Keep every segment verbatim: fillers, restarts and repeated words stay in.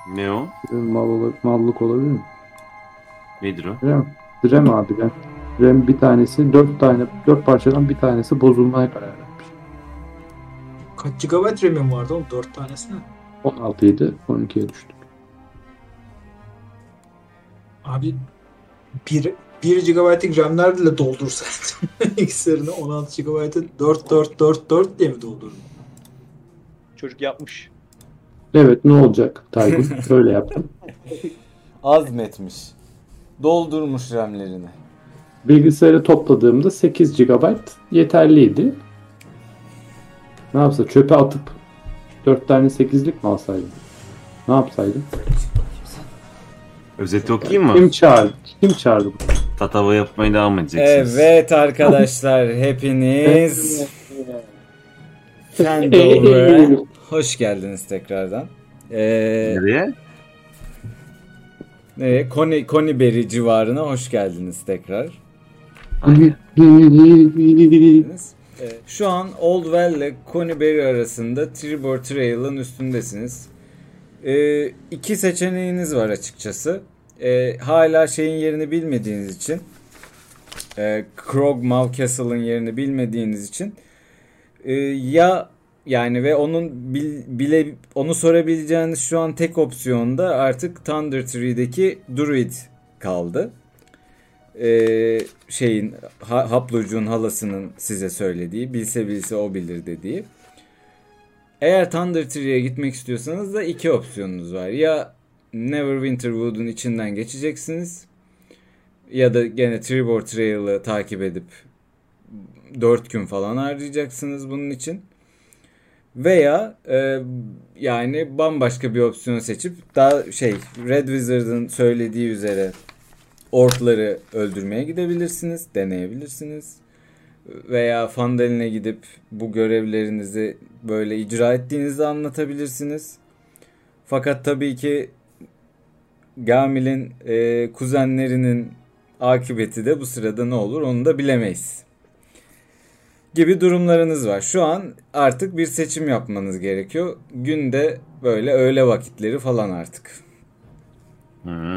Ne o? Mal ola- mallık olabilir mi? Nedir o? Rem. Rem abi Rem. Rem bir tanesi dört tane dört parçadan bir tanesi bozulmaya karar vermiş. Kaç gigabayt RAM'im vardı oğlum? dört tanesi mi? on altı idi on ikiye düştük. Abi bir bir gigabaytlık RAM'lerle doldursaydın bilgisayarını on altı gigabaytı dört dört dört dört diye mi doldurdun? Çocuk yapmış. Evet ne olacak Taygun? Öyle yaptım. Azmetmiş. Doldurmuş RAM'lerini. Bilgisayarı topladığımda sekiz gigabayt yeterliydi. Ne yapsa çöpe atıp dört tane sekizlik mi alsaydım? Ne yapsaydım? Özeti okuyayım mı? Kim çağırdı? Kim çağırdı? Tatava yapmaya devam edeceksiniz. Evet arkadaşlar hepiniz Fandover'a hoş geldiniz tekrardan. Ee, Nereye? nereye? Koni, Koniberry civarına hoş geldiniz tekrar. Ee, şu an Oldwell ile Koniberry arasında Tribor Trail'ın üstündesiniz. Ee, iki seçeneğiniz var açıkçası. Ee, hala şeyin yerini bilmediğiniz için, e, Krogmaw Castle'ın yerini bilmediğiniz için e, ya yani ve onun bil, bile onu sorabileceğiniz şu an tek opsiyonda artık Thunder Tree'deki Druid kaldı. Ee, şeyin ha, Haplocuğun halasının size söylediği, bilse bilse o bilir dediği. Eğer Thunder Tree'ye gitmek istiyorsanız da iki opsiyonunuz var. Ya Neverwinterwood'un içinden geçeceksiniz ya da gene Tribor Trail'ı takip edip dört gün falan harcayacaksınız bunun için. Veya e, yani bambaşka bir opsiyon seçip daha şey Red Wizard'ın söylediği üzere orkları öldürmeye gidebilirsiniz, deneyebilirsiniz. Veya Phandalin gidip bu görevlerinizi böyle icra ettiğinizde anlatabilirsiniz. Fakat tabii ki Gamil'in e, kuzenlerinin akıbeti de bu sırada ne olur onu da bilemeyiz. Gibi durumlarınız var. Şu an artık bir seçim yapmanız gerekiyor. Günde böyle öğle vakitleri falan artık. Hı.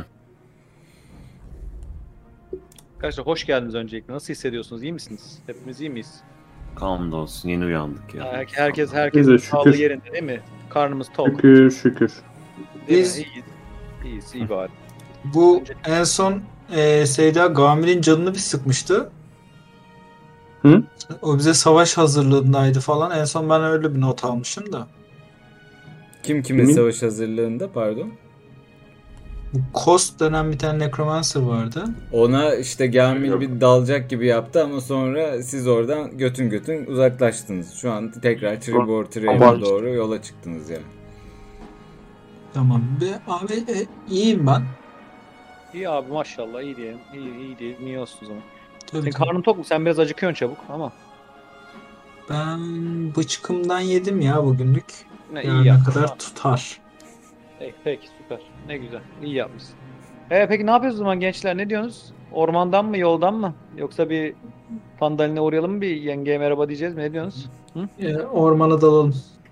Arkadaşlar hoş geldiniz öncelikle. Nasıl hissediyorsunuz? İyi misiniz? Hepimiz iyi miyiz? Hamdolsun yeni uyandık ya. Her- herkes Biz herkes de sağlığı şükür. yerinde değil mi? Karnımız tok. Şükür şükür. Değil mi? Biz- İyiyiz. İyiyiz, iyi bari. Bu en son e, Seyda Gamil'in canını bir sıkmıştı. Hı? O bize savaş hazırlığındaydı falan. En son ben öyle bir not almışım da. Kim kimin Kimin? savaş hazırlığında pardon? Bu Kost denen bir tane necromancer vardı. Ona işte Gamil Yok. bir dalacak gibi yaptı ama sonra siz oradan götün götün uzaklaştınız. Şu an tekrar Tribor Trail'e Abart. doğru yola çıktınız yani. Tamam. Be, abi e, iyiyim ben. İyi abi maşallah iyi diyelim. İyi iyi diyelim. İyi olsun o zaman. Tabii, Senin tabii. karnın tok mu? Sen biraz acıkıyorsun çabuk ama. Ben bıçkımdan yedim ya bugünlük. Ne, iyi Yarına yaptın. kadar Tamam. tutar. Peki, peki süper. Ne güzel. İyi yapmışsın. E, peki ne yapıyoruz o zaman gençler? Ne diyorsunuz? Ormandan mı yoldan mı? Yoksa bir Phandalin'e uğrayalım mı? Bir yengeye merhaba diyeceğiz mi? Ne diyorsunuz? E, ormana dalalım.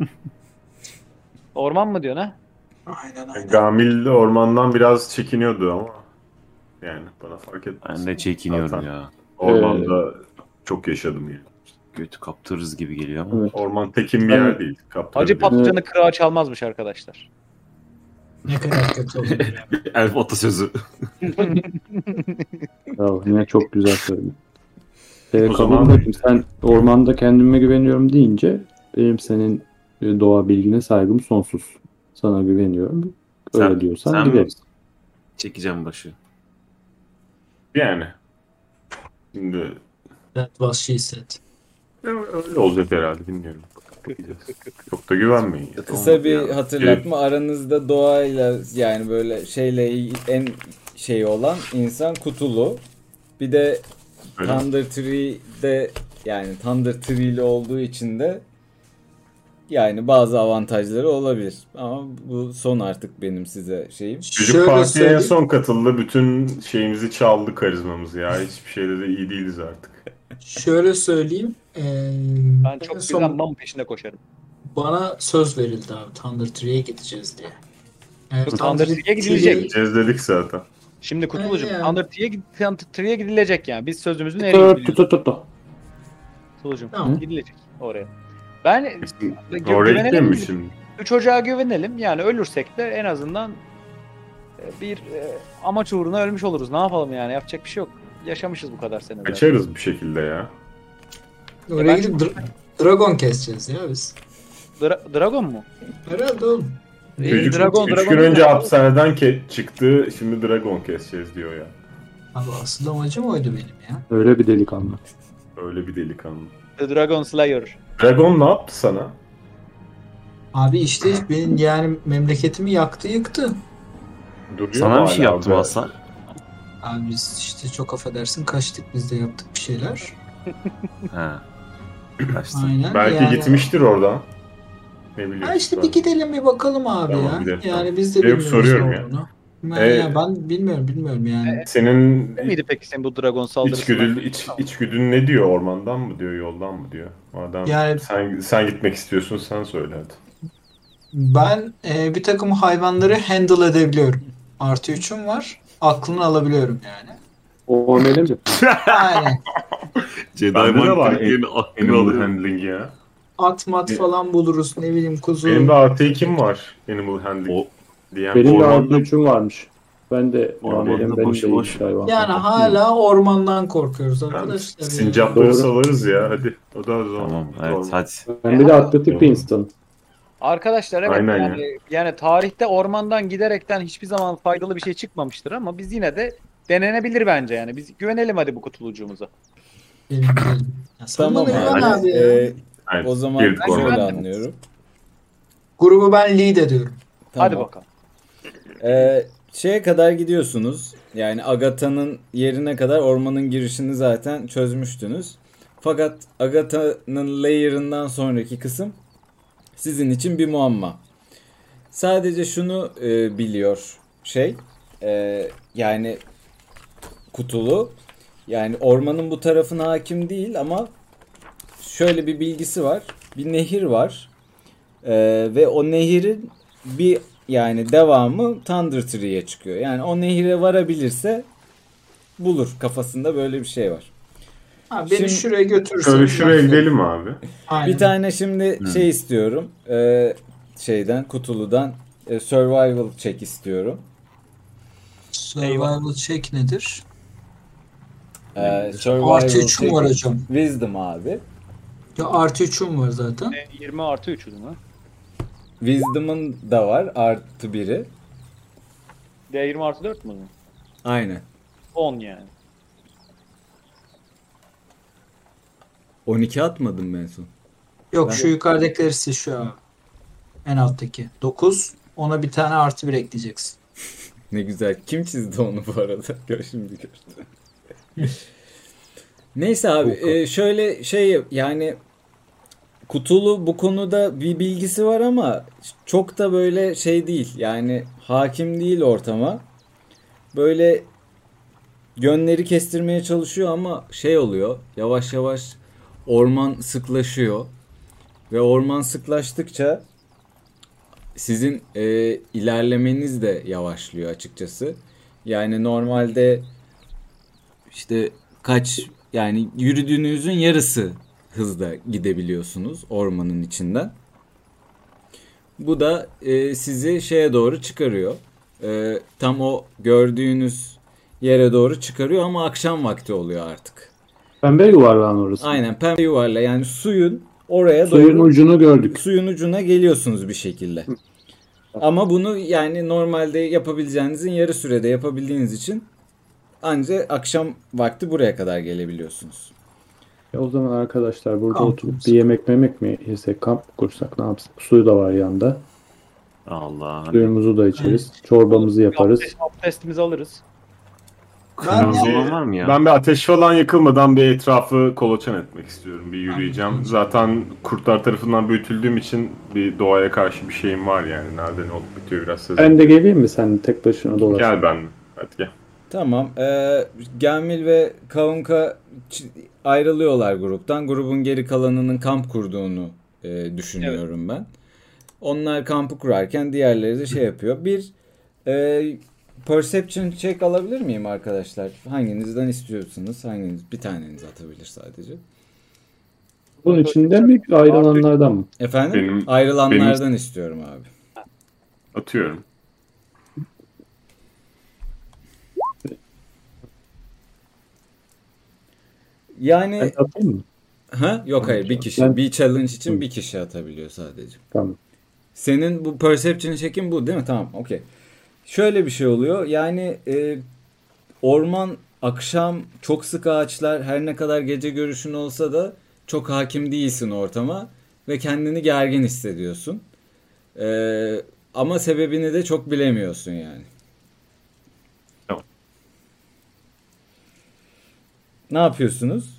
Orman mı diyorsun ha? Aynen aynen. Gamil de ormandan biraz çekiniyordu ama yani bana fark etmez. Ben de çekiniyorum Zaten ya. Ormanda çok yaşadım yani. Götü kaptırırız gibi geliyor ama. Evet. Orman tekin bir Ben- yer değil. Hacı Kaptırabilir. patlıcanı kırağı çalmazmış arkadaşlar. Ne kadar kötü olur ya. Elf atasözü. Ya, yine çok güzel söyledin. Ee, O kabul zaman- ettim. Sen ormanda kendime güveniyorum deyince benim senin e, doğa bilgine saygım sonsuz. Sana güveniyorum. Öyle Sen- diyorsan sen- gideriz. Çekeceğim başı. Yani. Şimdi That was she said. öyle olacak herhalde bilmiyorum. Bakacağız. Çok da güvenmeyin. Ya. Kısa bir ya. hatırlatma aranızda doğayla yani böyle şeyle en şey olan insan Kutulu. Bir de Öyle mi? Thunder Tree'de yani Thunder Tree'li olduğu için de yani bazı avantajları olabilir. Ama bu son artık benim size şeyim. Çocuk Şöyle partiye en söyleyeyim. son katıldı. Bütün şeyimizi çaldı, karizmamızı ya. Hiçbir şeyde de iyi değiliz artık. Şöyle söyleyeyim. E, Ben çok en güzel son mam peşinde koşarım. bana söz verildi abi. Thunder Tree'ye gideceğiz diye. Evet, Thunder Thunder Tree'ye gidilecek. Gideceğiz dedik zaten. Şimdi Kutulucuğum Yani. Thunder Tree'ye gid- Thunder Tree'ye gidilecek yani. Biz sözümüzün Tut eriyiz tut biliyorsun. tut tut. Kutulucuğum Tamam. gidilecek oraya. Ben gü- Oraya güvenelim gitmiyor mu mi? şimdi? Şu çocuğa güvenelim. Yani ölürsek de en azından e, bir e, amaç uğruna ölmüş oluruz. Ne yapalım yani? Yapacak bir şey yok. Yaşamışız bu kadar sene zaten. Kaçarız bir şekilde ya. Oraya ben- gidip dra- dragon keseceğiz ya biz. Dra- Dragon mu? Herhalde oğlum. İyi, Çocuk Dragon, üç Dragon gün değil önce de- hapishaneden ke- çıktı. Şimdi Dragon keseceğiz diyor ya. Abi asıl amacım oydu benim ya. Öyle bir delikanlı. Öyle bir delikanlı. The Dragon Slayer. Dragon ne yaptı sana? Abi işte benim yani memleketimi yaktı yıktı. Duruyor Sana mu bir şey hala yaptım orada? Hasan. Abi biz işte çok affedersin kaçtık biz de yaptık bir şeyler. Ha. Kaçtın. Aynen. Belki yani... gitmiştir oradan. Ne bileyim. Ha işte bir gidelim bir bakalım abi Tamam, ya. gidelim, Yani tamam. biz de Yok, bilmiyoruz soruyorum ne ya. olduğunu. Ben, Ee, ya ben bilmiyorum bilmiyorum yani. Senin Ne miydi peki senin bu Dragon saldırısı? içgüdün, iç, içgüdün ne diyor? Ormandan mı diyor, yoldan mı diyor? Adam Yani- sen sen gitmek istiyorsun, sen söyle hadi. Ben e, bir takım hayvanları handle edebiliyorum. Artı üçüm var. Aklını alabiliyorum yani. O amele mi? Aynen. Jedi Bende de var Mind yeni aklını Animal alıyor. handling ya. At mat falan buluruz ne bileyim kuzu. Benim de artı ikim var Animal handling O diyen. Benim de Ormanda- artı üçüm varmış. Ben de o Ormanda amelem benim boş de boş. iyiymiş hayvan. Yani hala ormandan korkuyoruz arkadaşlar. ya. Sincapları Doğru. salarız ya hadi. O da o zaman. Tamam evet Orman. hadi. Ben bir de atletik bir insanım. Arkadaşlar evet Aynen yani, yani tarihte ormandan giderekten hiçbir zaman faydalı bir şey çıkmamıştır ama biz yine de denenebilir bence yani. Biz güvenelim hadi bu kutulucuğumuza. Benim gidelim. Ya sen Tamam bana güven abi. abi ya. Ee, Aynen. o zaman Girdik Ben şöyle ormana. güvendim. anlıyorum. Grubu ben lead ediyorum. Tamam. Hadi bakalım. Ee, şeye kadar gidiyorsunuz. Yani Agatha'nın yerine kadar ormanın girişini zaten çözmüştünüz. Fakat Agatha'nın layer'ından sonraki kısım sizin için bir muamma. Sadece şunu e, biliyor şey. e, yani Kutulu. Yani ormanın bu tarafına hakim değil ama şöyle bir bilgisi var. Bir nehir var. E, ve o nehirin bir yani devamı Thunder Tree'ye çıkıyor. Yani o nehire varabilirse bulur. Kafasında böyle bir şey var. Ha, beni Şimdi- şuraya götürürsen. Şöyle şuraya gidelim abi. Aynen. Bir tane şimdi Hmm. şey istiyorum. E, şeyden Kutulu'dan e, survival check istiyorum. Survival check nedir? E, survival Artı üçüm check- var hocam. Wisdom abi. Ya artı üçüm var zaten. E, yirmi artı üç değil mi? Wisdom'ın da var artı biri. D yirmi artı dört mü? Aynen. on yani. on iki atmadım ben son. Yok Ben- şu yukarıdakileri sil şu abi. En alttaki. dokuz. Ona bir tane artı bir ekleyeceksin. Ne güzel. Kim çizdi onu bu arada? Gör şimdi gör. Neyse abi e, şöyle şey yani Kutulu bu konuda bir bilgisi var ama çok da böyle şey değil. Yani hakim değil ortama. Böyle yönleri kestirmeye çalışıyor ama şey oluyor. Yavaş yavaş orman sıklaşıyor. Ve orman sıklaştıkça sizin e, ilerlemeniz de yavaşlıyor açıkçası. Yani normalde işte kaç yani yürüdüğünüzün yarısı hızda gidebiliyorsunuz ormanın içinden. Bu da e, sizi şeye doğru çıkarıyor. E, tam o gördüğünüz yere doğru çıkarıyor ama akşam vakti oluyor artık. Pembe yuvarlağın orası. Aynen pembe yuvarla yani suyun oraya Suyun doğru ucunu gördük. suyun ucuna geliyorsunuz bir şekilde. Ama bunu yani normalde yapabileceğinizin yarı sürede yapabildiğiniz için ancak akşam vakti buraya kadar gelebiliyorsunuz. E o zaman arkadaşlar burada Kamp oturup kursak. bir yemek memek mi yesek, kamp mı kursak, ne yapsak? Suyu da var yanında. Allah. Suyumuzu da içeriz. Çorbamızı yaparız. Abdest, abdestimizi alırız. Kırmızı Ben- olan var mı ya? Ben bir ateş falan yakılmadan bir etrafı kolaçan etmek istiyorum. Bir yürüyeceğim. Aynen. Zaten kurtlar tarafından büyütüldüğüm için bir doğaya karşı bir şeyim var yani. Nerede ne olup bitiyor biraz sezon. Ben de geleyim mi, sen tek başına dolaş? Gel ben. Hadi gel. Tamam. Ee, Gemil ve Kaunka ç- ayrılıyorlar gruptan. Grubun geri kalanının kamp kurduğunu e, düşünüyorum ben. Onlar kampı kurarken diğerleri de şey yapıyor. Bir e, perception check alabilir miyim arkadaşlar? Hanginizden istiyorsunuz? Hanginiz? Bir taneniz atabilir sadece. Bunun içinde mi ayrılanlardan mı? Efendim? Benim- Ayrılanlardan istiyorum abi. Atıyorum. Yani Ben atayım mı? ha yok hayır bir kişi. Ben- Bir challenge için bir kişi atabiliyor sadece. Tamam. Senin bu perception check'in bu değil mi? Tamam, okey. Şöyle bir şey oluyor. Yani e, orman, akşam, çok sık ağaçlar, her ne kadar gece görüşün olsa da çok hakim değilsin ortama ve kendini gergin hissediyorsun. E, ama sebebini de çok bilemiyorsun yani. Tamam. Ne yapıyorsunuz?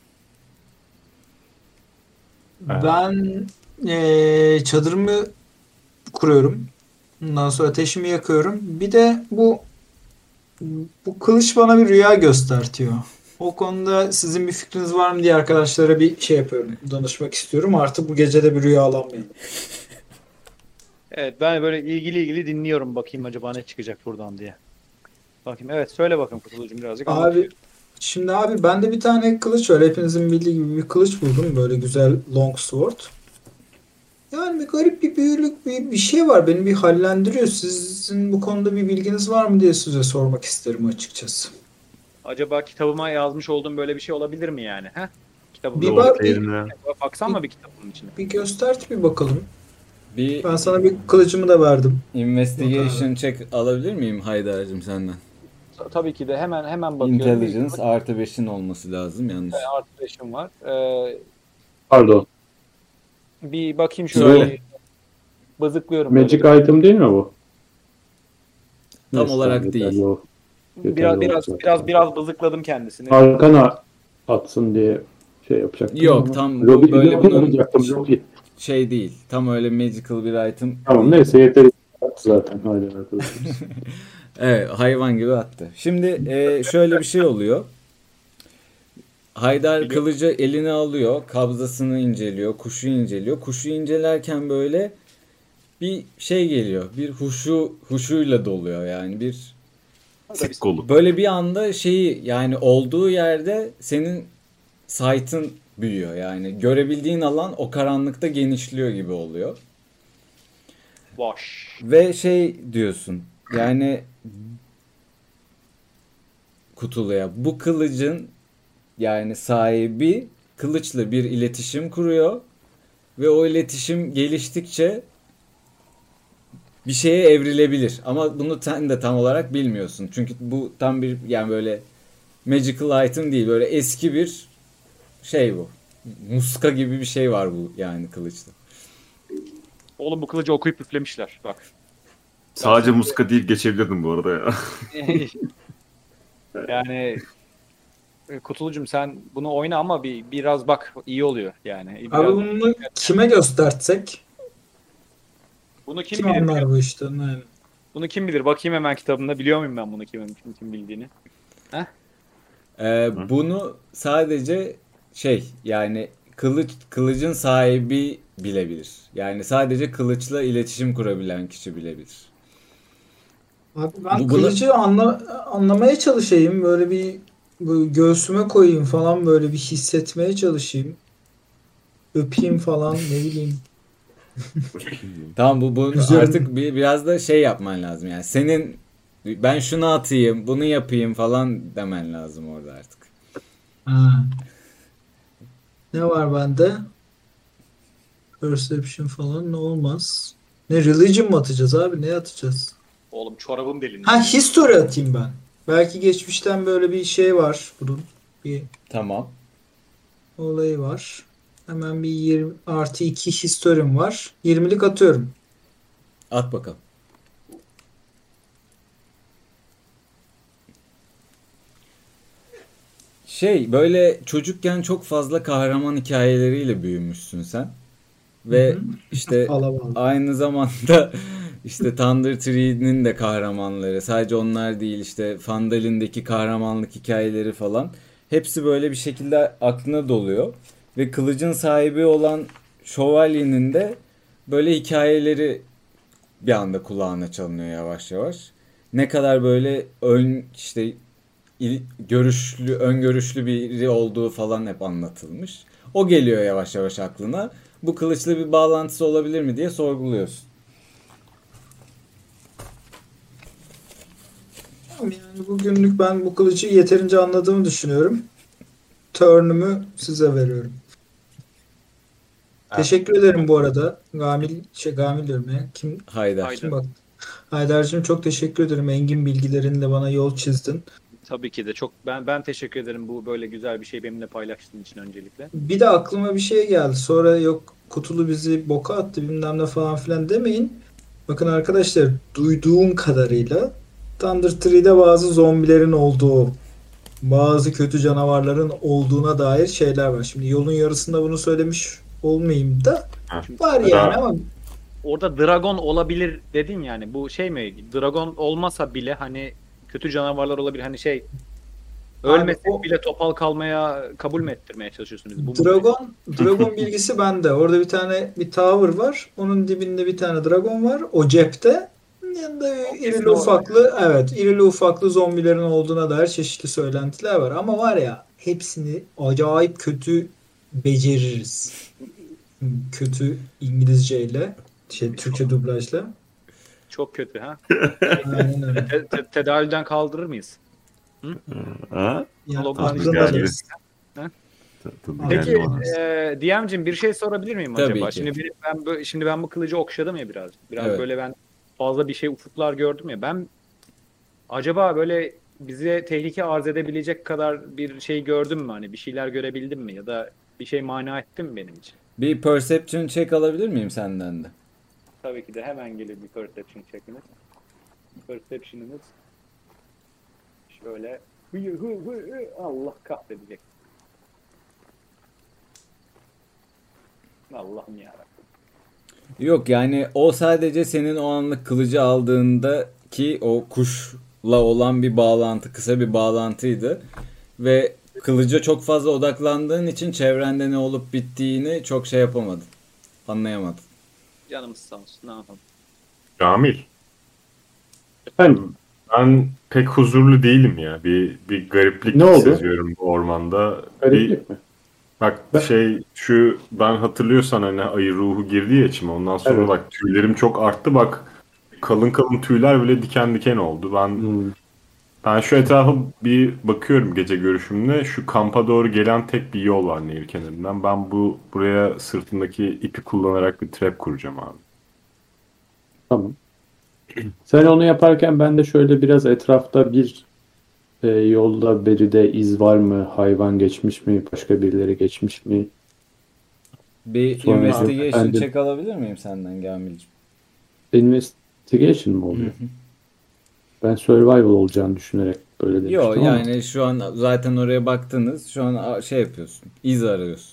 Ben eee, çadırımı kuruyorum. Ondan sonra ateşimi yakıyorum. Bir de bu bu kılıç bana bir rüya göstertiyor. O konuda sizin bir fikriniz var mı diye arkadaşlara bir şey yapıyorum. Danışmak istiyorum. Artık bu gece de bir rüya alamayayım. Evet, ben böyle ilgili ilgili dinliyorum, bakayım acaba ne çıkacak buradan diye. Bakayım, evet, söyle bakın Kutulucuğum, birazcık anlat. Abi şimdi abi bende bir tane kılıç var. Hepinizin bildiği gibi bir kılıç buldum. Böyle güzel long sword. Yani bir garip bir büyülük bir, bir şey var. Beni bir hallendiriyor. Sizin bu konuda bir bilginiz var mı diye size sormak isterim açıkçası. Acaba kitabıma yazmış olduğum böyle bir şey olabilir mi yani? Heh? Kitabımda Bir Yol bak- seyrine. baksan mı bir kitabın içine? Bir göstert bir bakalım. Bir Ben sana bir kılıcımı da verdim. investigation check alabilir miyim Haydar'cığım senden? Ta- Tabii ki de hemen hemen bakıyorum. Intelligence artı beşin olması lazım yanlış. Bir artı beşim var. Ee, Pardon. bir bakayım şöyle. Söyle. bir Bızıklıyorum Magic böyle. item değil mi bu? Tam Neyse, olarak yeterli değil. o. Biraz biraz Yeterli biraz olacak. biraz bızıkladım kendisini. Arkana atsın diye şey yapacaktım. Yok, ama- tam Lobi- böyle Lobi bunun- yapacaktım, Lobi. Şey değil. Tam öyle magical bir item. Tamam neyse yeteri zaten. Hadi arkadaşlar. Evet, hayvan gibi attı. Şimdi e, şöyle bir şey oluyor. Haydar Biliyorum. kılıcı eline alıyor, kabzasını inceliyor, kuşu inceliyor. Kuşu incelerken böyle bir şey geliyor. Bir huşu huşuyla doluyor yani bir Sık kolu. böyle bir anda şeyi yani olduğu yerde senin sight'ın büyüyor yani görebildiğin alan o karanlıkta genişliyor gibi oluyor. Boş. Ve şey diyorsun yani Kutulu'ya bu kılıcın yani sahibi kılıçla bir iletişim kuruyor ve o iletişim geliştikçe bir şeye evrilebilir ama bunu sen de tam olarak bilmiyorsun çünkü bu tam bir yani böyle magical item değil böyle eski bir şey bu muska gibi bir şey var bu yani kılıçta. Oğlum bu kılıcı okuyup üflemişler bak. Sadece muska deyip geçebilirdim bu arada ya. Yani e, Kutulucum sen bunu oyna ama bir biraz bak, iyi oluyor yani. Abi Biraz- bunu kime göstertsek? bunu kim Kim bilir? anlar bu işten? Yani. Bunu kim bilir? Bakayım hemen kitabımda. Biliyor muyum ben bunu kim kim, kim bildiğini? Ee, bunu sadece şey yani kılıç kılıcın sahibi bilebilir. Yani sadece kılıçla iletişim kurabilen kişi bilebilir. Abi ben Bu- bunu- kılıcı anla, anlamaya çalışayım. Böyle bir böyle göğsüme koyayım falan, böyle bir hissetmeye çalışayım. Öpeyim falan, ne bileyim. Tamam bu bu Güzel. artık bir biraz da şey yapman lazım yani. Senin ben şunu atayım, bunu yapayım falan demen lazım orada artık. Ha. Ne var bende? Perception falan ne olmaz. Ne religion mı atacağız abi? Ne atacağız? Oğlum çorabım delindi. Ha, history atayım ben. Belki geçmişten böyle bir şey var bunun. Bir Tamam. olayı var. Hemen bir yirmi artı iki history'm var. yirmilik atıyorum. At bakalım. Şey böyle çocukken çok fazla kahraman hikayeleriyle büyümüşsün sen. Ve Hı hı. işte Alabalım. aynı zamanda işte Thunder Tree'nin de kahramanları sadece onlar değil işte Phandalin kahramanlık hikayeleri falan hepsi böyle bir şekilde aklına doluyor ve kılıcın sahibi olan şövalyenin de böyle hikayeleri bir anda kulağına çalınıyor yavaş yavaş. Ne kadar böyle ön işte il- görüşlü, öngörüşlü biri olduğu falan hep anlatılmış. O geliyor yavaş yavaş aklına. Bu kılıçla bir bağlantısı olabilir mi diye sorguluyorsun. Tamam, yani bugünlük ben bu kılıcı yeterince anladığımı düşünüyorum. Turn'ümü size veriyorum. Teşekkür ederim bu arada. Gamil, şey Gamil diyorum ya. Kim, Haydar. kim bak. Haydar'cığım çok teşekkür ederim. Engin bilgilerinle bana yol çizdin. Tabii ki de çok ben ben teşekkür ederim bu böyle güzel bir şey benimle paylaştığın için öncelikle. Bir de aklıma bir şey geldi. Sonra yok kutulu bizi boka attı bilmem ne falan filan demeyin. Bakın arkadaşlar duyduğum kadarıyla Thunder Tree'de bazı zombilerin olduğu, bazı kötü canavarların olduğuna dair şeyler var. Şimdi yolun yarısında bunu söylemiş olmayayım da var yani ama Orada dragon olabilir dedin yani. Bu şey mi? Dragon olmasa bile hani kötü canavarlar olabilir. Hani şey ölmesek o- bile topal kalmaya kabul mü ettirmeye çalışıyorsunuz? Bu mu? Dragon Dragon bilgisi bende. Orada bir tane bir tower var. Onun dibinde bir tane dragon var. O cepte. Yanında irili o. ufaklı evet irili ufaklı zombilerin olduğuna dair çeşitli söylentiler var. Ama var ya hepsini acayip kötü beceririz. Kötü İngilizceyle şey Türkçe dublajla. Çok kötü ha. Aynen öyle. Te- te- tedavülden kaldırır mıyız? Ha? Yani Logman aklında geldi. alırız. Tabii Peki, geldi bana. Ee, D M'cim bir şey sorabilir miyim Tabii acaba? ki. Şimdi bir- ben böyle, şimdi ben bu kılıcı okşadım ya biraz. Biraz Evet. böyle ben fazla bir şey ufuklar gördüm ya. Ben acaba böyle bize tehlike arz edebilecek kadar bir şey gördüm mü? Hani bir şeyler görebildim mi? Ya da bir şey mana etti mi benim için? Bir perception check alabilir miyim senden de? Tabii ki de hemen gelir bir perception check'imiz. Perception'ımız şöyle hı hı hı hı, Allah kahredecek. Allah'ım yarabbim. Yok yani o sadece senin o anlık kılıcı aldığında ki o kuşla olan bir bağlantı, kısa bir bağlantıydı. Ve kılıca çok fazla odaklandığın için çevrende ne olup bittiğini çok şey yapamadın. Anlayamadın. Canımız sağ olsun. Ne yapalım? Kamil. Efendim, Ben pek huzurlu değilim ya. Bir bir gariplik Ne oldu? seziyorum bu ormanda. Bir, gariplik mi? bak Ben- şey şu ben hatırlıyorsan hani ayı ruhu girdi ya içime. Ondan sonra Evet. bak tüylerim çok arttı bak. Kalın kalın tüyler bile diken diken oldu. Ben Hmm. ben şu etrafa bir bakıyorum gece görüşümde. Şu kampa doğru gelen tek bir yol var nehir kenarından. Ben bu buraya sırtındaki ipi kullanarak bir trap kuracağım abi. Tamam. Sen onu yaparken ben de şöyle biraz etrafta bir e, yolda beride iz var mı? Hayvan geçmiş mi? Başka birileri geçmiş mi? Bir Sonra investigation ben de- check alabilir miyim senden Gamil'ciğim? Investigation mı oluyor? Ben survival olacağını düşünerek böyle demiştim Yok ama yani şu an zaten oraya baktınız. Şu an a- şey yapıyorsun. İz arıyorsun.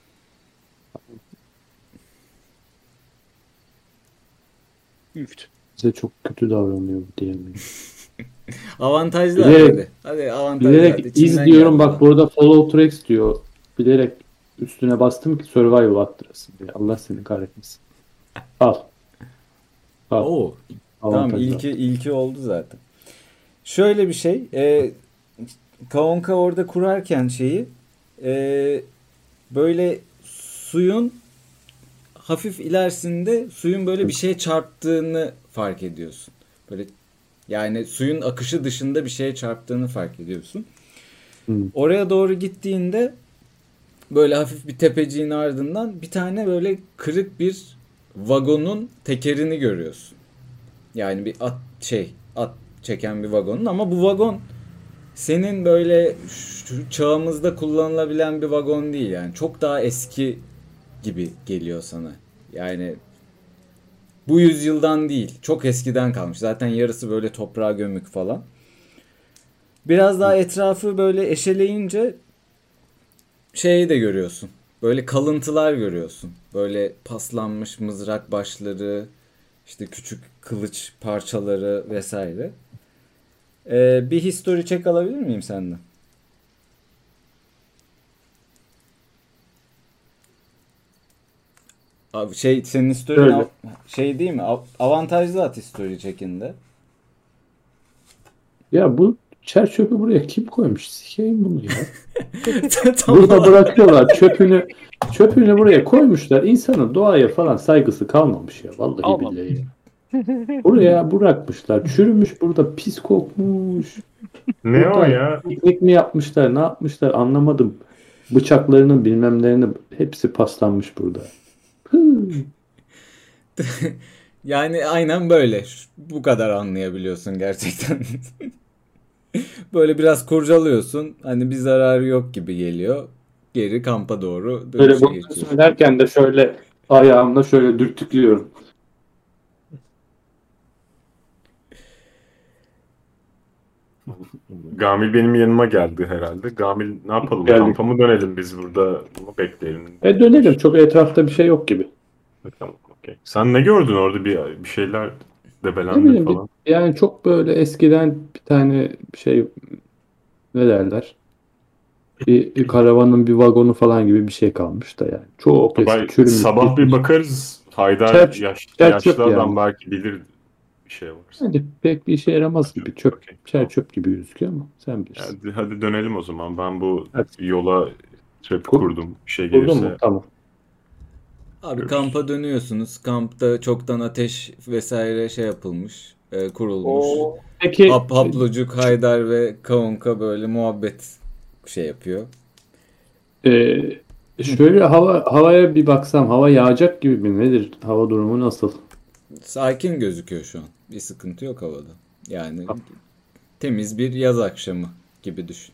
Üft. bize çok kötü davranıyor bu diyemiyorum. Avantajlı Bilerek- hadi. Hadi avantajlı Bilerek hadi. iz İçinden diyorum geldi bak burada follow tracks diyor. Bilerek üstüne bastım ki survival attırasın diye. Allah seni kahretmesin. Al. Al. Oo, tamam Avantajlı. ilki ilki oldu zaten. Şöyle bir şey. E, Kaonka orada kurarken şeyi e, böyle suyun hafif ilerisinde suyun böyle bir şeye çarptığını fark ediyorsun. Böyle yani suyun akışı dışında bir şeye çarptığını fark ediyorsun. Hmm. Oraya doğru gittiğinde böyle hafif bir tepeciğin ardından bir tane böyle kırık bir vagonun tekerini görüyorsun. Yani bir at şey at çeken bir vagonun ama bu vagon senin böyle şu çağımızda kullanılabilen bir vagon değil yani çok daha eski gibi geliyor sana. Yani bu yüzyıldan değil, çok eskiden kalmış. Zaten yarısı böyle toprağa gömük falan. Biraz daha etrafı böyle eşeleyince şeyi de görüyorsun. Böyle kalıntılar görüyorsun. Böyle paslanmış mızrak başları, işte küçük kılıç parçaları vesaire. Ee, bir history check alabilir miyim senden? Abi şey senin story'in Öyle. av- şey değil mi? Av- Avantajlı at story check'inde. Ya bu çer çöpü buraya kim koymuş? Sikeyim bunu ya. Tam Burada bırakıyorlar çöpünü. Çöpünü buraya koymuşlar. İnsanın doğaya falan saygısı kalmamış ya. Vallahi Kalmamış. billahi. Buraya bırakmışlar. Çürümüş burada, pis kokmuş. Ne o Burada ya? piknik mi yapmışlar, ne yapmışlar anlamadım. Bıçaklarının bilmemlerini hepsi paslanmış burada. Hı. Yani aynen böyle. Şu- Bu kadar anlayabiliyorsun gerçekten. Böyle biraz kurcalıyorsun. Hani bir zararı yok gibi geliyor. Geri kampa doğru Böyle dönüşe bunu geçiyorsun. söylerken de şöyle ayağımla şöyle dürtüklüyorum. Gamil benim yanıma geldi herhalde. Gamil ne yapalım? Geldik. Kampa mı dönelim biz burada? Mı bekleyelim? E dönelim. Çok etrafta bir şey yok gibi. Tamam, okey. Sen ne gördün orada, bir bir şeyler Ne debelendi bileyim, bir- falan. yani çok böyle eskiden bir tane şey, ne derler? Bir, bir karavanın bir vagonu falan gibi bir şey kalmış da yani. Çok eski, Sabah, çürümüş. sabah bir bitmiş. bakarız. Haydar Çer- yaş, çer yaşlı çöp adam yani. belki bilir bir şey varsa. Hadi pek bir işe yaramaz gibi. Çöp, Okey. çer çöp gibi gözüküyor ama sen bilirsin. Hadi, hadi dönelim o zaman. Ben bu Hadi. yola trap Kur- kurdum. Bir şey Kurdun gelirse. mu? Tamam. Abi Görüşürüz. kampa dönüyorsunuz. Kampta çoktan ateş vesaire şey yapılmış. e, kurulmuş. O Peki Hap, Haplucuk, Haydar ve Kaunka böyle muhabbet şey yapıyor. e, şöyle hava havaya bir baksam, hava yağacak gibi mi? Nedir? Hava durumu nasıl? Sakin gözüküyor şu an. Bir sıkıntı yok havada. Yani temiz bir yaz akşamı gibi düşün.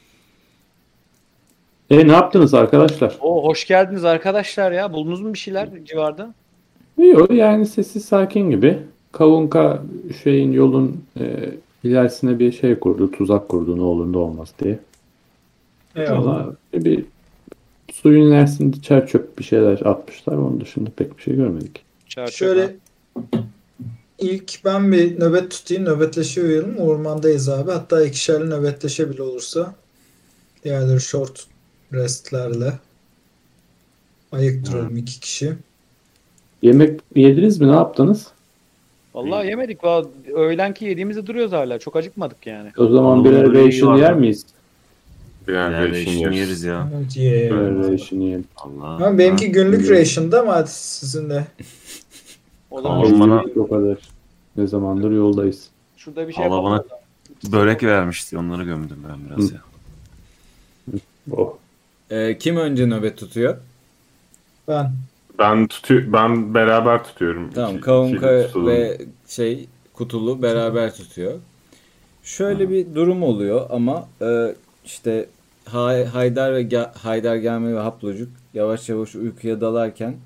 E ne yaptınız arkadaşlar? Oo, hoş geldiniz arkadaşlar ya. Buldunuz mu bir şeyler civarda? Yok yani sessiz sakin gibi. Kavunka şeyin yolun e, ilerisine bir şey kurdu, tuzak kurdu ne olur ne olmaz diye. eyvallah. Ama bir suyun ilerisinde çer çöp bir şeyler atmışlar. Onun dışında pek bir şey görmedik. Çarçur, ha. Şöyle ilk ben bir nöbet tutayım. Nöbetleşe uyuyalım. Ormandayız abi. Hatta ikişerli nöbetleşe bile olursa. Diğerleri short restlerle. Ayıktıralım iki kişi. Yemek yediniz mi? Ne yaptınız? Vallahi yemedik. Vallahi öğlenki yediğimizde duruyoruz hala. Çok acıkmadık yani. O zaman Oğlum, birer böyle iyi ration var yer mı? miyiz? Birer Yani ration işini yeriz. yeriz ya. Evet, ye. Birer ration yiyelim. Allah. Ama benimki Ha. günlük ration'da ama hadi sizin de. O zaman Oğlum bana- Yedik o kadar. Ne zamandır yoldayız. şurada bir şey Allah yapalım. bana börek vermişti. Onları gömdüm ben biraz Hı. ya. Oh. E, kim önce nöbet tutuyor? Ben. Ben tutu ben beraber tutuyorum. Tamam, İki- Kaunka ikili tutalım. ve şey Kutulu beraber tutuyor. Şöyle bir durum oluyor ama e, işte Hay- Haydar ve Ga- Haydar Gamil ve Haplucuk yavaş yavaş uykuya dalarken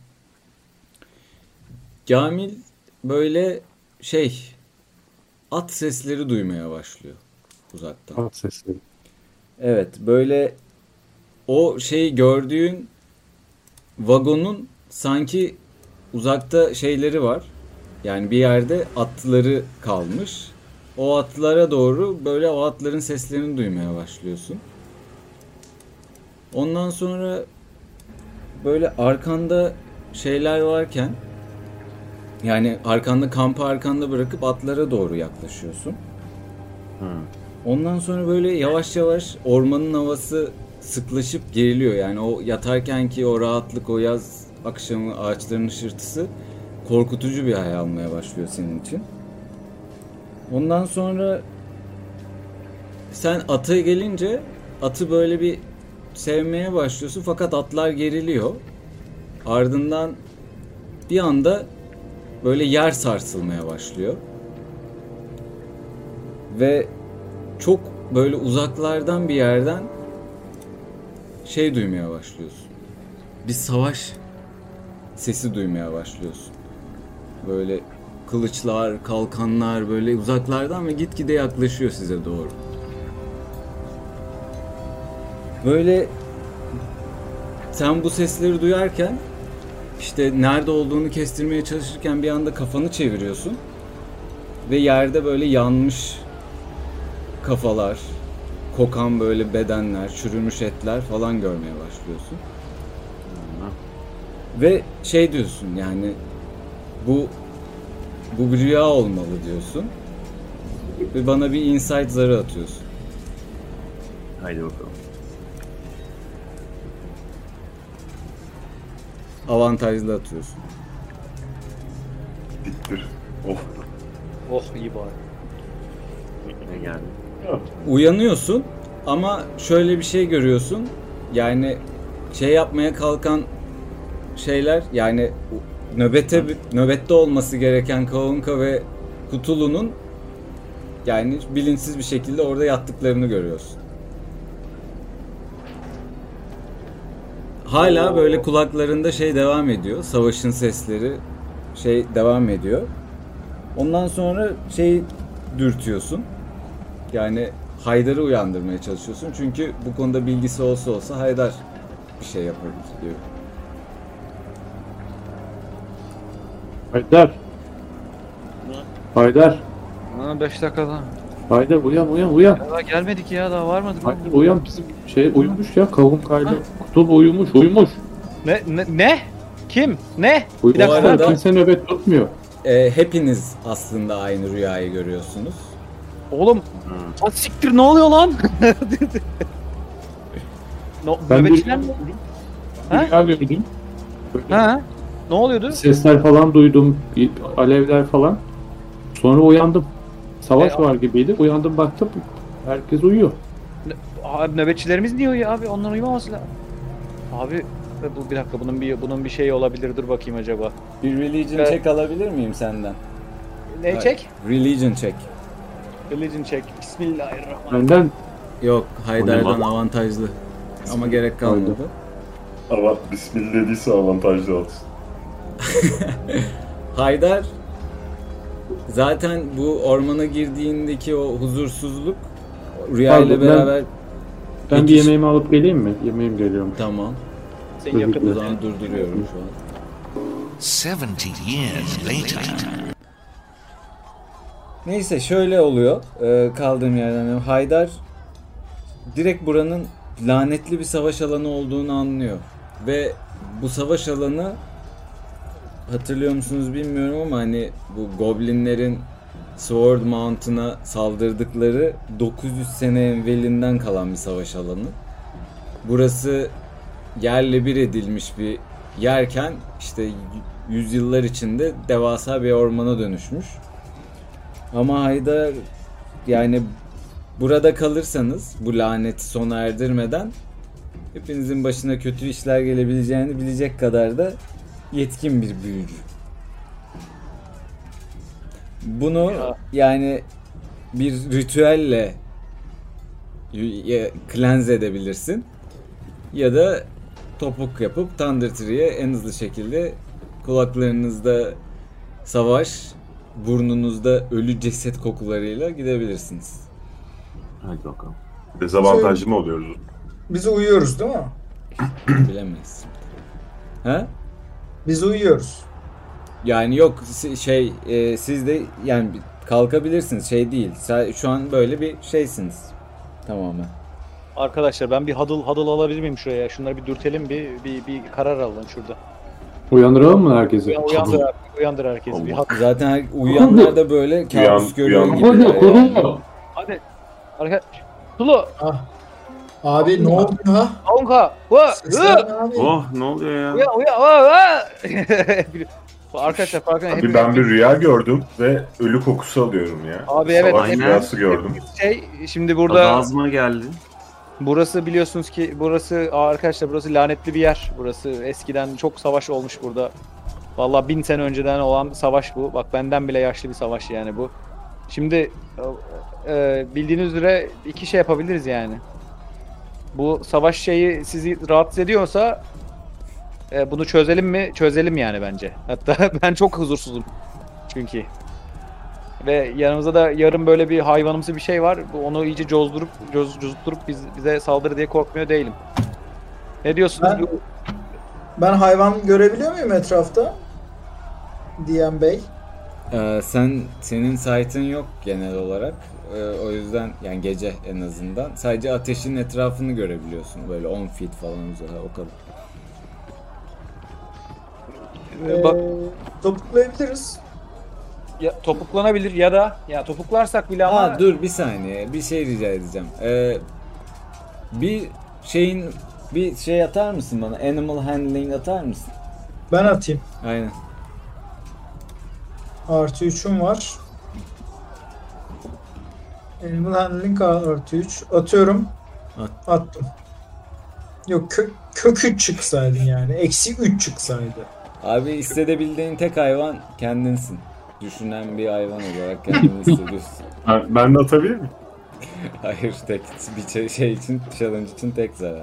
Gamil böyle şey at sesleri duymaya başlıyor uzaktan. At sesleri. Evet, böyle o şeyi gördüğün vagonun sanki uzakta şeyleri var. Yani bir yerde atları kalmış. O atlara doğru böyle o atların seslerini duymaya başlıyorsun. Ondan sonra böyle arkanda şeyler varken, yani arkanda kampı arkanda bırakıp atlara doğru yaklaşıyorsun. Hı. Ondan sonra böyle yavaş yavaş ormanın havası sıklaşıp geriliyor. Yani o yatarken ki o rahatlık, o yaz akşamı ağaçların ışırtısı korkutucu bir hal almaya başlıyor senin için. Ondan sonra sen ata gelince atı böyle bir sevmeye başlıyorsun fakat atlar geriliyor. Ardından bir anda böyle yer sarsılmaya başlıyor. Ve çok böyle uzaklardan bir yerden şey duymaya başlıyorsun. Bir savaş sesi duymaya başlıyorsun. Böyle kılıçlar, kalkanlar böyle uzaklardan ve gitgide yaklaşıyor size doğru. Böyle sen bu sesleri duyarken işte nerede olduğunu kestirmeye çalışırken bir anda kafanı çeviriyorsun ve yerde böyle yanmış kafalar, kokan böyle bedenler, çürümüş etler falan görmeye başlıyorsun. Ve şey diyorsun yani bu bu bir rüya olmalı diyorsun. Ve bana bir insight zarı atıyorsun. Haydi bakalım. Avantajlı atıyorsun. Diktir. Oh. Oh iyi bari. Ne geldi? Uyanıyorsun ama şöyle bir şey görüyorsun. Yani şey yapmaya kalkan şeyler yani nöbete nöbette olması gereken Kaunka ve Cthulhu'nun yani bilinçsiz bir şekilde orada yattıklarını görüyorsun. Hala böyle kulaklarında şey devam ediyor. Savaşın sesleri şey devam ediyor. Ondan sonra şey dürtüyorsun. Yani Haydar'ı uyandırmaya çalışıyorsun. Çünkü bu konuda bilgisi olsa olsa Haydar bir şey yapabilir diyor. Haydar. Haydar. Ha beş dakikada. Haydar uyan uyan uyan. Ya daha gelmedik ya daha varmadık. Haydar uyan bizim şey uyumuş ya kavun kaydı. Kutul uyumuş uyumuş. Ne ne ne? Kim? Ne? Uyumuş. dakika. Arada... Kimse nöbet tutmuyor. Ee, hepiniz aslında aynı rüyayı görüyorsunuz. Oğlum. Lan siktir ne oluyor lan? no, Ben bir nöbetçiler mi? Ha? rüya gördüm. Böyle Ha? Ne oluyordu? sesler falan duydum. Alevler falan. Sonra uyandım. Savaş E, var gibiydi. Uyandım baktım. Herkes uyuyor. Abi nöbetçilerimiz niye uyuyor abi? Onlar uyumaması lazım. Abi bu bir dakika bunun bir bunun bir şeyi olabilir. Dur bakayım acaba. Bir religion Evet. check alabilir miyim senden? Ne çek? Religion check. Religion check. Bismillahirrahmanirrahim. Benden Yok, Haydar'dan O ne lan? avantajlı. Ama gerek kalmadı. Ama bismillah dediyse avantajlı olsun. Haydar zaten bu ormana girdiğindeki o huzursuzluk rüyayla Pardon, ben- beraber ben bir Peki. yemeğimi alıp geleyim mi? Yemeğim geliyormuş. tamam. Senin O yakın. zaman durduruyorum şu an. Seventy years later. Neyse şöyle oluyor. Ee, kaldığım yerden Haydar direkt buranın lanetli bir savaş alanı olduğunu anlıyor. Ve bu savaş alanı hatırlıyor musunuz bilmiyorum ama hani bu goblinlerin Sword Mountain'a saldırdıkları dokuz yüz sene evvelinden kalan bir savaş alanı. Burası yerle bir edilmiş bir yerken işte yüzyıllar içinde devasa bir ormana dönüşmüş. Ama Haydar yani burada kalırsanız bu laneti sona erdirmeden hepinizin başına kötü işler gelebileceğini bilecek kadar da yetkin bir büyücü. Bunu yani bir ritüelle ya cleanse edebilirsin ya da topuk yapıp Thunder Tree'ye en hızlı şekilde kulaklarınızda savaş, burnunuzda ölü ceset kokularıyla gidebilirsiniz. Haydi bakalım. Dezavantajlı mı oluyoruz? Biz uyuyoruz değil mi? Bilemeyiz. Ha? Biz uyuyoruz. Yani yok si- şey e, siz de yani kalkabilirsiniz şey değil. Sa- Şu an böyle bir şeysiniz. Tamamen. Arkadaşlar ben bir huddle huddle alabilir miyim şuraya? Şunları bir dürtelim bir bir, bir karar alalım şurada. Uyandıralım mı herkesi? Uyan, uyandır, uyandır herkes bir Allah. huddle. Zaten her- uyuyanlar da böyle kabus Uyan- görüyor uyan- gibi. Uyuyor, uyuyor. Hadi. Arkadaş. Tulu. Ah. Abi ne oldu ha? Onka. Va. Sesler ne abi? Oh ne oluyor ya? Uyan uyan. Va. Va. Arkadaşlar farkında Abi ben bir rüya gördüm ve ölü kokusu alıyorum ya. Abi evet. Savaş Aynen. rüyası gördüm. Şey şimdi Burada... burada Ağzıma geldi. burası biliyorsunuz ki burası Aa, arkadaşlar burası lanetli bir yer. Burası eskiden çok savaş olmuş burada. Vallahi bin sene önceden olan savaş bu. Bak benden bile yaşlı bir savaş yani bu. Şimdi e, bildiğiniz üzere iki şey yapabiliriz yani. Bu savaş şeyi sizi rahatsız ediyorsa e, bunu çözelim mi? Çözelim yani bence. Hatta ben çok huzursuzum. Çünkü. Ve yanımızda da yarın böyle bir hayvanımsı bir şey var. Bu onu iyice cozdurup coz, cozdurup biz, bize saldırı diye korkmuyor değilim. Ne diyorsunuz? Ben- Ben hayvan görebiliyor muyum etrafta? D M Bey. Ee, sen senin site'ın yok genel olarak. Ee, o yüzden yani gece en azından sadece ateşin etrafını görebiliyorsun. Böyle on feet falan uzağa o kadar. Ee, Bak topuklayabiliriz. ya, topuklanabilir ya da ya topuklarsak bile ama Aa dur bir saniye. Bir şey rica edeceğim. Ee, bir şeyin bir şey atar mısın bana? Animal handling atar mısın? Ben atayım. Aynen. Artı üçüm var. Animal Handling artı üç. Atıyorum. At. Attım. Yok kö kök üç çıksaydı yani. Eksi üç çıksaydı. Abi hissedebildiğin tek hayvan kendinsin. Düşünen bir hayvan olarak kendini hissediyorsun. Ben, ben de atabilir miyim? Hayır tek bir şey- şey için challenge için tek zarar.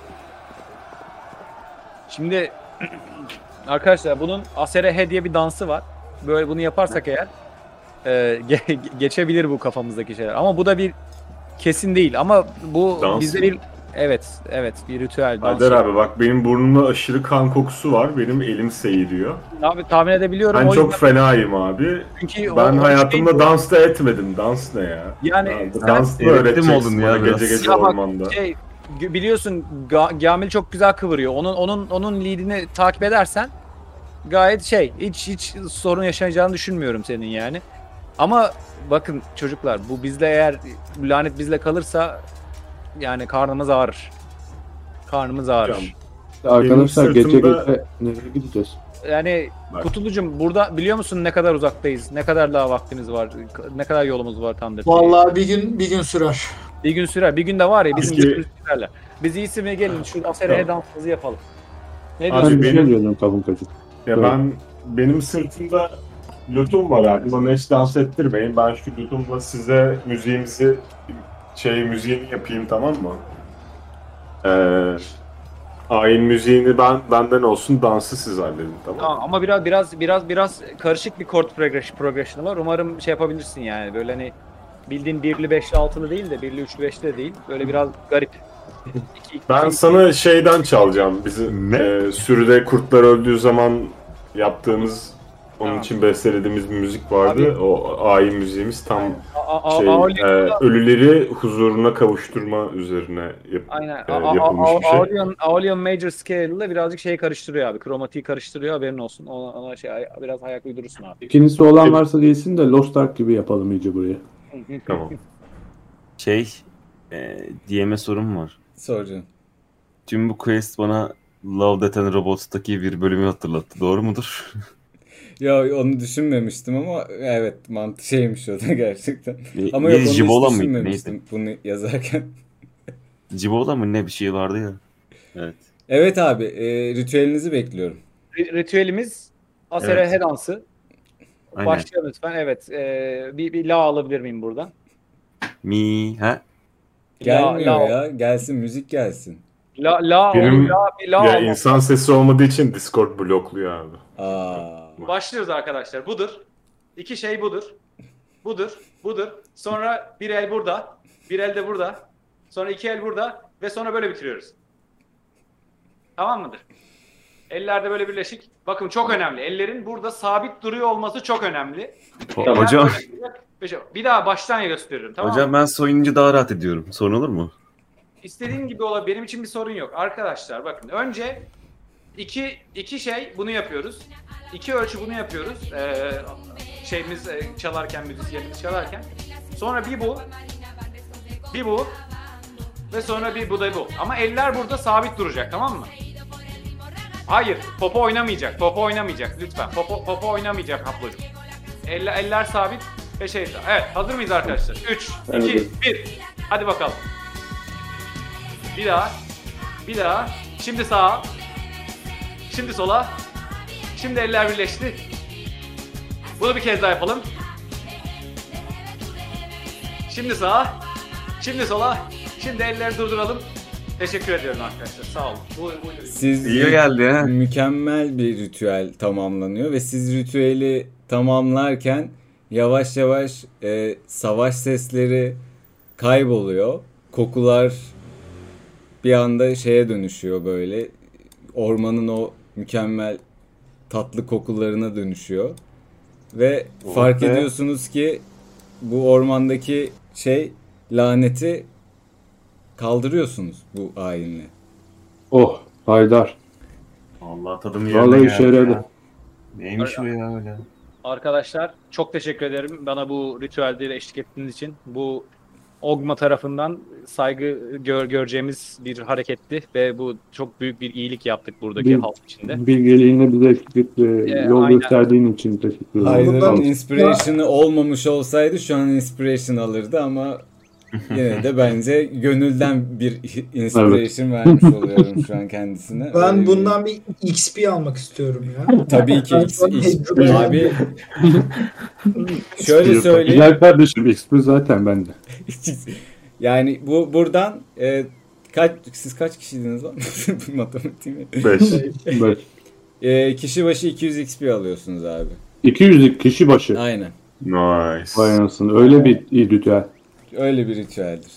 şimdi arkadaşlar bunun Aserehe diye bir dansı var. Böyle bunu yaparsak eğer e, ge- geçebilir bu kafamızdaki şeyler. Ama bu da bir kesin değil. Ama bu Dans bizde mı? bir evet evet bir ritüel dans. Haydar abi bak benim burnumda aşırı kan kokusu var. Benim elim seyiriyor. Abi tahmin edebiliyorum. Ben O çok yüzden- fenayım abi. Çünkü o- Ben o hayatımda şey- dans da etmedim. Dans ne ya? Yani Ya, sen- dans mı Erektim öğreteceksin oldun ya bana biraz. gece gece Ya bak, ormanda? şey g- biliyorsun Ga- Gamil çok güzel kıvırıyor. Onun onun onun leadini takip edersen gayet şey hiç hiç sorun yaşayacağını düşünmüyorum senin yani. Ama bakın çocuklar bu bizle eğer bu lanet bizle kalırsa yani karnımız ağrır. Karnımız ağrır. Hocam, Arkadaşlar Benim gece sırtımda- gece nereye gideceğiz? Yani Bak. Kutulucum burada biliyor musun ne kadar uzaktayız? Ne kadar daha vaktimiz var? Ne kadar yolumuz var tam da. Vallahi bir gün bir gün sürer. Bir gün sürer. Bir gün de var ya bizim Peki- günümüz sürerler. Biz iyisi mi gelin şu Aserehe Tamam. dansımızı yapalım. Ne Abi diyorsun? Ben bir şey benim- diyordum kavun kaçık. Ya Evet. ben benim sırtımda lütum var abi. Bana hiç dans ettirmeyin. Ben şu lütumla size müziğimizi şey müziğini yapayım, tamam mı? Ee, ayin müziğini ben benden olsun, dansı siz halledin, tamam mı? Tamam, ama biraz biraz biraz biraz karışık bir chord progression progression'ı var. Umarım şey yapabilirsin yani. Böyle hani bildiğin birli beşli altılı değil de birli üçlü beşli de değil. Böyle biraz garip. İki- iki- Ben iki- sana şeyden çalacağım. Bizim Ne? e, sürüde kurtlar öldüğü zaman yaptığımız, onun Tamam. için bestelediğimiz bir müzik vardı. Abi- O ayin müziğimiz tam A- a- şey, Aurelion- e, ölüleri huzuruna kavuşturma üzerine yap- Aynen. e, A- A- yapılmış bir A- şey. Aurelion, Aurelion Major Scale ile birazcık şeyi karıştırıyor abi. Kromatiği karıştırıyor, haberin olsun. Ona, ona şey biraz ayak uydurursun abi. İkincisi olan varsa değilsin de Lost Ark gibi yapalım iyice buraya. Tamam. Şey, e, D M'e sorum var. Soracağım. Tüm bu quest bana Love, Death and Robots'taki bir bölümü hatırlattı. Doğru mudur? Ya onu düşünmemiştim ama evet mantı şeymiş o da gerçekten. Ne- Ama ne, yok onu Jibola hiç mıydı, düşünmemiştim bunu yazarken. Cibola mı ne bir şey vardı ya. Evet. Evet abi e, ritüelinizi bekliyorum. Ri- Ritüelimiz Aserehe Evet. dansı. Aynen. Başlayalım lütfen. Evet. E, bir, bir la alabilir miyim buradan? Mi ha? Gelmiyor la, ya. Gelsin müzik gelsin. La, la, Benim- la, bir la Ya almam. insan sesi olmadığı için Discord blokluyor abi. Aa. Başlıyoruz arkadaşlar. Budur. İki şey budur. Budur. Budur. Sonra bir el burada. Bir el de burada. Sonra iki el burada. Ve sonra böyle bitiriyoruz. Tamam mıdır? Eller de böyle birleşik. Bakın çok önemli. Ellerin burada sabit duruyor olması çok önemli. Ho- Eller hocam, böyle duracak. Bir daha baştan gösteriyorum. Tamam hocam mı? ben soyunca daha rahat ediyorum. Sorun olur mu? İstediğin gibi olabilir. Benim için bir sorun yok. Arkadaşlar bakın. Önce iki, iki şey bunu yapıyoruz. İki ölçü bunu yapıyoruz. Ee, şeyimiz e, çalarken, müzisyenimiz çalarken. Sonra bir bu. Bir bu. Ve sonra bir bu da bu. Ama eller burada sabit duracak, tamam mı? Hayır. Popo oynamayacak. Popo oynamayacak. Lütfen. Popo, popo oynamayacak Haplocuğum. Eller, eller sabit ve şey. Evet. Hazır mıyız arkadaşlar? üç, Ben iki, hazırım. bir. Hadi bakalım. Bir daha. Bir daha. Şimdi sağa. Şimdi sola. Şimdi eller birleşti. Bunu bir kez daha yapalım. Şimdi sağa. Şimdi sola. Şimdi elleri durduralım. Teşekkür ediyorum arkadaşlar. Sağ olun. Bu, bu, Siz İyi geldi ha. mükemmel bir ritüel tamamlanıyor ve siz ritüeli tamamlarken yavaş yavaş e, savaş sesleri kayboluyor. Kokular bir anda şeye dönüşüyor böyle. Ormanın o mükemmel tatlı kokularına dönüşüyor. Ve Oh fark be. ediyorsunuz ki bu ormandaki şey laneti kaldırıyorsunuz bu ayinle. Oh Haydar. Allah tadım yerine Vallahi geldi işe ya. yaradı. Neymiş o ya öyle? Arkadaşlar çok teşekkür ederim bana bu ritüelde eşlik ettiğiniz için. Bu Ogma tarafından saygı gör, göreceğimiz bir hareketti ve bu çok büyük bir iyilik yaptık buradaki Bir- halk içinde. Bilgeliğine bize eşlik, e, yol aynen. gösterdiğin için teşekkür ederim. Hyder'ın Tamam. inspiration'ı olmamış olsaydı şu an inspiration alırdı ama yine de bence gönülden bir inspiration vermiş oluyorum şu an kendisine. Öyle Ben bir- bundan bir X P almak istiyorum ya. Tabii ki X- Ben X- tecrübe- abi şöyle söyleyeyim. Güzel kardeşim, X P zaten bende. Yani bu buradan e, kaç siz kaç kişiydiniz lan? Matematiğim. beş. Bak, E, kişi başı iki yüz X P alıyorsunuz abi. iki yüz kişi başı. Aynen. Nice. Vay anasını. Öyle bir iyi ritüel. Öyle bir ritüeldir.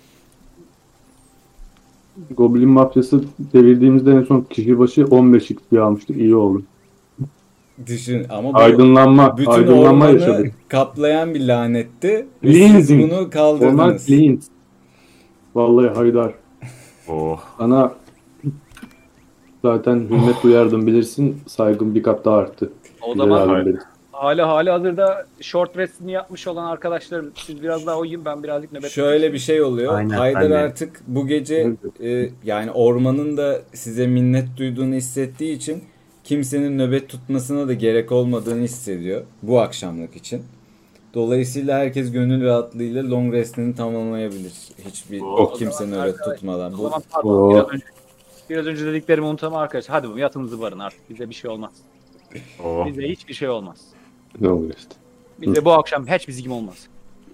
Goblin mafyası devirdiğimizde en son kişi başı on beş X P almıştık. İyi oldu. Düşün ama bu Aydınlanma, bütün aydınlanma ormanı yaşadık. kaplayan bir lanetti. Ve Cleansing. siz bunu Onlar kaldırdınız. clean. Vallahi Haydar. Oh. Sana zaten hürmet duyardım bilirsin. Saygım bir kat daha arttı. O Güzel zaman abim benim. hala hali hazırda short rest'ini yapmış olan arkadaşlarım siz biraz daha uyuyun ben birazcık nöbet. Şöyle bir şey oluyor. Aynen, Haydar ben de. artık bu gece e, yani ormanın da size minnet duyduğunu hissettiği için kimsenin nöbet tutmasına da gerek olmadığını hissediyor bu akşamlık için. Dolayısıyla herkes gönül rahatlığıyla long rest'ini tamamlayabilir. Hiçbir Oh. kimse nöbet tutmadan. O Bu zaman pardon Oo. biraz önce, biraz önce dediklerimi unutamam arkadaşlar. Hadi bu yatınızı varın artık bize bir şey olmaz. Oh. Bize hiçbir şey olmaz. Ne oluyor işte. Bize bu akşam hiç bizim olmaz.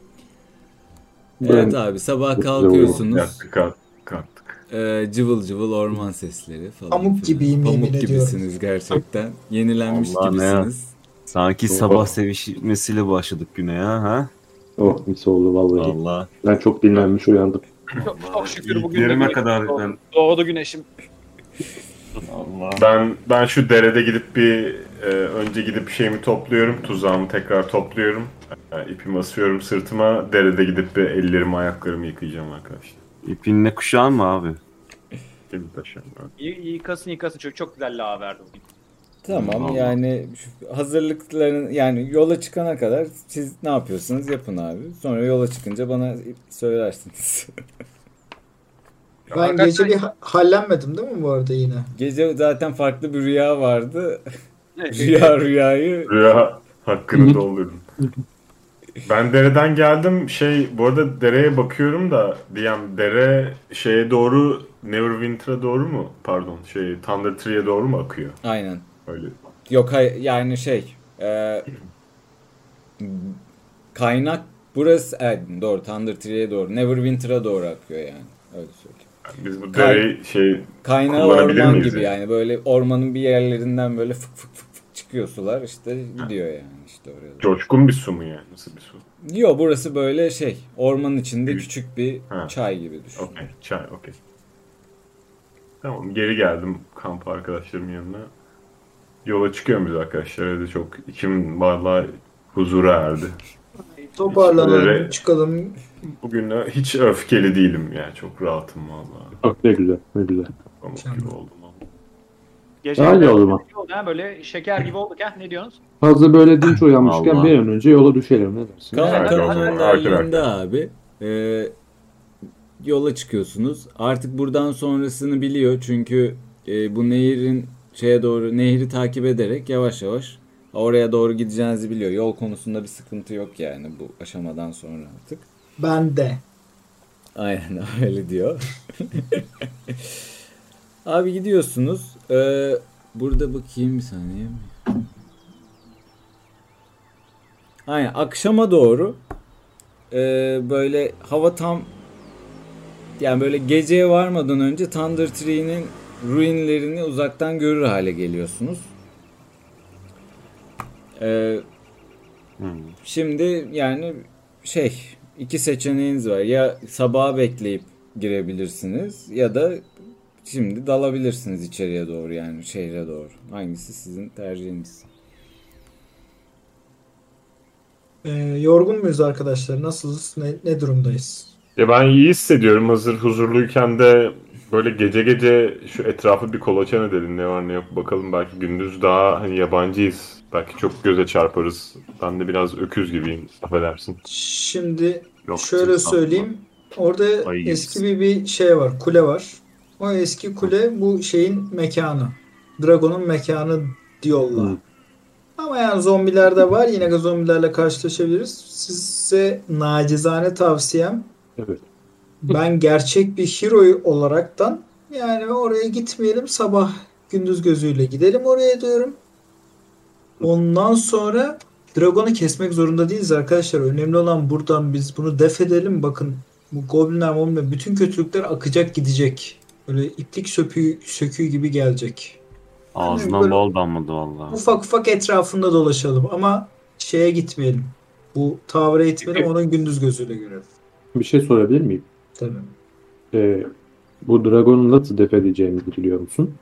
evet Ben- abi sabah Çok kalkıyorsunuz. Yattık kalk- kalktık. Ee, cıvıl cıvıl orman sesleri falan. Pamuk filan. gibiyim, Pamuk yemin gibisiniz gerçekten. Yenilenmiş Allah ne ya. gibisiniz. Sanki Oh. sabah sevişmesiyle başladık güne ya ha? Oh mis oldu vallahi. Allah. Ben çok dinlenmiş uyandım. Çok, çok şükür bugün de İliklerime güneş kadar doğdu. ben... Doğdu güneşim. Allah. Ben ben şu derede gidip bir e, önce gidip şeyimi topluyorum, tuzağımı tekrar topluyorum. E, ipimi asıyorum sırtıma. Derede gidip bir ellerimi ayaklarımı yıkayacağım arkadaşlar. İpinle kuşağın mı abi? Şimdi taşıyorum. İyi, yıkasın yıkasın çok çok güzel lağ verdi bugün. Tamam Allah. yani şu hazırlıkların yani yola çıkana kadar siz ne yapıyorsunuz yapın abi. Sonra yola çıkınca bana söylersiniz. Ben Arkadaşlar- gece bir ha- hallenmedim değil mi bu arada yine? Gece zaten farklı bir rüya vardı. Rüya rüyayı Rüya hakkını doldurdum. Ben dereden geldim. Şey bu arada dereye bakıyorum da diyem dere şeye doğru Neverwinter'a doğru mu? Pardon şey Thunder Tree'ye doğru mu akıyor? aynen. Öyle. Yok hay- yani şey e, kaynak burası evet, doğru Thunder Tree'ye doğru Neverwinter'a doğru akıyor yani. Öyle söyleyeyim. Yani biz bu Kay- dereyi şey Kaynağı Kullanabilir orman miyiz gibi yani? yani böyle ormanın bir yerlerinden böyle fık fık fık fık çıkıyor sular işte gidiyor yani işte oraya. doğru. coşkun bir su mu yani? Nasıl bir su? Yo burası böyle şey ormanın içinde Bir- küçük bir Ha. çay gibi düşün. Okey. Çay okey. Tamam geri geldim kamp arkadaşlarımın yanına. Yola çıkıyorum biz arkadaşlar. Evde çok içim vallahi huzura erdi. Toparlanalım, Böyle- çıkalım. Bugün de hiç öfkeli değilim yani. Çok rahatım vallahi. Bak ne güzel, ne güzel. Pamuk Mükemmel. gibi oldum ama. Gece Daha iyi oldu mu? oldu ha, böyle şeker gibi olduk ha ne diyorsunuz? Fazla böyle dinç uyanmışken Allah. bir an önce yola düşelim ne dersin? Kan Evet, kanun evet, önderliğinde evet. abi e, yola çıkıyorsunuz. Artık buradan sonrasını biliyor çünkü e, bu nehirin şeye doğru nehri takip ederek yavaş yavaş oraya doğru gideceğinizi biliyor. Yol konusunda bir sıkıntı yok yani bu aşamadan sonra artık. Ben de. Aynen öyle diyor. Abi gidiyorsunuz. Ee, burada bakayım bir saniye. Aynen akşama doğru e, böyle hava tam yani böyle geceye varmadan önce Thunder Tree'nin ruinlerini uzaktan görür hale geliyorsunuz. Ee, Hmm. Şimdi yani şey iki seçeneğiniz var. Ya sabaha bekleyip girebilirsiniz ya da şimdi dalabilirsiniz içeriye doğru yani şehre doğru. Hangisi sizin tercihiniz? Ee, yorgun muyuz arkadaşlar? Nasılız? Ne, ne durumdayız? Ya ben iyi hissediyorum. Hazır huzurluyken de böyle gece gece şu etrafı bir kolaçan edelim. Ne var ne yok bakalım. Belki gündüz daha hani yabancıyız. Belki çok göze çarparız. Ben de biraz öküz gibiyim. Affedersin. Şimdi Yok, şöyle çok söyleyeyim. Orada Ayı eski gibisin. bir, bir şey var. Kule var. O eski kule bu şeyin mekanı. Dragon'un mekanı diyorlar. Hı. Ama yani zombiler de var. Yine de zombilerle karşılaşabiliriz. Size nacizane tavsiyem, Evet. ben gerçek bir hero olaraktan yani oraya gitmeyelim, sabah gündüz gözüyle gidelim oraya diyorum. Ondan sonra Dragon'u kesmek zorunda değiliz arkadaşlar. Önemli olan buradan biz bunu def edelim. Bakın bu goblinler olmuyor. Bütün kötülükler akacak gidecek. Böyle iplik söküğü, söküğü gibi gelecek. Ağzından böyle- bal damladı vallahi. Ufak ufak etrafında dolaşalım ama şeye gitmeyelim. Bu tavra gitmeyelim, onun gündüz gözüyle görelim. Bir şey sorabilir miyim? Tabii. Ee, bu Dragon'u nasıl def edeceğimizi biliyor musun?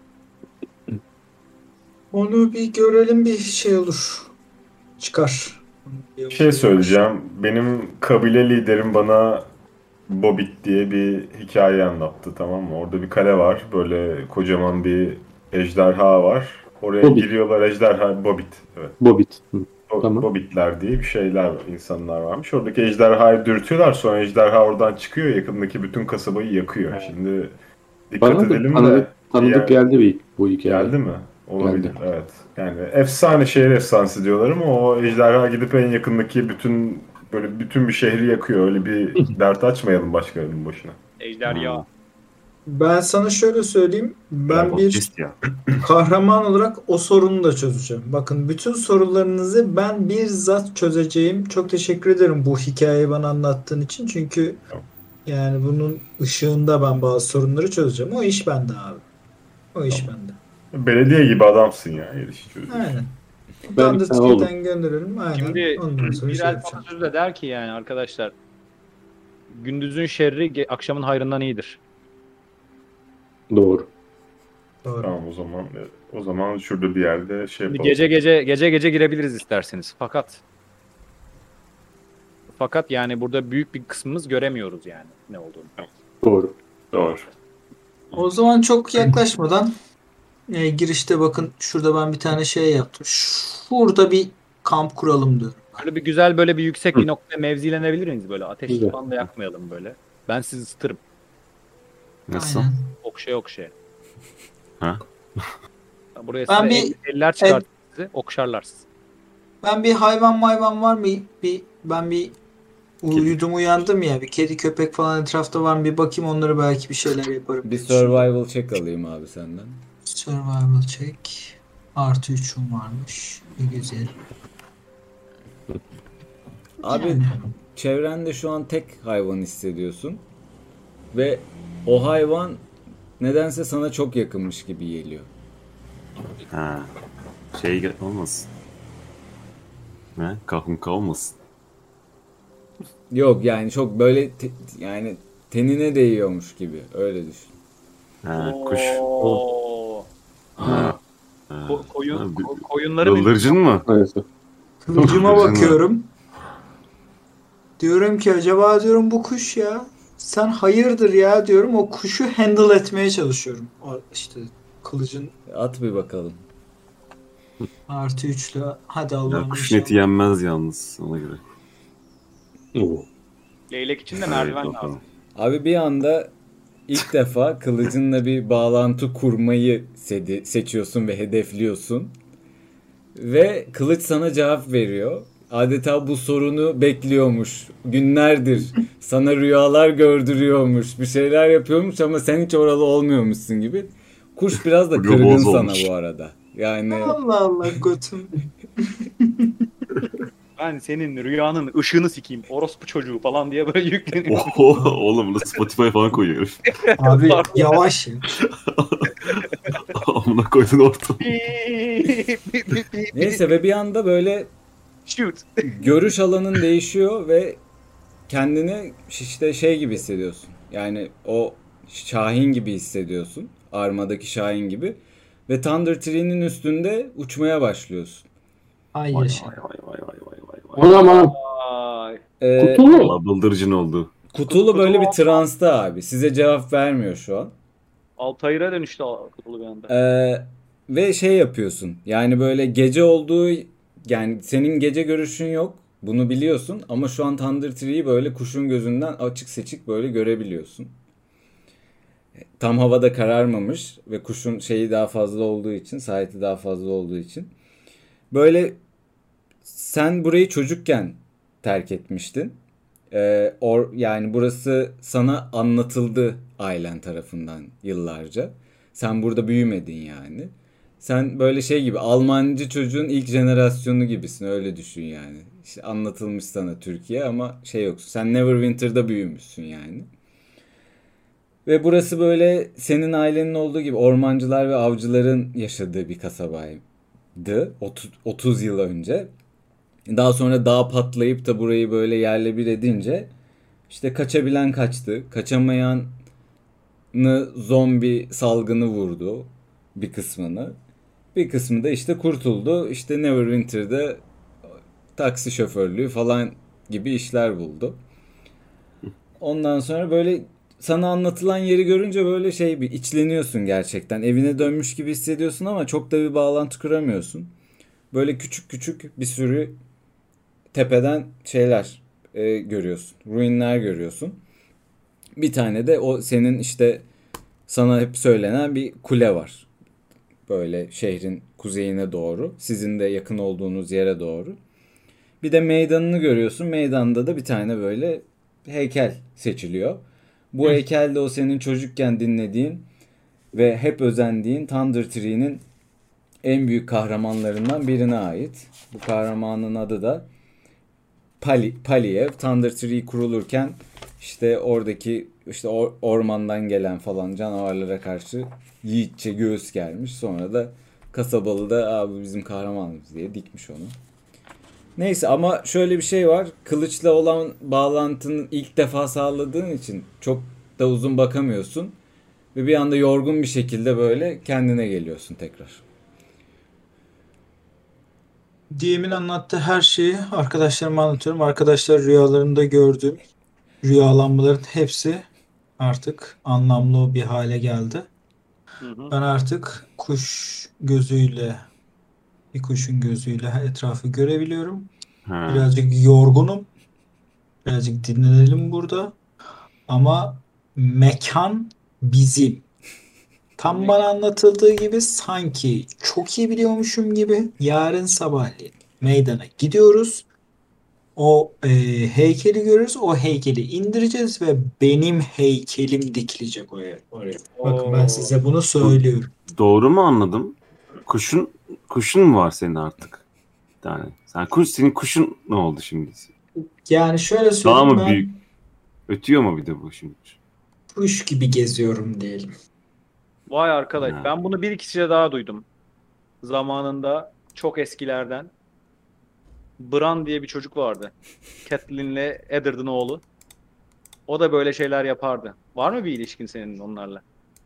Onu bir görelim, bir şey olur. Çıkar. Bir şey söyleyeceğim. Benim kabile liderim bana Bobbit diye bir hikaye anlattı, tamam mı? Orada bir kale var. Böyle kocaman bir ejderha var. Oraya Bobbit. giriyorlar, ejderha Bobbit. Evet. Bobbit. Hı. Bo- Tamam. Bobbitler diye bir şeyler, insanlar varmış. Oradaki ejderhayı dürtüyorlar. Sonra ejderha oradan çıkıyor. Yakındaki bütün kasabayı yakıyor. Şimdi dikkat Bana da edelim tanıdık, de. tanıdık diğer- geldi bir, bu hikaye. Geldi mi? Olabilir. Geldi. Evet. Yani efsane, şehir efsanesi diyorlar ama o ejderha gidip en yakındaki bütün böyle bütün bir şehri yakıyor. Öyle bir dert açmayalım başkalarının boşuna. Ejder ya. Ben sana şöyle söyleyeyim. Ben Dragon bir Quest ya. kahraman olarak o sorunu da çözeceğim. Bakın, bütün sorularınızı ben bizzat çözeceğim. Çok teşekkür ederim bu hikayeyi bana anlattığın için. Çünkü Tamam. yani bunun ışığında ben bazı sorunları çözeceğim. O iş bende abi. O iş bende. Belediye gibi adamsın ya, her işi çözüyorsun. Aynen. Ben Thunder ikna oldum. Ticket'ten gönderelim. Aynen. Şimdi Ondan sonra bir şey el yapacağım. sözü de der ki yani arkadaşlar, gündüzün şerri ge- akşamın hayrından iyidir. Doğru. Doğru. Tamam, o zaman o zaman şurada bir yerde şey Şimdi yapalım. gece gece gece gece girebiliriz isterseniz. Fakat fakat yani burada büyük bir kısmımız göremiyoruz yani ne olduğunu. Doğru. Doğru. O zaman çok yaklaşmadan e, girişte bakın, şurada ben bir tane şey yaptım. Şurada bir kamp kuralım diyorum. Böyle bir güzel, böyle bir yüksek bir noktaya mevzilenebilir miyiz böyle? Ateş Güzel. falan da yakmayalım böyle. Ben sizi ısıtırım. Nasıl? Aynen. Okşaya okşaya. Ha? Buraya Ben size bir- el- eller çıkartır sizi, okşarlar sizi. Ben bir hayvan mayvan var mı? Bir ben bir uyudum uyandım ya. Bir kedi köpek falan etrafta var mı? Bir bakayım, onları belki bir şeyler yaparım. Bir survival check alayım abi senden. Survival check. Artı üçüm varmış. Bir güzel. Abi Yani. çevrende şu an tek hayvan hissediyorsun. Ve o hayvan nedense sana çok yakınmış gibi geliyor. Ha. Şey ge- olmasın. Ne? Kahunka olmasın. Yok yani çok böyle te- yani tenine değiyormuş gibi, öyle düşün. Ha, kuş. Oo. Ha. Ha. Ko- koyun, Ha, ko- koyunları bir Bıldırcın mı? Maalesef. Kılıcıma Kılıcın bakıyorum. Diyorum ki acaba diyorum bu kuş ya. Sen hayırdır ya diyorum. O kuşu handle etmeye çalışıyorum. O işte kılıcın At bir bakalım. artı üçle. Hadi Ya, Allah'ım kuş inşallah. neti yenmez yalnız ona göre. Oo. leylek için de Evet, merdiven bakalım. lazım. Abi bir anda ilk defa kılıcınla bir bağlantı kurmayı sedi- seçiyorsun ve hedefliyorsun. Ve kılıç sana cevap veriyor. Adeta bu sorunu bekliyormuş. Günlerdir sana rüyalar gördürüyormuş. Bir şeyler yapıyormuş ama sen hiç oralı olmuyormuşsun gibi. Kuş biraz da Blue kırgın Balls sana olmuş. bu arada. Yani Allah Allah götüm. Ben senin rüyanın ışığını sikeyim, orospu çocuğu falan diye böyle yükleniyor. Oho, oğlum bunu Spotify'a falan koyuyor herif. Abi yavaş ya. Amına koydun ortam. neyse ve bir anda böyle Shoot. görüş alanın değişiyor ve kendini işte şey gibi hissediyorsun. Yani o Şahin gibi hissediyorsun. Armadaki Şahin gibi. Ve Thunder Tree'nin üstünde uçmaya başlıyorsun. Ay Vay yaşa. vay vay vay vay vay vay. Aman aman. Ay. Ee, Kutu mu? Valla bıldırcın oldu. Kutulu böyle bir Kutulu- transta abi. Size cevap vermiyor şu an. Altair'e dönüştü Kutulu bir anda. Ee, ve şey yapıyorsun. Yani böyle gece olduğu, yani senin gece görüşün yok. Bunu biliyorsun ama şu an Thunder Tree'yi böyle kuşun gözünden açık seçik böyle görebiliyorsun. Tam havada kararmamış ve kuşun şeyi daha fazla olduğu için, saati daha fazla olduğu için. Böyle sen burayı çocukken terk etmiştin. Ee, or, yani burası sana anlatıldı ailen tarafından yıllarca. Sen burada büyümedin yani. Sen böyle şey gibi Almancı çocuğun ilk jenerasyonu gibisin, öyle düşün yani. İşte anlatılmış sana Türkiye ama şey yoksun. Sen Neverwinter'da büyümüşsün yani. Ve burası böyle senin ailenin olduğu gibi ormancılar ve avcıların yaşadığı bir kasabaydı otuz yıl önce. Daha sonra dağ patlayıp da burayı böyle yerle bir edince işte kaçabilen kaçtı. Kaçamayanı zombi salgını vurdu bir kısmını. Bir kısmı da işte kurtuldu. İşte Neverwinter'da taksi şoförlüğü falan gibi işler buldu. Ondan sonra böyle sana anlatılan yeri görünce böyle şey bir içleniyorsun gerçekten. Evine dönmüş gibi hissediyorsun ama çok da bir bağlantı kuramıyorsun. Böyle küçük küçük bir sürü tepeden şeyler e, görüyorsun. Ruinler görüyorsun. Bir tane de o senin işte sana hep söylenen bir kule var. Böyle şehrin kuzeyine doğru. Sizin de yakın olduğunuz yere doğru. Bir de meydanını görüyorsun. Meydanda da bir tane böyle heykel seçiliyor. Bu Hı. heykel de o senin çocukken dinlediğin ve hep özendiğin Thunder Tree'nin en büyük kahramanlarından birine ait. Bu kahramanın adı da Pali, Paliev. Thunder Tree kurulurken işte oradaki işte or, ormandan gelen falan canavarlara karşı yiğitçe göğüs germiş. Sonra da kasabalı da abi bizim kahramanımız diye dikmiş onu. Neyse ama şöyle bir şey var. Kılıçla olan bağlantını ilk defa sağladığın için çok da uzun bakamıyorsun. Ve bir anda yorgun bir şekilde böyle kendine geliyorsun tekrar. D M'in anlattığı her şeyi arkadaşlarıma anlatıyorum. Arkadaşlar rüyalarında gördüğüm rüyalanmaların hepsi artık anlamlı bir hale geldi. Hı hı. Ben artık kuş gözüyle, bir kuşun gözüyle etrafı görebiliyorum. Ha. Birazcık yorgunum. Birazcık dinlenelim burada. Ama mekan bizim. Tam bana anlatıldığı gibi sanki çok iyi biliyormuşum gibi yarın sabahleyin meydana gidiyoruz. O e, heykeli görürüz. O heykeli indireceğiz ve benim heykelim dikilecek oraya. oraya. Bakın ben size bunu söylüyorum. Doğru mu anladım? Kuşun kuşun mu var senin artık? Bir tane. Sen kuş, senin kuşun ne oldu şimdi? Yani şöyle Daha söyleyeyim, mı ben büyük? Ötüyor mu bir de bu şimdi? kuş gibi geziyorum diyelim. Vay arkadaş, Ha. ben bunu bir iki kişide daha duydum. Zamanında çok eskilerden. Bran diye bir çocuk vardı. Catelyn'le Eddard'ın oğlu. O da böyle şeyler yapardı. Var mı bir ilişkin senin onlarla?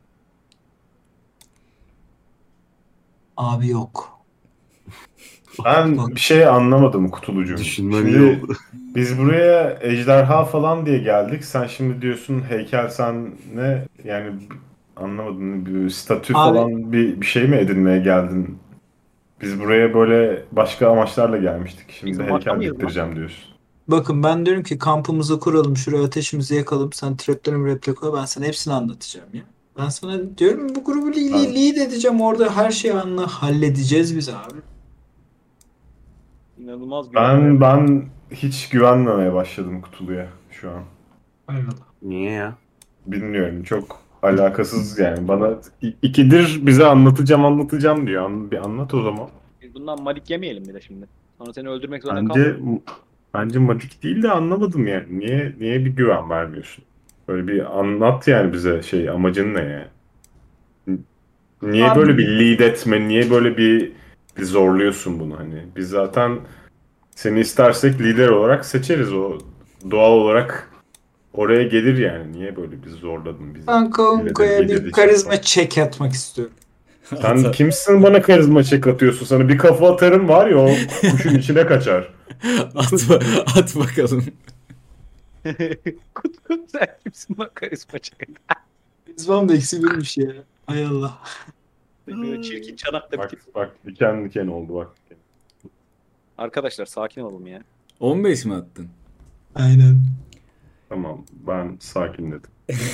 Abi yok. Ben Bak. bir şey anlamadım Kutulucuğum. Düşünmem iyi Şimdi oldu. biz buraya ejderha falan diye geldik. Sen şimdi diyorsun heykel, sen ne yani anlamadım, bir statü Abi- falan bir, bir şey mi edinmeye geldin? Biz buraya böyle başka amaçlarla gelmiştik. Şimdi Bizim heykel vatan mıyız lan? diktireceğim diyorsun. Bakın ben diyorum ki kampımızı kuralım, şuraya ateşimizi yakalım, sen traplerini replik koy, ben sana hepsini anlatacağım ya. Ben sana diyorum bu grubu li- li- Evet. lead edeceğim, orada her şeyi anla halledeceğiz biz abi. İnanılmaz güven. Ben ben hiç güvenmemeye başladım Kutulu'ya şu an. Eyvallah. Niye ya? Bilmiyorum, çok alakasız yani. Bana i- ikidir bize anlatacağım anlatacağım diyor. An- Bir anlat o zaman. Biz bundan malik yemeyelim bir de şimdi. Sonra seni öldürmek zorunda Bence kalmayalım. bence matik değil de anlamadım yani. Niye niye bir güven vermiyorsun? Böyle bir anlat yani bize, şey, amacın ne yani? Niye Abi- böyle bir lead etme, niye böyle bir, bir zorluyorsun bunu hani? Biz zaten seni istersek lider olarak seçeriz, o doğal olarak oraya gelir yani. Niye böyle bir zorladın bizi? Ben Konko'ya Lider- bir lider- karizma check atmak istiyorum. Sen kimsin bana karizma çek atıyorsun? Sana bir kafa atarım var ya, o kuşun içine kaçar. at, at bakalım. Kut kut sen kimsin bak karizma çakı. İzbam da eksi birmiş ya. Hay Allah. Böyle çirkin çanakta Bak bir tip. bak diken diken oldu bak. Arkadaşlar sakin olalım ya. on beş mi attın? Aynen. Tamam ben sakinledim.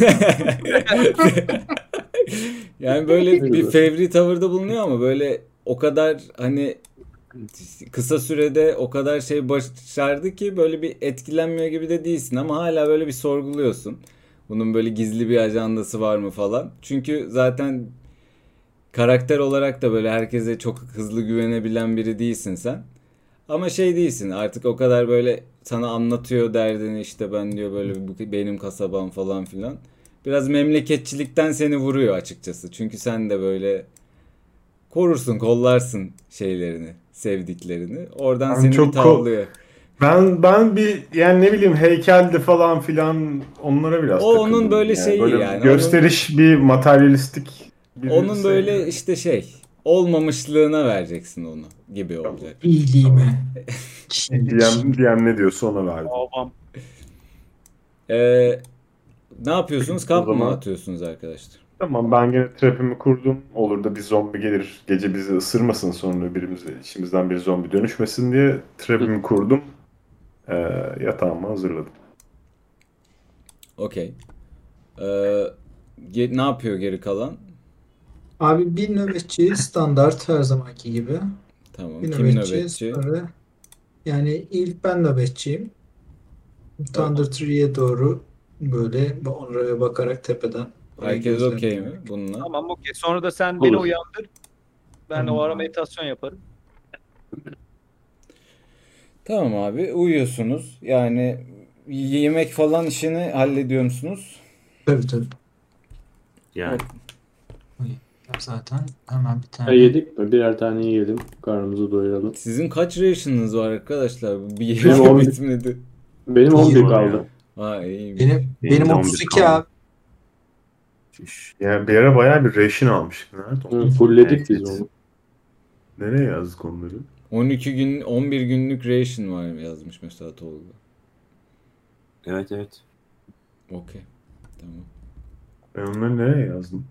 Yani böyle bir fevri tavırda bulunuyor ama böyle o kadar hani kısa sürede o kadar şey başardı ki böyle bir etkilenmiyor gibi de değilsin ama hala böyle bir sorguluyorsun. Bunun böyle gizli bir ajandası var mı falan. Çünkü zaten karakter olarak da böyle herkese çok hızlı güvenebilen biri değilsin sen. Ama şey değilsin artık o kadar böyle sana anlatıyor derdini işte ben diyor böyle bu benim kasabam falan filan. Biraz memleketçilikten seni vuruyor açıkçası. Çünkü sen de böyle korursun, kollarsın şeylerini, sevdiklerini. Oradan Ben seni çok bir tavlıyor. Ben ben bir yani ne bileyim heykeldi falan filan onlara biraz O onun takıldım böyle yani. şeyi Böyle yani, gösteriş bir materyalistik bir Onun şey. böyle işte şey olmamışlığına vereceksin onu gibi olacak. İyiliğime. D M, D M ne diyorsa ona verdim. Babam. Ee, ne yapıyorsunuz? Kamp O mı zaman- atıyorsunuz arkadaşlar? Tamam ben gene trap'imi kurdum. Olur da bir zombi gelir gece bizi ısırmasın sonra birimiz içimizden bir zombi dönüşmesin diye trap'imi kurdum. Ee, yatağımı hazırladım. Okey. Ee, ge- ne yapıyor geri kalan? Abi bir nöbetçi standart her zamanki gibi. Tamam. Bir Kim nöbetçi, nöbetçi? sonra yani ilk ben nöbetçiyim. Thunder Tree'ye doğru böyle oraya bakarak tepeden orayı Herkes gözlemliyorum. okey mi bununla? Tamam okey. Sonra da sen beni Olur. uyandır. Ben Tamam o ara abi. meditasyon yaparım. Tamam abi uyuyorsunuz. Yani yemek falan işini hallediyor musunuz? Tabii tabii. Yani Zaten hemen bir Ya tane. yedik mi? Birer tane yiyelim. Karnımızı doyuralım. Sizin kaç ration'ınız var arkadaşlar? Bir Benim yemek on bir. bitmedi. Benim on bir İyi. kaldı. Ha iyi. Benim, Benim benim de on bir otuz iki kaldı. abi. şiş. Yani bir ara bayağı bir ration almıştık. Nerede o? Hı, fullledik Evet, biz evet. onu. Nereye yazdık onları? on iki gün on bir günlük ration var yazmış mesela Tolga. Evet evet. Okey. Tamam. Ben onları nereye yazdım?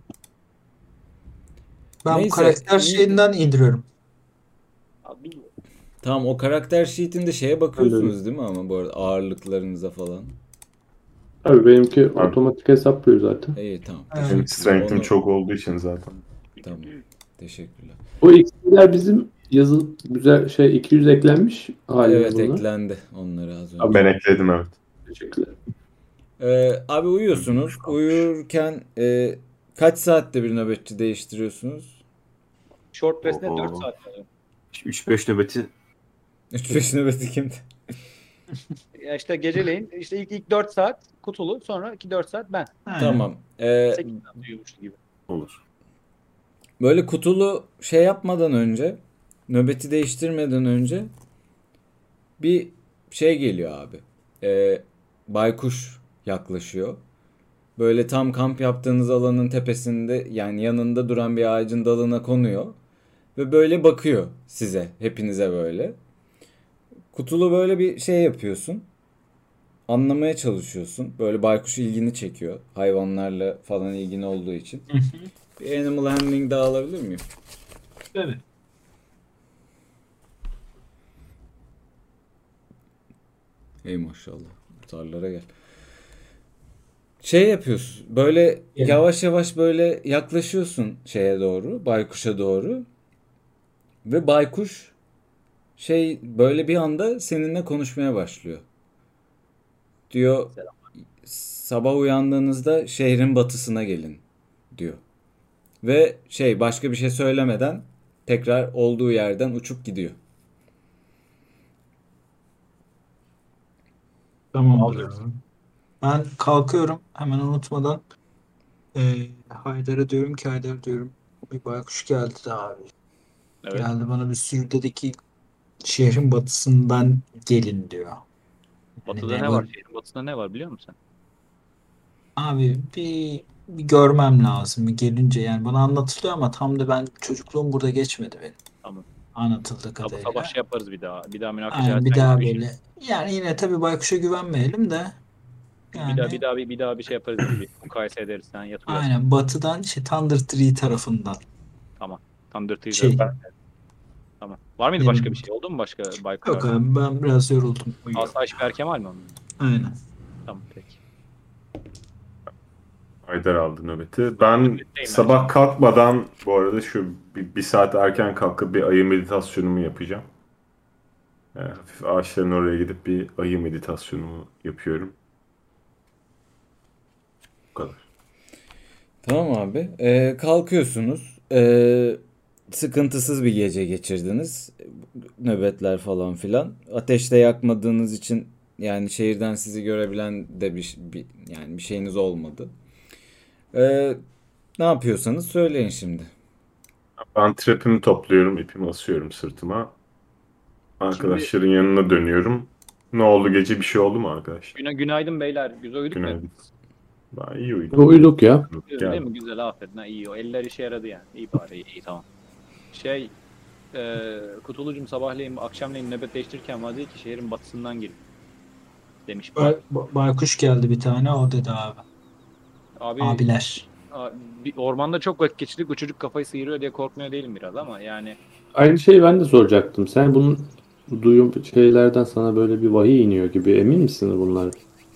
Ben Neyse, bu karakter iyi. şeyinden indiriyorum. Abi Tamam o karakter sheet'inde şeye bakıyorsunuz değil mi ama bu arada ağırlıklarınıza falan. Tabii benimki otomatik hesaplıyor zaten. İyi tamam. Evet. Benim Teşekkürler. strength'im Onu- çok olduğu için zaten. Tamam. Teşekkürler. Bu iksirler bizim yazı güzel şey iki yüz eklenmiş haline Evet bunlar. eklendi onları az önce. Abi ben ekledim evet. Teşekkürler. Ee, abi uyuyorsunuz. Uyurken e, kaç saatte bir nöbetçi değiştiriyorsunuz? short rest'ne Oho. dört saat var. üç beş nöbeti üç beş nöbeti kimdi? Ya işte geceleyin işte ilk ilk dört saat kutulu sonra iki dört saat ben. Tamam. Ee, sekiz saat uyumuş gibi. olur. böyle kutulu şey yapmadan önce, nöbeti değiştirmeden önce bir şey geliyor abi. Ee, baykuş yaklaşıyor. Böyle tam kamp yaptığınız alanın tepesinde yani yanında duran bir ağacın dalına konuyor. Ve böyle bakıyor size, hepinize böyle. Kutulu böyle bir şey yapıyorsun. Anlamaya çalışıyorsun. Böyle baykuş ilgini çekiyor. Hayvanlarla falan ilgin olduğu için. Bir animal handling daha alabilir miyim? Evet. Ey maşallah. Tarlara gel. Şey yapıyorsun. Böyle Gel. yavaş yavaş böyle yaklaşıyorsun şeye doğru. Baykuşa doğru. Ve baykuş şey böyle bir anda seninle konuşmaya başlıyor. Diyor sabah uyandığınızda şehrin batısına gelin diyor. Ve şey başka bir şey söylemeden tekrar olduğu yerden uçup gidiyor. Tamamdır abi. Ben kalkıyorum hemen unutmadan. E, Haydar'a diyorum ki Haydar diyorum bir baykuş geldi de abi. Evet. Geldi bana bir sürü dedi ki şehrin batısından gelin diyor. Batıda Yani ne bu- var? Şehrin batısında ne var biliyor musun sen? Abi bir, bir görmem lazım bir gelince yani bana anlatılıyor ama tam da ben çocukluğum burada geçmedi benim. Tamam. Anlatıldığı Sabah kadarıyla. sabah şey yaparız bir daha. Bir daha münakaşa Aynen bir edersen daha bir şey. böyle. Yani yine tabii baykuşa güvenmeyelim de Yani Bir daha bir daha bir, bir daha bir şey yaparız. Bir mukayese ederiz. Sen yat uyu. aynen batıdan şey Thunder Tree tarafından Tamam. Thunder Tree şey. tarafı. Tamam. Var mıydı Ne başka bileyim. bir şey? Oldu mu başka Baykuş Yok abi? abi ben biraz yoruldum. Uyuyorum. Asayiş Berkemal mi onun? Aynen. Tamam peki. Haydar aldı nöbeti. Ben Nöbetteyim sabah kalkmadan bu arada şu bir, bir saat erken kalkıp bir ayı meditasyonumu yapacağım. E, hafif ağaçların oraya gidip bir ayı meditasyonumu yapıyorum. Bu kadar. Tamam abi. Ee, kalkıyorsunuz. Ee, sıkıntısız bir gece geçirdiniz. Nöbetler falan filan. Ateşte yakmadığınız için yani şehirden sizi görebilen de bir, bir yani bir şeyiniz olmadı. Ee, ne yapıyorsanız söyleyin şimdi. Ben trap'imi topluyorum, ipimi asıyorum sırtıma. Arkadaşların yanına dönüyorum. Ne oldu gece bir şey oldu mu arkadaş? Güna günaydın beyler. Güzel uyuduk mu? Günaydın. Ben iyi uyudum. Uyuduk ya. Güzel değil mi? Güzel aferin. Ha, iyi o. Eller işe yaradı yani. İyi bari. İyi, iyi tamam. Şey e, Kutulucum sabahleyin akşamleyin nöbet değiştirirken var dedi ki şehrin batısından gelin. Demiş. Bay- ba- baykuş geldi bir tane o dedi abi. Abi Abiler. a- bir ormanda çok vakit geçirdik. Bu çocuk kafayı sıyırıyor diye korkmuyor değilim biraz ama yani Aynı şeyi ben de soracaktım. Sen bunun bu duyum şeylerden sana böyle bir vahiy iniyor gibi emin misin bunlar?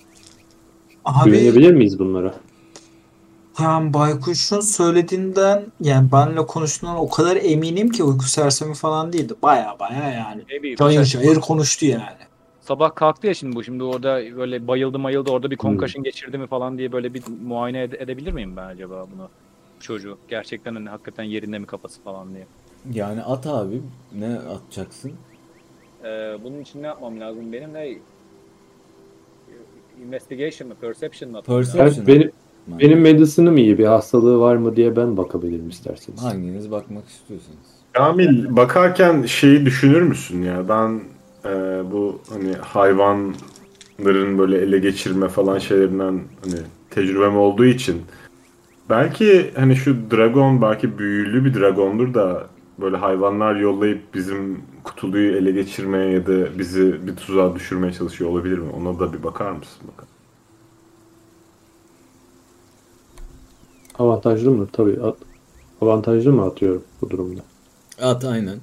Abi Güvenebilir miyiz bunlara? yani baykuşun söylediğinden yani benle konuştuğundan o kadar eminim ki uyku sersemi falan değildi. Baya baya yani. ne bileyim, Cayır mesela cayır konuştu yani. sabah kalktı ya şimdi bu. Şimdi orada böyle bayıldı mayıldı orada bir Hmm. concussion geçirdi mi falan diye böyle bir muayene ede- edebilir miyim ben acaba bunu? Çocuğu. Gerçekten hani hakikaten yerinde mi kafası falan diye. Yani at abi. Ne atacaksın? Ee, bunun için ne yapmam lazım? Benim de investigation mı, perception mı atmam lazım? Perception. Ben, benim, benim medicine'ım iyi. Bir hastalığı var mı diye ben bakabilirim isterseniz. Hanginiz bakmak istiyorsanız. Kamil bakarken şeyi düşünür müsün ya? Ben e, bu hani hayvanların böyle ele geçirme falan şeylerinden hani tecrübem olduğu için belki hani şu dragon belki büyülü bir dragondur da böyle hayvanlar yollayıp bizim kutuluyu ele geçirmeye ya da bizi bir tuzağa düşürmeye çalışıyor olabilir mi? Ona da bir bakar mısın bakalım? Avantajlı mı? Tabii. at- Avantajlı mı atıyorum bu durumda? At aynen.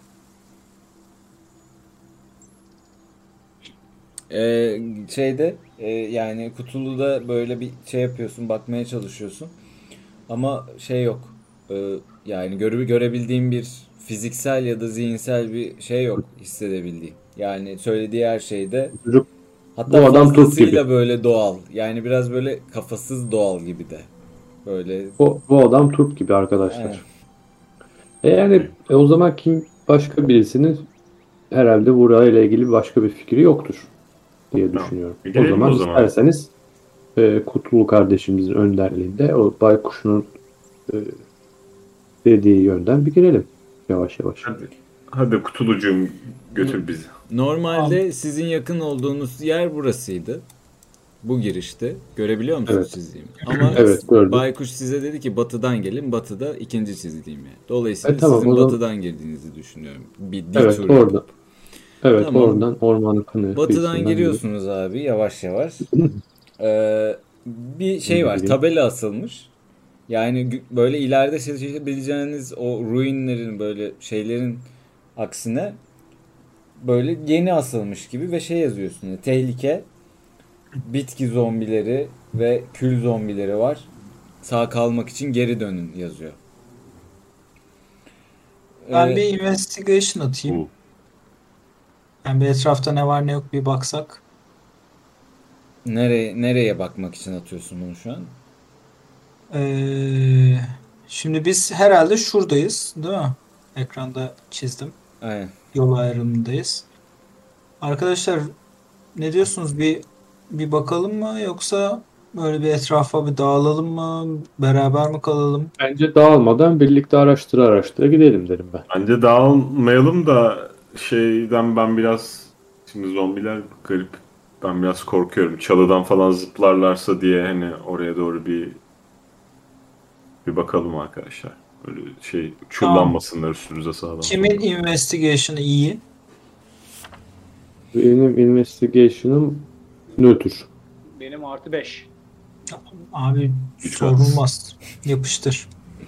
Ee, şeyde e, yani kutuluda böyle bir şey yapıyorsun, bakmaya çalışıyorsun. Ama şey yok. Ee, yani göre, görebildiğin bir fiziksel ya da zihinsel bir şey yok hissedebildiğin. Yani söylediği her şeyde Çocuk hatta Bu adam turp fazlasıyla gibi. böyle doğal. Yani biraz böyle kafasız doğal gibi de. Böyle bu, bu adam turp gibi arkadaşlar. Aynen. E yani e o zaman kim başka birisinin herhalde burayla ilgili başka bir fikri yoktur diye Tamam. düşünüyorum. Bir O gelelim zaman o zaman. isterseniz e, Kutlu kardeşimizin önderliğinde o baykuşun e, dediği yönden bir girelim yavaş yavaş. Hadi, hadi kutulucuğum götür bizi. normalde sizin yakın olduğunuz yer burasıydı. Bu girişte. Görebiliyor musunuz Evet. çizdiğimi? Ama Evet, gördüm. Baykuş size dedi ki batıdan gelin. Batıda ikinci çizdiğim yer. Dolayısıyla E, tamam, sizin o zaman- batıdan girdiğinizi düşünüyorum. Bir Evet detour orada. yapıp. Evet Tamam. oradan ormanın kını. Batıdan kıyısından giriyorsunuz abi yavaş yavaş. Ee, bir şey var. Gireyim. Tabela asılmış. Yani gü- böyle ileride seçebileceğiniz o ruinlerin böyle şeylerin aksine böyle yeni asılmış gibi ve şey yazıyorsun. Yani, tehlike, bitki zombileri ve kül zombileri var. Sağ kalmak için geri dönün yazıyor. Ben Ee, bir investigation atayım. Bu. Yani bir etrafta ne var ne yok bir baksak. nereye nereye bakmak için atıyorsun bunu şu an? Ee, şimdi biz herhalde şuradayız, değil mi? Ekranda çizdim. Aynen. Yol ayrımındayız. Arkadaşlar ne diyorsunuz? Bir bir bakalım mı yoksa böyle bir etrafa bir dağılalım mı? Beraber mi kalalım? Bence dağılmadan birlikte araştıra araştıra gidelim derim ben. Bence dağılmayalım da şeyden ben biraz şimdi zombiler garip. Ben biraz korkuyorum. Çalıdan falan zıplarlarsa diye hani oraya doğru bir bir bakalım arkadaşlar. Böyle şey çullanmasınlar üstümüze sağdan. Kimin investigation'ı iyi? Benim investigation'ım nötr. Benim artı beş. Abi sorulmaz. Yapıştır.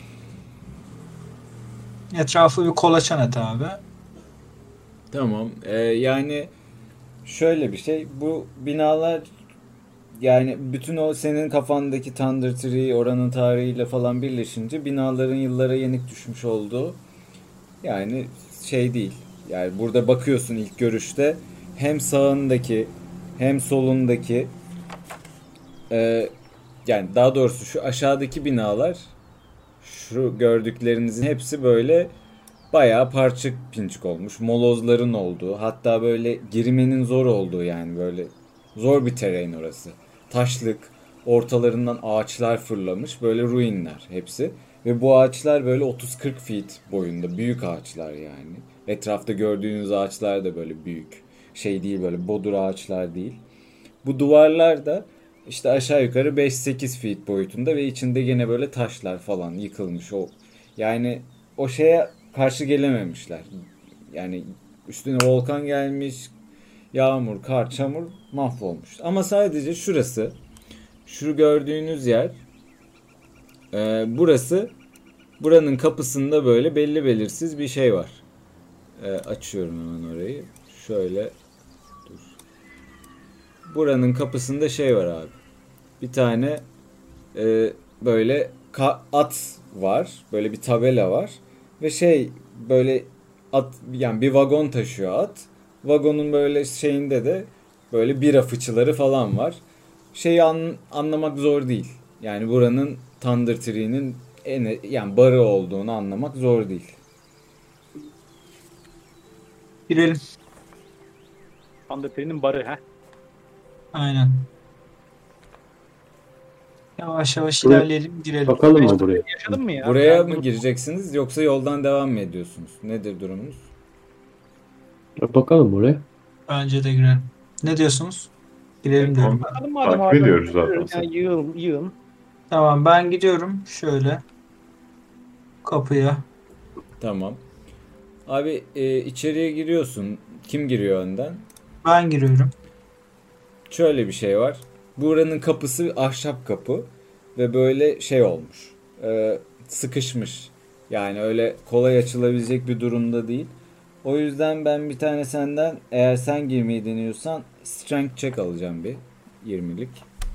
Etrafı bir kolaçan et abi. Tamam. Ee, yani şöyle bir şey. Bu binalar yani bütün o senin kafandaki Thunder Tree oranın tarihiyle falan birleşince binaların yıllara yenik düşmüş olduğu yani şey değil. Yani burada bakıyorsun ilk görüşte hem sağındaki hem solundaki e, yani daha doğrusu şu aşağıdaki binalar şu gördüklerinizin hepsi böyle bayağı parçık pinçik olmuş. Molozların olduğu, hatta böyle girmenin zor olduğu, yani böyle zor bir terrain orası. Taşlık, ortalarından ağaçlar fırlamış, böyle ruinler hepsi. Ve bu ağaçlar böyle otuz kırk feet boyunda, büyük ağaçlar yani. Etrafta gördüğünüz ağaçlar da böyle büyük. Şey değil, böyle bodur ağaçlar değil. Bu duvarlar da işte aşağı yukarı beş sekiz feet boyutunda ve içinde gene böyle taşlar falan yıkılmış. O yani o şeye karşı gelememişler. Yani üstüne volkan gelmiş, yağmur, kar, çamur mahvolmuş. Ama sadece şurası, şu gördüğünüz yer, e, burası, buranın kapısında böyle belli belirsiz bir şey var. E, açıyorum hemen orayı. Şöyle dur. Buranın kapısında şey var abi. Bir tane e, böyle ka- at var. Böyle bir tabela var. Ve şey böyle at, yani bir vagon taşıyor at. Vagonun böyle şeyinde de böyle bira fıçıları falan var. Şeyi an, anlamak zor değil. Yani buranın Thunder Tree'nin en, yani barı olduğunu anlamak zor değil. Girelim. Thunder Tree'nin barı ha. Aynen. Yavaş yavaş Buraya- ilerleyelim, girelim. Bakalım mı buraya? Yaşadın mı ya? Buraya Ben mı bu- gireceksiniz yoksa yoldan devam mı ediyorsunuz? Nedir durumunuz? Bakalım buraya. Bence de girelim. Ne diyorsunuz? Girelim diyorum. Bakalım madem Takip abi. ediyoruz zaten. Yani yığın, yığın. Tamam, ben gidiyorum şöyle kapıya. Tamam. Abi e, içeriye giriyorsun. Kim giriyor önden? Ben giriyorum. Şöyle bir şey var. Buranın kapısı ahşap kapı ve böyle şey olmuş. E, sıkışmış. Yani öyle kolay açılabilecek bir durumda değil. O yüzden ben bir tane senden, eğer sen girmeyi deniyorsan, strength check alacağım bir yirmilik.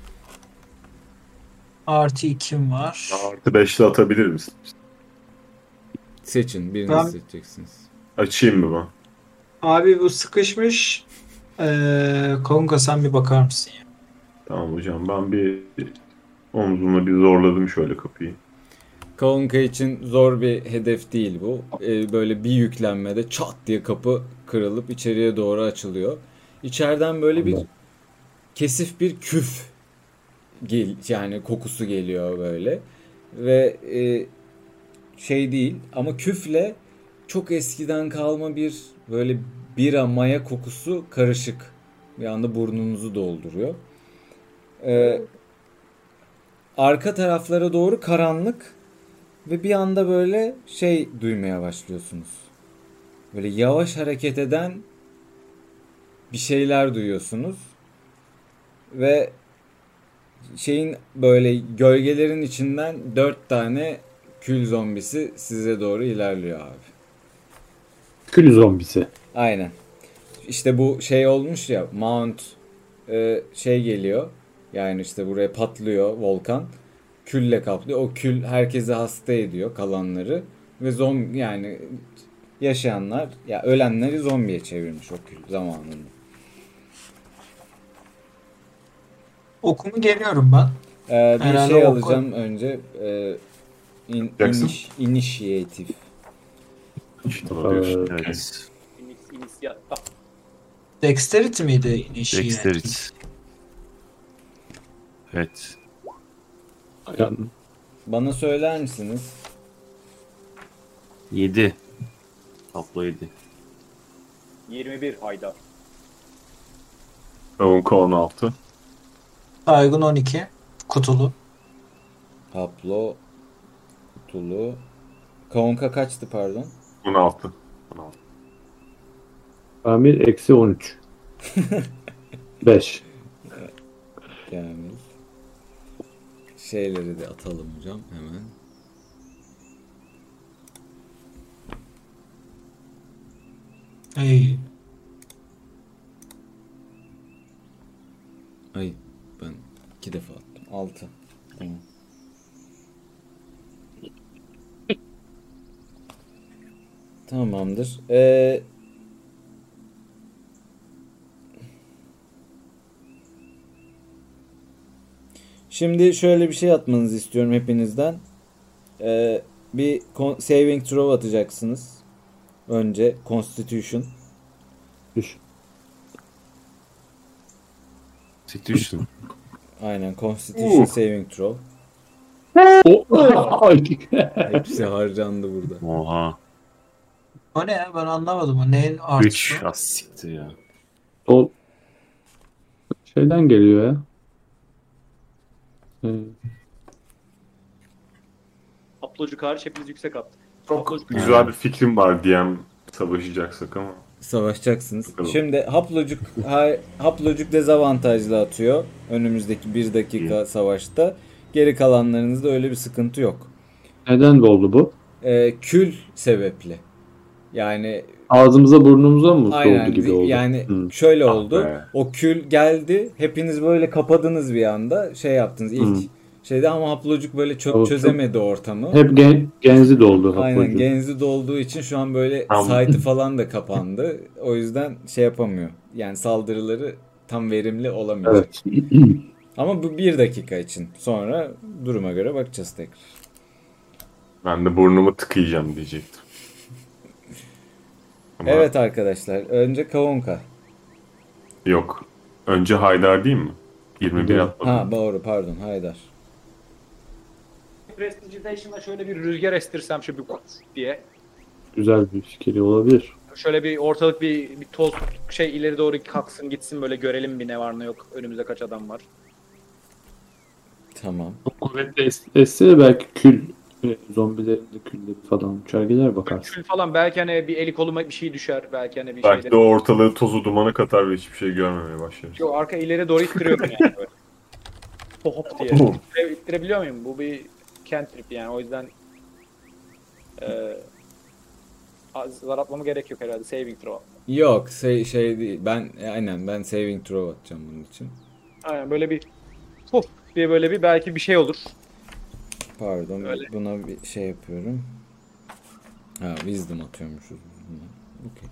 Artı ikim var. Artı beşle atabilir misin? Seçin. Birini Ben- seçeceksiniz. Açayım mı ben? Abi bu sıkışmış. Ee, Konga sen bir bakar mısın ya? Tamam hocam, ben bir omzumla bir zorladım şöyle kapıyı. Kaonka için zor bir hedef değil bu. Ee, böyle bir yüklenmede çat diye kapı kırılıp içeriye doğru açılıyor. İçeriden böyle bir Allah. kesif bir küf gel, yani kokusu geliyor böyle. Ve e, şey değil ama küfle çok eskiden kalma bir böyle bira maya kokusu karışık. Bir anda burnunuzu dolduruyor. Ee, arka taraflara doğru karanlık ve bir anda böyle şey duymaya başlıyorsunuz. Böyle yavaş hareket eden bir şeyler duyuyorsunuz. Ve şeyin böyle gölgelerin içinden dört tane kül zombisi size doğru ilerliyor abi. Kül zombisi. Aynen. İşte bu şey olmuş ya, Mount e, şey geliyor. Yani işte buraya patlıyor volkan. Külle kaplıyor. O kül herkesi hasta ediyor, kalanları. Ve zombi, yani yaşayanlar, ya ölenleri zombiye çevirmiş o kül zamanında. Okumu geliyorum ben. Ee, bir Herhalde şey o- alacağım önce. Ee, in, Jackson. iniş, initiative. İşte o diyorsun. Ee, Yani. İnis, inisiyatta. Dexterity miydi inişi? Dexterity. Evet. Yani Bana söyler misiniz? yedi. Tablo yedi. yirmi bir Haydar. Kavunka on altı. Saygun on iki. Kutulu. Haplo, Tulu. Kaonka kaçtı pardon? on altı. on altı. Amir eksi on üç. beş. gelmiyoruz. Şeyleri de atalım hocam hemen. Hey. Ay ben iki defa attım. Altı. Tamam. Tamamdır. Ee, şimdi şöyle bir şey yapmanızı istiyorum hepinizden. Ee, bir con- saving throw atacaksınız. Önce Constitution. Düş. Situation. Aynen Constitution Uh. saving throw. O- Hepsi harcandı burada. Oha. O ne ya? Ben anlamadım. O neyin artısı? üç. Az siktir ya. O şeyden geliyor ya. Ee, Aplocuk hariç hepimiz yüksek attık. Çok güzel bir fikrim var diyem savaşacaksak ama. Savaşacaksınız. Bakalım. Şimdi haplocuk ha- haplocuk dezavantajlı atıyor önümüzdeki bir dakika savaşta. Geri kalanlarınızda öyle bir sıkıntı yok. neden oldu bu? Ee, kül sebepli. Yani Ağzımıza burnumuza mı aynen doldu gibi oldu? yani Hı. şöyle Ah oldu. be. O kül geldi. Hepiniz böyle kapadınız bir anda. Şey yaptınız ilk Hı. şeyde ama haplocuk böyle çok O çok- çözemedi ortamı. Hep gen, genzi doldu. Aynen haplocu. genzi dolduğu için şu an böyle Tamam. site'ı falan da kapandı. O yüzden şey yapamıyor. Yani saldırıları tam verimli olamayacak. Evet. Ama bu bir dakika için. Sonra duruma göre bakacağız tekrar. Ben de burnumu tıkayacağım diyecektim. Ama Evet arkadaşlar. Önce Kavonka. yok. Önce Haydar değil mi? yirmi bir Evet. atmadım. Ha doğru pardon Haydar. Prestigitation'da şöyle bir rüzgar estirsem şu bir diye. Güzel bir fikir olabilir. Şöyle bir ortalık bir, bir toz şey ileri doğru kalksın gitsin böyle görelim bir ne var ne yok. Önümüzde kaç adam var. Tamam. Kuvvetli es- esse de belki kül e, zombilerin de külleri falan uçar gider bakarsın. Kül falan belki hani bir eli koluma bir şey düşer. Belki hani bir Belki şeyde. de o ortalığı tozu dumanı katar ve hiçbir şey görmemeye başlarız. Yo, arka ileri doğru ittiriyorum yani böyle. Hop hop diye. Oh. İttire- İttirebiliyor muyum? Bu bir cantrip yani o yüzden eee az zar atmama gerek yok herhalde. Saving throw. Yok şey, şey değil. Ben aynen ben saving throw atacağım bunun için. Aynen böyle bir hop diye böyle bir belki bir şey olur. Pardon Öyle. buna bir şey yapıyorum. Ha wisdom atıyormuşuz. Okey.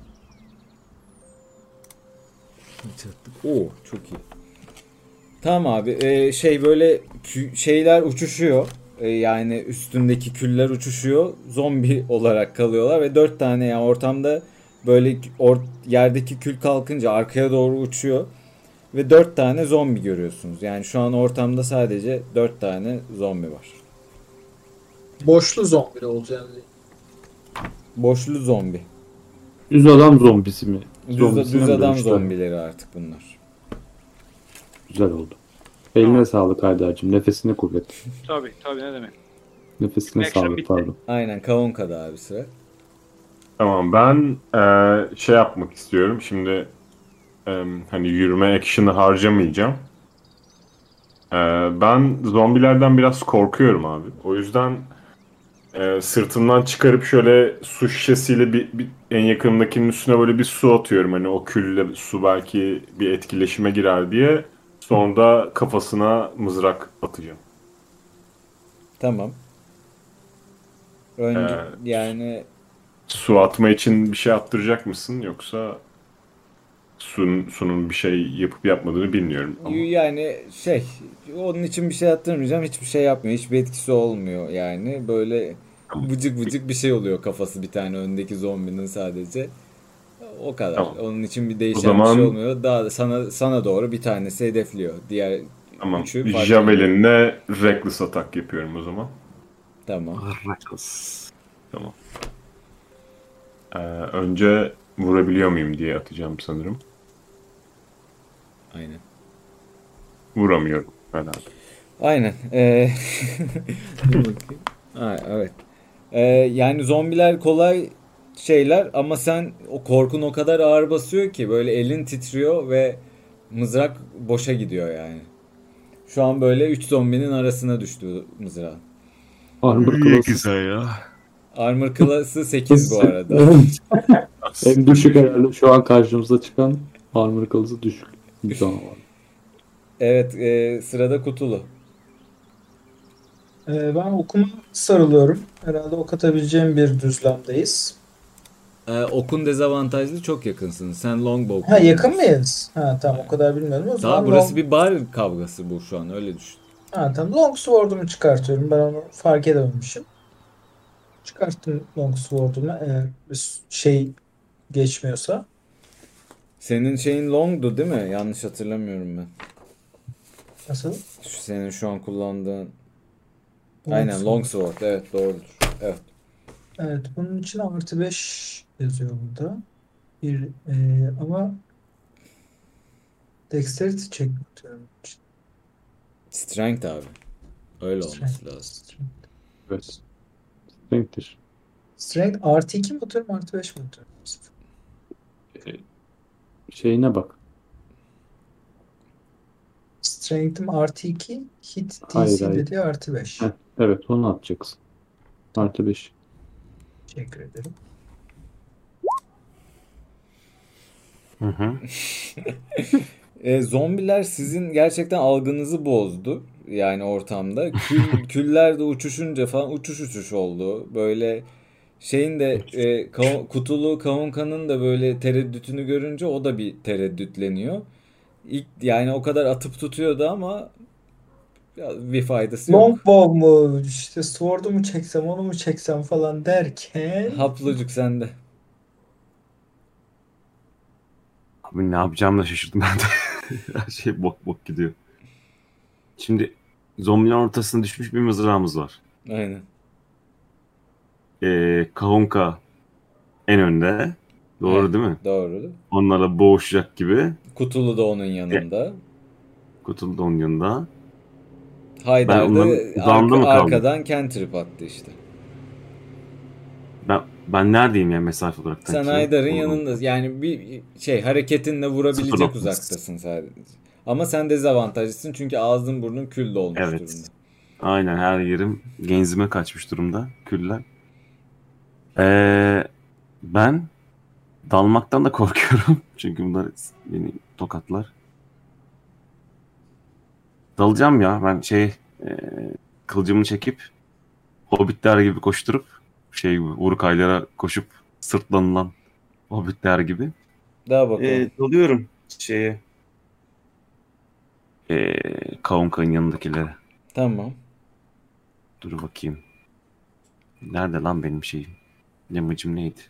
Çattık. Oo çok iyi. Tamam abi ee, şey böyle kü- şeyler uçuşuyor. Ee, yani üstündeki küller uçuşuyor. Zombi olarak kalıyorlar ve dört tane yani ortamda böyle or- yerdeki kül kalkınca arkaya doğru uçuyor. Ve dört tane zombi görüyorsunuz. Yani şu an ortamda sadece dört tane zombi var. Boşlu zombi olacağını. Boşlu zombi. Düz adam zombisi mi? Düz, Zombisine düz mi adam dönüştü? zombileri artık bunlar. Güzel oldu. Eline sağlık Haydar'cığım. Nefesine kuvvet. Tabii tabii ne demek. Nefesine Action sağlık bitti. pardon. Aynen Kaonka'da abi sıra. Tamam ben eee, şey yapmak istiyorum. Şimdi em, hani yürüme action'ı harcamayacağım. Eee, ben zombilerden biraz korkuyorum abi. O yüzden eee, sırtımdan çıkarıp şöyle su şişesiyle bir, bir en yakınındakinin üstüne böyle bir su atıyorum. Hani o külle su belki bir etkileşime girer diye. Sonra da kafasına mızrak atacağım. Tamam. Önce Ee, yani Su atma için bir şey attıracak mısın yoksa sunun, sunun bir şey yapıp yapmadığını bilmiyorum ama yani şey onun için bir şey attırmayacağım. Hiçbir şey yapmıyor. Hiçbir etkisi olmuyor yani. Böyle vıcık vıcık bir şey oluyor kafası bir tane öndeki zombinin sadece. O kadar. Tamam. Onun için bir değişen O zaman- bir şey olmuyor. Daha da sana sana doğru bir tanesi hedefliyor. Diğer tamam. üçü farklı. Javelin'le Reckless atak yapıyorum o zaman. Tamam. Tamam. Ee, önce vurabiliyor muyum diye atacağım sanırım. Aynen. Vuramıyorum herhalde. Aynen. Ee, dur bakayım. Ha, evet. Ee, yani zombiler kolay şeyler ama sen o korkun o kadar ağır basıyor ki böyle elin titriyor ve mızrak boşa gidiyor yani. Şu an böyle üç zombinin arasına düştü mızrağın. Armor İyi class. güzel ya. Armor class'ı sekiz bu arada. Evet. En düşük herhalde şu an karşımıza çıkan armor class'ı düşük bir canavar. Evet, e, sırada Kutulu. Ee, ben okuma sarılıyorum. Herhalde ok atabileceğim bir düzlemdeyiz. E, okun dezavantajlı, çok yakınsınız. Sen longbow Ha, yakın kullanıyorsun. mıyız? Ha tamam, o kadar bilmiyorum. O Daha zaman burası long... bir bar kavgası bu şu an, öyle düşün. Ha tamam, long sword'umu çıkartıyorum. Ben onu fark edememişim. Çıkarttım long sword'umu. Eğer bir şey geçmiyorsa. Senin şeyin longdu değil mi? Yanlış hatırlamıyorum ben. Nasıl? Şu senin şu an kullandığın. Long Aynen, sword. longsword. Evet, doğrudur. Evet. Evet, bunun için artı beş yazıyor burada. Bir, e, ama dexterity check atıyorum. Strength abi. Öyle olması Strength. lazım. Strength. Evet. Strength'tir. Strength artı iki mi atıyorum, artı beş mi atıyorum? Şeyine bak. Strength'im artı iki, hit Hayır, D C hayır. dedi artı beş. Heh, evet, onu atacaksın. Artı beş. Teşekkür ederim. Hı hı. E, zombiler sizin gerçekten algınızı bozdu. Yani ortamda. Kül, küller de uçuşunca falan uçuş uçuş oldu. Böyle şeyin de e, Ka- Kutulu Kavunka'nın da böyle tereddütünü görünce o da bir tereddütleniyor. İlk, yani o kadar atıp tutuyordu ama ya, bir faydası yok. Longbow mu, işte sword'u mu çeksem, onu mu çeksem falan derken Haplucuk sende. Abi ne yapacağımı da şaşırdım ben de. Her şey bok bok gidiyor. Şimdi zombilerin ortasına düşmüş bir mızrağımız var. Aynen. Ee, Kahunka en önde. Doğru Evet, değil mi? doğru. Onlarla boğuşacak gibi. Kutulu da onun yanında. Kutulu da onun yanında. Haydar da onların uzağında arka, mı kaldım? arkadan cantrip attı işte. Ben ben neredeyim ya mesafe olarak? Sen Haydar'ın yanında, yani bir şey hareketinle Sıfır vurabilecek noktası. uzaktasın sadece. Ama sen dezavantajlısın çünkü ağzın burnun kül dolmuş Evet. durumda. Aynen, her yerim genzime kaçmış durumda. Küller. Ee, ben dalmaktan da korkuyorum. Çünkü bunlar beni tokatlar. Dalacağım ya. Ben şey e, kılıcımı çekip hobbitler gibi koşturup şey gibi Uruk-hai'lara koşup sırtlanılan hobbitler gibi. Daha bakalım. E, dalıyorum şeye e, Kaunka'nın yanındakilere. Tamam. Dur bakayım. Nerede lan benim şeyim? Damage'im neydi?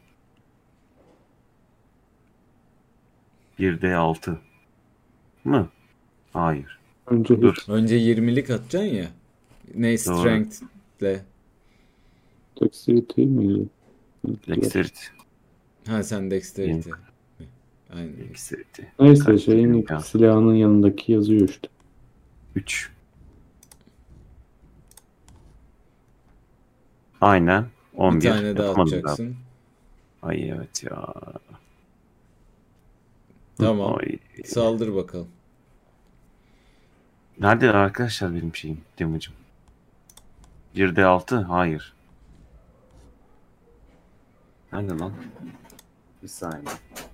bir D altı mı? Hayır. Önce Dur. Önce yirmilik atacaksın ya. Ne Doğru. strength'le. dexterity miydi? Dexterity. Ha sen dexterity. Aynen. Dexterity. Neyse, Kaç şeyin diyorum ya? silahının yanındaki yazıyor işte. üç. Aynen. on bir. Bir tane daha Yapamadım atacaksın. daha. Ay evet ya. Tamam. Ay. Saldır bakalım. Nerede arkadaşlar benim şeyim? Damage'im. bir D altı. Hayır. Nerede lan? Bir saniye.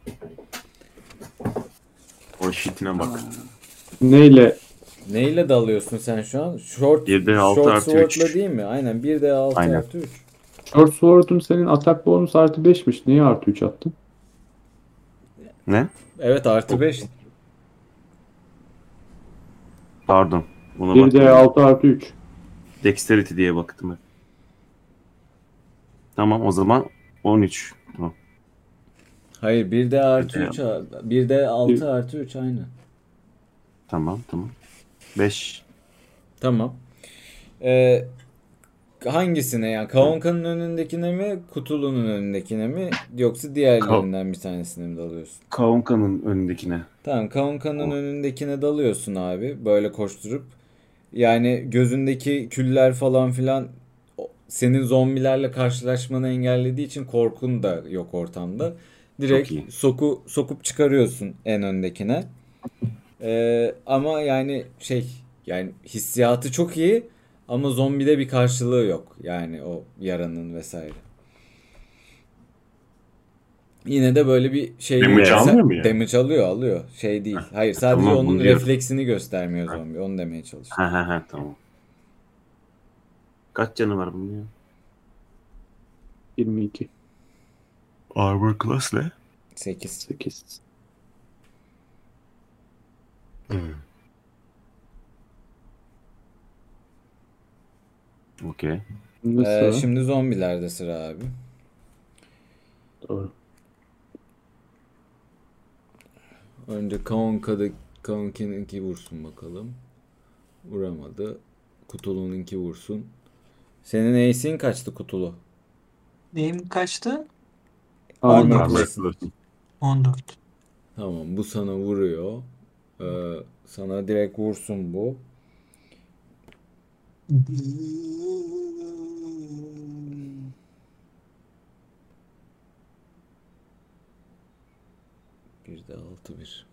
O şitine bak. Neyle? Neyle dalıyorsun sen şu an? Short, bir D altı short artı sword'la üç. değil mi? Aynen bir D altı Aynen. artı üç. Short sword'un senin atak bonus artı beşmiş. Niye artı üç attın? Ne? Evet, artı beş. Pardon. Buna bir baktım. D altı artı üç. Dexterity diye baktım hep. Tamam o zaman on üç. Tamam. Hayır, bir D artı Bir D üç. bir D altı artı üç aynı. Tamam tamam. beş. Tamam. Ee, hangisine yani? Kaunka'nın önündekine mi? Kutulu'nun önündekine mi? Yoksa diğerlerinden bir tanesine mi dalıyorsun? Kaunka'nın önündekine. Tamam, Kaunka'nın Oh. önündekine dalıyorsun abi. Böyle koşturup. Yani gözündeki küller falan filan o- senin zombilerle karşılaşmanı engellediği için korkun da yok ortamda. Direkt Çok iyi. soku sokup çıkarıyorsun en öndekine. Ee, ama yani şey yani hissiyatı çok iyi ama zombide bir karşılığı yok. Yani o yaranın vesaire. Yine de böyle bir şey Damage değil. almıyor Sen- mu yani? Damage alıyor alıyor. Şey değil. Hayır sadece tamam, onun bunu diyorum. refleksini göstermiyor zombi. Onu demeye çalıştım. Ha ha ha tamam. Kaç canı var bunun ya? yirmi iki. Armor class ne? sekiz. sekiz. Okey. Nasıl? Ee, şimdi zombilerde sıra abi. Doğru. Önce Kaunka'da Kaunki'ninki vursun bakalım. Vuramadı. Kutulu'nunki vursun. Senin ace'in kaçtı Kutulu? Neyim kaçtı? Armor on dört. class'ın. on dört. Tamam bu sana vuruyor. Ee, sana direkt vursun bu. Bir de altı bir.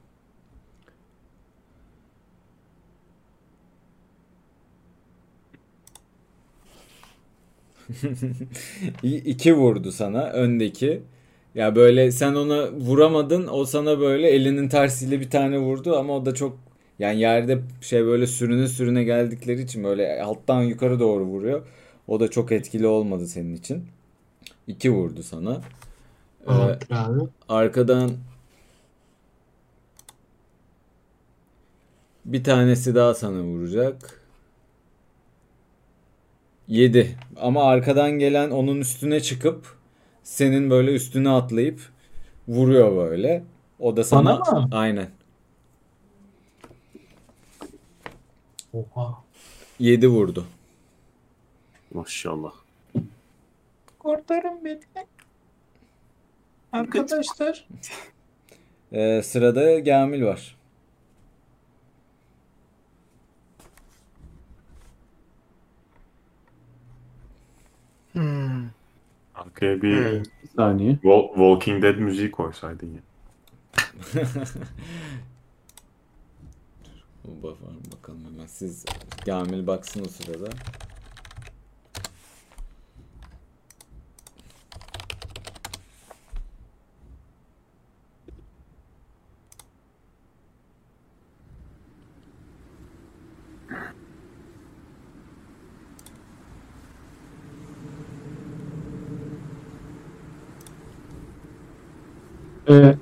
İ- İki vurdu sana öndeki. Ya böyle sen ona vuramadın, o sana böyle elinin tersiyle bir tane vurdu ama o da çok yani yerde şey böyle sürüne sürüne geldikleri için böyle alttan yukarı doğru vuruyor. O da çok etkili olmadı senin için. İki vurdu sana. Ee, Evet abi. arkadan bir tanesi daha sana vuracak. Yedi. Ama arkadan gelen onun üstüne çıkıp senin böyle üstüne atlayıp vuruyor böyle. O da sana Bana mı? aynen. Oha. Yedi vurdu. Maşallah. Kurtarın beni. Arkadaşlar. Ee, sırada Gamil var. Arkaya bir Bir saniye. Wal- Walking Dead müziği koysaydın ya. Bu var mı bakalım hemen. Siz Gamil baksın o sırada. Ee,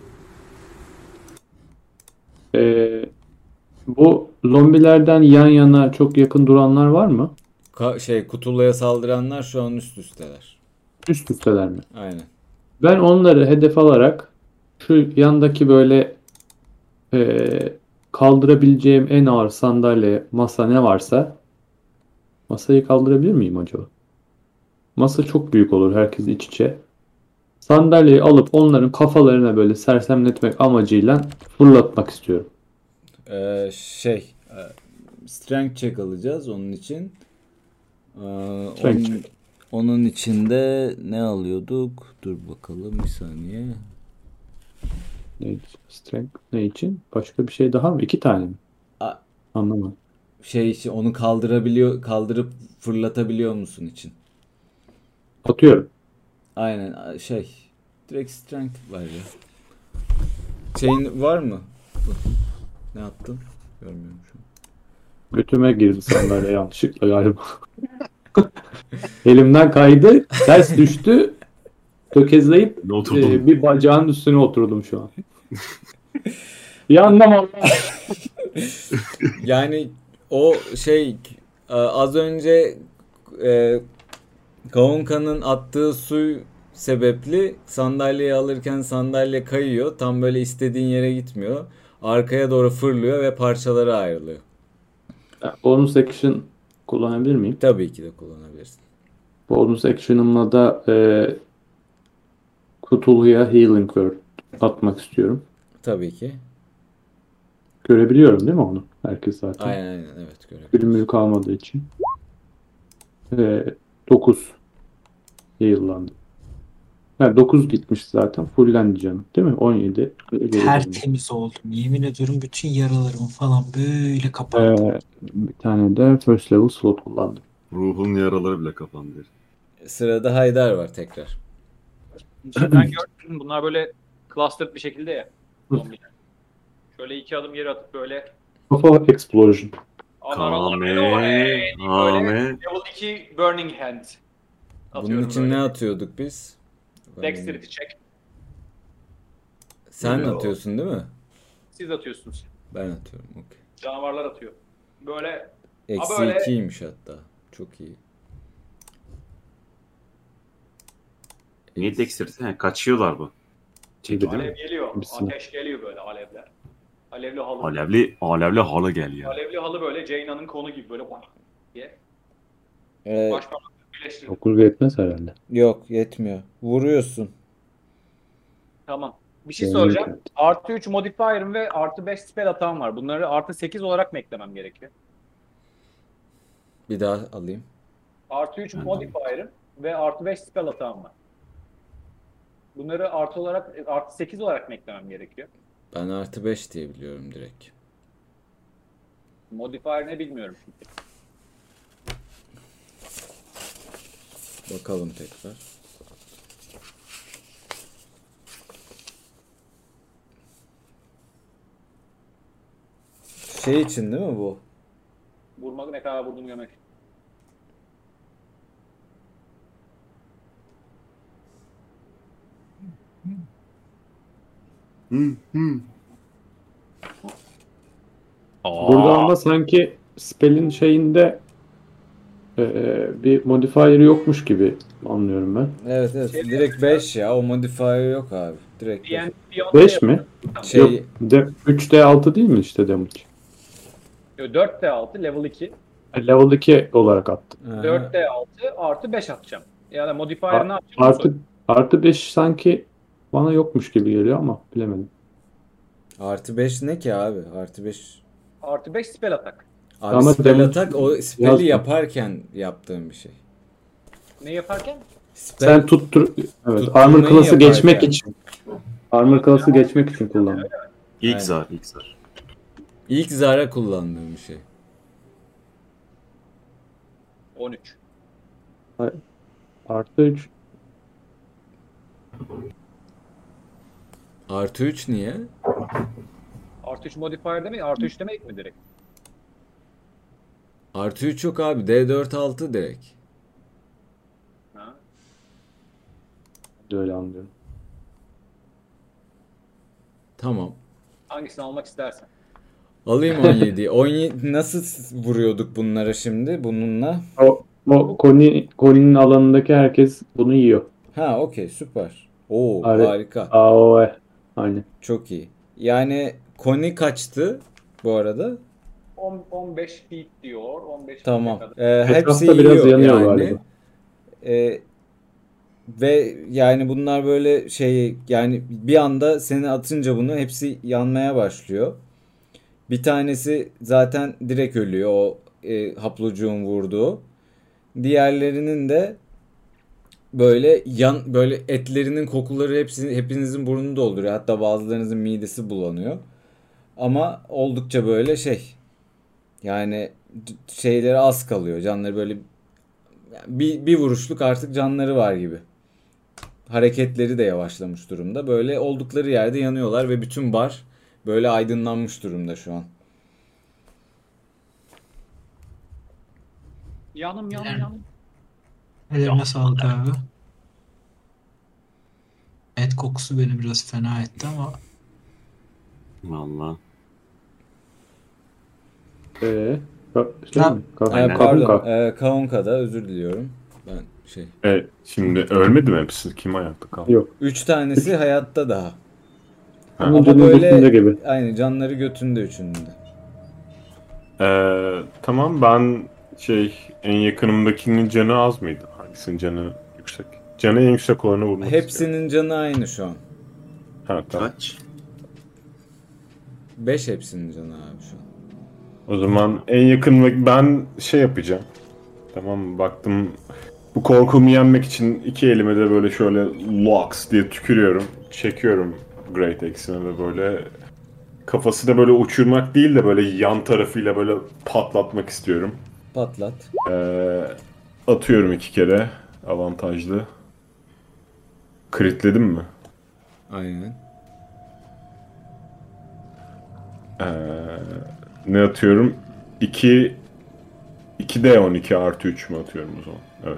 ee, bu zombilerden yan yana çok yakın duranlar var mı? Ka- şey Kutulu'ya saldıranlar şu an üst üsteler. Üst üsteler mi? Aynen. Ben onları hedef alarak şu yandaki böyle ee, kaldırabileceğim en ağır sandalye, masa ne varsa masayı kaldırabilir miyim acaba? Masa çok büyük olur herkes iç içe. Sandalyeyi alıp onların kafalarına böyle sersemletmek amacıyla fırlatmak istiyorum. Ee, şey e, strength check alacağız onun için. Ee, Strength onun, check. onun içinde ne alıyorduk? Dur bakalım bir saniye. Ne, strength ne için? Başka bir şey daha mı? İki tane mi? A- Anlamadım. Şey için onu kaldırabiliyor, kaldırıp fırlatabiliyor musun için? Atıyorum. Aynen a- şey direkt strength var ya. Şeyin var mı? Bakayım. Ne attın? Görmüyorum şu an. Götüme girdi sandalye yanlışlıkla galiba. Elimden kaydı. Ters düştü. Tökezleyip Ne oturdun? e, bir bacağın üstüne oturdum şu an. Bir anlam Allah. Yani o şey e, az önce e, Kaunka'nın attığı su sebepli sandalyeyi alırken sandalye kayıyor. Tam böyle istediğin yere gitmiyor. Arkaya doğru fırlıyor ve parçalara ayrılıyor. Bonus action kullanabilir miyim? Tabii ki de kullanabilirsin. Bonus action'ımla da e, Cthulhu'ya Healing Word atmak istiyorum. Tabii ki. Görebiliyorum değil mi onu? Herkes zaten. Aynen aynen evet görebilirim. Gülümlü kalmadığı için. E, dokuz heal'landı. Ha, dokuz gitmiş zaten. Fullendi canım. Değil mi? on yedi. Geri döndü. Tertemiz oldum. Yemin ediyorum bütün yaralarım falan böyle kapandı. Ee, bir tane de first level slot kullandım. Ruhun yaraları bile kapandı. Sırada Haydar var tekrar. Şimdi ben gördüm bunlar böyle clustered bir şekilde ya. Zombiler. Şöyle iki adım geri atıp böyle Kafa explosion. aman Allah'ım Kame, ne o hey, böyle Kame. level iki burning hand Bunun atıyorum için böyle. ne atıyorduk biz? Dexterity check. Sen Yo. atıyorsun değil mi? Siz atıyorsunuz. Ben atıyorum. Okey. Canavarlar atıyor. Böyle Eksi böyle- ikiymiş hatta. Çok iyi. Niye dexterity? He, kaçıyorlar bu. Çeki değil alev mi? geliyor. Bismillah. Ateş geliyor böyle alevler. Alevli halı. Alevli, alevli halı geliyor. Alevli halı böyle Jayna'nın konu gibi böyle bak diye. Ee, Başparmakları birleştirdim. dokuz yetmez herhalde. yok yetmiyor. Vuruyorsun. Tamam. Bir şey Yani soracağım. evet. Artı üç modifier'ım ve artı beş spell atağım var. Bunları artı sekiz olarak mı eklemem gerekiyor? Bir daha alayım. Artı üç Anladım. modifier'ım ve artı beş spell atağım var. Bunları artı olarak artı sekiz olarak mı eklemem gerekiyor? Ben artı beş diye biliyorum direkt. Modifier ne bilmiyorum çünkü. Bakalım tekrar. Şey için değil mi bu? Vurmak ne kadar vurdum yemek. Hı, hı. Burada ama sanki spell'in şeyinde e, bir modifier yokmuş gibi anlıyorum ben. Evet evet. Direkt beş ya. O modifier yok abi. Direkt beş. D and D Beyond'da beş mi? Şey, Yok. De, üç D altı değil mi işte damage? yapıyor. dört D altı level iki. Level iki olarak attım. aha. dört D altı artı beş atacağım. Yani modifier A- ne yapacağım? Artı, artı beş sanki bana yokmuş gibi geliyor ama bilemedim. Artı beş ne ki abi? Artı beş. Artı beş spell atak. Abi Ama spell damage atak o spell'i yazdım. yaparken yaptığım bir şey. Ne yaparken? Spell Sen tuttur... Evet, tutturmayı armor class'ı yaparken. geçmek için. Armor class'ı geçmek için kullandım. İlk Aynen. zar, ilk zar. ilk zara kullandığım bir şey. on üç. Artı üç. Artı üç niye? Artı üç modifier demeyin. Artı üç demeyin mi direkt? Artı üç yok abi. D dört altı direkt. Ha? Öyle anlıyorum. Tamam. Hangisini almak istersen. Alayım on yediyi. on yedi nasıl vuruyorduk bunlara şimdi bununla? O, o Koni, Koni'nin alanındaki herkes bunu yiyor. Ha okey süper. Oo Abi- harika. A O E. Aynen. Çok iyi. Yani Koni kaçtı bu arada? on, on beş feet diyor. on beş Tamam. feet'e Ee, kadar. hepsi Etrafta biraz yiyor yanıyor yani. galiba. Ee, ve yani bunlar böyle şey yani bir anda seni atınca bunu hepsi yanmaya başlıyor. Bir tanesi zaten direkt ölüyor o e, haplocuğun vurduğu. Diğerlerinin de böyle yan böyle etlerinin kokuları hepsini hepinizin burnunu dolduruyor. Hatta bazılarınızın midesi bulanıyor. Ama oldukça böyle şey yani c- şeyleri az kalıyor. Canları böyle bir, bir vuruşluk artık canları var gibi. Hareketleri de yavaşlamış durumda. Böyle oldukları yerde yanıyorlar ve bütün bar böyle aydınlanmış durumda şu an. Yanım yanım Yani- yanım. Ellerine sağlık abi. Et kokusu beni biraz fena etti ama Valla. Ee, ka- şey Ha. mi? Ka- Ee, Aynen. pardon. Kapunka. Ee, Kaunka'da özür diliyorum. Ben şey. E, şimdi ölmedi mi hepsi? Kim ayakta kaldı? Yok. Üç tanesi hayatta daha. Ha. Ama Ama canın böyle götünde gibi. aynı canları götünde üçünün de. Ee, tamam ben şey en yakınımdakinin canı az mıydı? Hangisinin canı yüksek? Canı en yüksek olanı vurmak istiyorum. Hepsinin canı aynı şu an. Ha, tamam. Kaç? Beş hepsinin canı abi şu an. O zaman en yakın ben şey yapacağım. Tamam mı? Baktım Bu korkumu yenmek için iki elime de böyle şöyle locks diye tükürüyorum. Çekiyorum Great Axe'ime ve böyle kafasını böyle uçurmak değil de böyle yan tarafıyla böyle patlatmak istiyorum. Patlat. Ee, atıyorum iki kere avantajlı. Critledim mi? Aynen. Ee, ne atıyorum? iki iki D on iki artı üç mü atıyorum o zaman? Evet.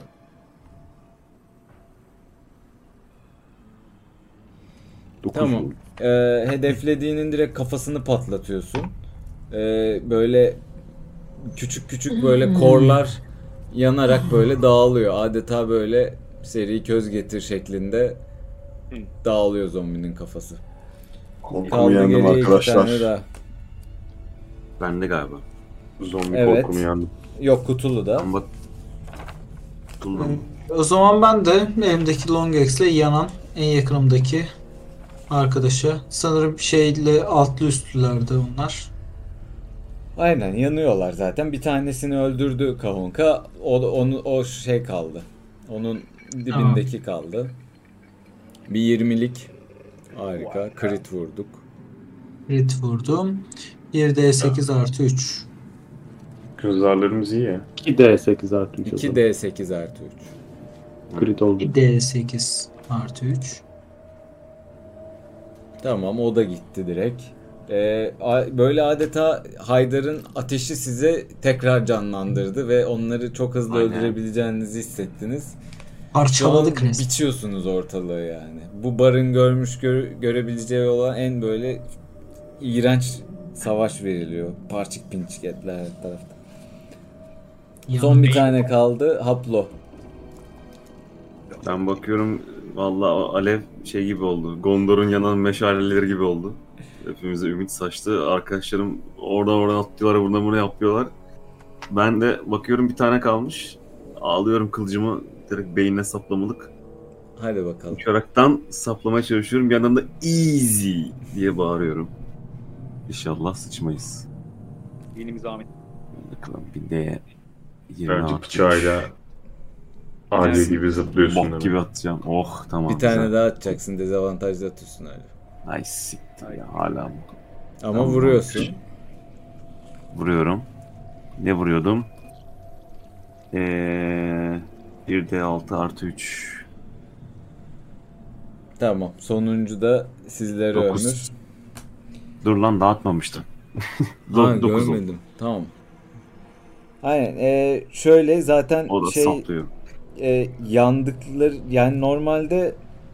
dokuz Tamam. oldu. Ee, hedeflediğinin direkt kafasını patlatıyorsun. Ee, böyle küçük küçük böyle korlar yanarak böyle dağılıyor. Adeta böyle seri köz getir şeklinde dağılıyor zombinin kafası. Korkumu Kaldı yendim geriye iki arkadaşlar. tane daha. Ben de galiba. Zombi Evet. korkumu yendim. Yok, kutulu da. Ama bak. Kullandım. O zaman ben de elimdeki Long Axe'le yanan en yakınımdaki arkadaşa. Sanırım şeyle altlı üstlülerdi onlar. Aynen, yanıyorlar zaten. Bir tanesini öldürdü Kahonka. O onu o şey kaldı. Onun dibindeki kaldı. Bir yirmilik. Harika. Crit vurduk. Crit vurdum. bir D sekiz artı üç. Kızlarlarımız iyi ya. iki D sekiz artı üç. iki D sekiz artı üç. Crit oldu. bir D sekiz artı üç. Tamam, o da gitti direkt. Ee, a- böyle adeta Haydar'ın ateşi size tekrar canlandırdı ve onları çok hızlı Aynen. öldürebileceğinizi hissettiniz. Şu an Parçaladık resmen. biçiyorsunuz ortalığı yani. Bu barın görmüş gö- görebileceği olan en böyle iğrenç savaş veriliyor. Parçık pinçik etler her tarafta. Son bir tane kaldı. Haplo. Ben bakıyorum vallahi o alev şey gibi oldu. Gondor'un yanan meşaleleri gibi oldu. Hepimize ümit saçtı. Arkadaşlarım oradan oradan atlıyorlar, buradan buraya yapıyorlar. Ben de bakıyorum bir tane kalmış. Ağlıyorum kılıcımı direkt beynine saplamalık. Hadi bakalım. Uçaraktan saplamaya çalışıyorum. Bir yandan da easy diye bağırıyorum. İnşallah sıçmayız. Dinimiz Ahmet. Bakalım bir de yirmi Bence altmış. bıçağıyla Ali Gelsin. gibi zıplıyorsun. Bok gibi atacağım. Oh tamam. Bir tane güzel. daha atacaksın. Dezavantajlı atıyorsun öyle. Ay siktir ya hala. Ama Tamam. vuruyorsun. Vuruyorum. Ne vuruyordum? Ee, bir D altı artı üç. Tamam. Sonuncu da sizlere Dokuz. ömür. Dur lan dağıtmamıştım. Ha, Do- dokuz oldu. görmedim. Tamam. Aynen. Ee, şöyle zaten O da şey saplıyor. e, yandıkları yani normalde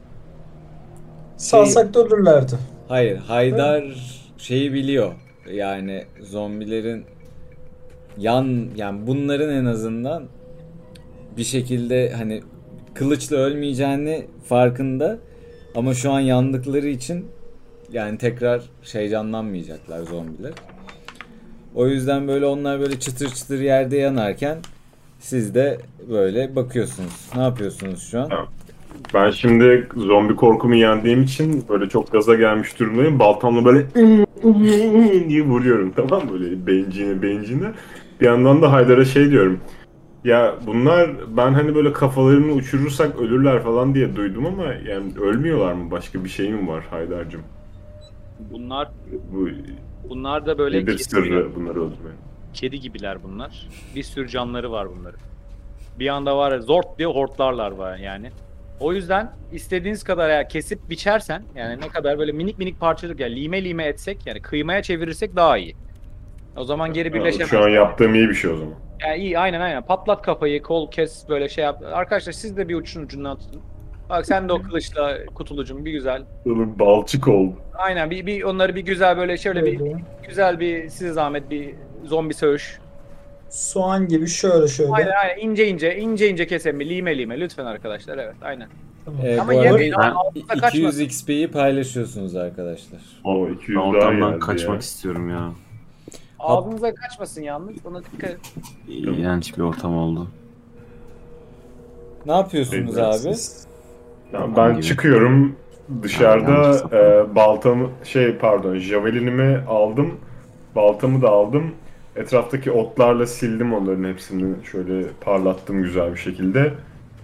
Salsak da ölürlerdi. hayır, Haydar şeyi biliyor. Yani zombilerin yan yani bunların en azından bir şekilde hani kılıçla ölmeyeceğini farkında ama şu an yandıkları için yani tekrar şey canlanmayacaklar zombiler. O yüzden böyle onlar böyle çıtır çıtır yerde yanarken siz de böyle bakıyorsunuz. Ne yapıyorsunuz şu an? Ben şimdi zombi korkumu yendiğim için böyle çok gaza gelmiş durumdayım. Baltamla böyle diye vuruyorum, tamam mı? Böyle bencine bencine. Bir yandan da Haydar'a şey diyorum. Ya bunlar ben hani böyle kafalarını uçurursak ölürler falan diye duydum ama yani ölmüyorlar mı? Başka bir şey mi var Haydar'cığım? Bunlar Bu bunlar da böyle nedir kedi, sırrı bunları öldürmeyin? kedi gibiler bunlar. Bir sürü canları var bunların. Bir anda var ya zort diye hortlarlar var yani. O yüzden istediğiniz kadar eğer kesip biçersen yani ne kadar böyle minik minik parçalık yani lime lime etsek yani kıymaya çevirirsek daha iyi. O zaman geri birleşemez. Şu an yaptığım iyi bir şey o zaman. Yani iyi aynen aynen. Patlat kafayı, kol kes böyle şey yap. Arkadaşlar siz de bir uçun ucundan tutun. Bak sen de o kılıçla kutulucum bir güzel. Oğlum balçık oldu. Aynen bir, bir onları bir güzel böyle şöyle bir Böyle. güzel bir size zahmet bir zombi söğüş. Soğan gibi şöyle şöyle. Aynen aynen ince ince ince ince keselim bir lime lime lütfen arkadaşlar evet aynen. Tamam. Ee, Ama bu arada yemeyin ben- ağzınıza iki yüz kaçmasın. X P'yi paylaşıyorsunuz arkadaşlar. O iki yüz Ben daha ortamdan geldi kaçmak ya. istiyorum ya. Ağzınıza kaçmasın yalnız ona dikkat et. İğrenç bir ortam oldu. Ne yapıyorsunuz abi? Ya ben çıkıyorum dışarıda e, baltamı şey pardon javelinimi aldım. Baltamı da aldım. Etraftaki otlarla sildim onların hepsini şöyle parlattım güzel bir şekilde.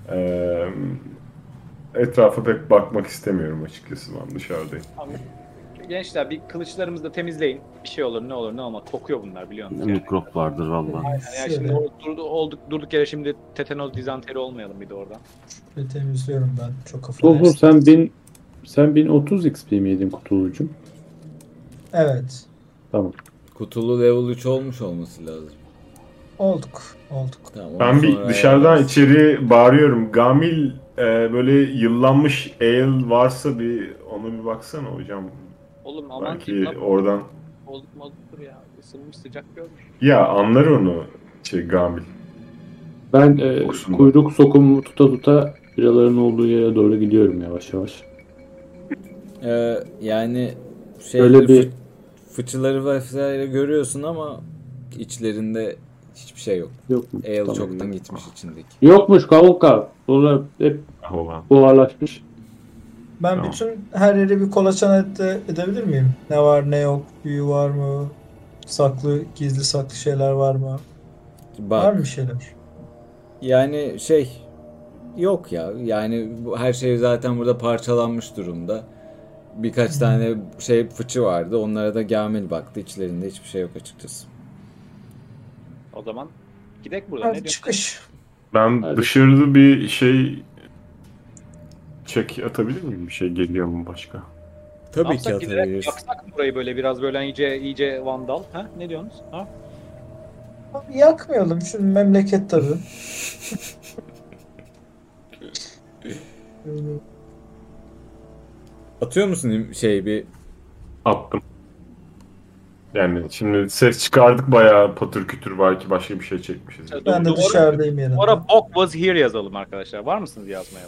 Ee, etrafa pek bakmak istemiyorum açıkçası, ben dışarıdayım. Gençler bir kılıçlarımızı da temizleyin. Bir şey olur ne olur ne olmaz. Kokuyor bunlar biliyor musunuz? Yani. Mikrop vardır valla. Aynen. Yani şimdi o- durdu, olduk, durduk yere şimdi tetanoz dizanteri olmayalım bir de oradan. Şöyle temizliyorum ben. Çok Tolga affedersin. sen bin sen bin otuz X P mi yedin kutulucum? Evet. Tamam. Kutulu level üç olmuş olması lazım. Olduk. Olduk. Tamam, onu Ben bir sonra dışarıdan ayarlarız. içeri bağırıyorum. Gamil e, böyle yıllanmış ale varsa bir ona bir baksana hocam. Oğlum aman Belki diyeyim lan. oradan. Olduk mu olduktur ya. Isınmış sıcak görmüş. Ya anlar onu şey Gamil. Ben e, Kokusunda. kuyruk sokumu tuta tuta biraların olduğu yere doğru gidiyorum yavaş yavaş. Ee, yani şey Öyle bir- fıçıları vesaire görüyorsun ama içlerinde hiçbir şey yok. Yok mu? Ale Tamam. çoktan gitmiş içindeki. Yokmuş kavukka. Bunlar hep Olan. buharlaşmış. Ben Tamam. bütün her yere bir kolaçan ede- edebilir miyim? Ne var ne yok, büyü var mı? Saklı, gizli saklı şeyler var mı? Var Bak mı bir şeyler? yani şey yok ya. Yani bu- her şey zaten burada parçalanmış durumda. Birkaç tane şey fıçı vardı. Onlara da Gamil baktı. İçlerinde hiçbir şey yok açıkçası. O zaman gidek buradan. Ne Hadi diyorsun? çıkış. Ben Hadi. dışarıda bir şey çek atabilir miyim? Bir şey geliyor mu başka? Tabii ki Yapsak giderek atabiliriz. yaksak mı burayı böyle biraz böyle iyice iyice vandal? Ha? Ne diyorsunuz? Ha? Abi yakmayalım şu memleket tabii. Atıyor musun şey bir Attım. Yani şimdi ses çıkardık bayağı patır kütür, belki başka bir şey çekmişiz. Evet. Ben de Doğru. dışarıdayım yanında. Sonra Bok was here yazalım arkadaşlar. Var mısınız yazmaya?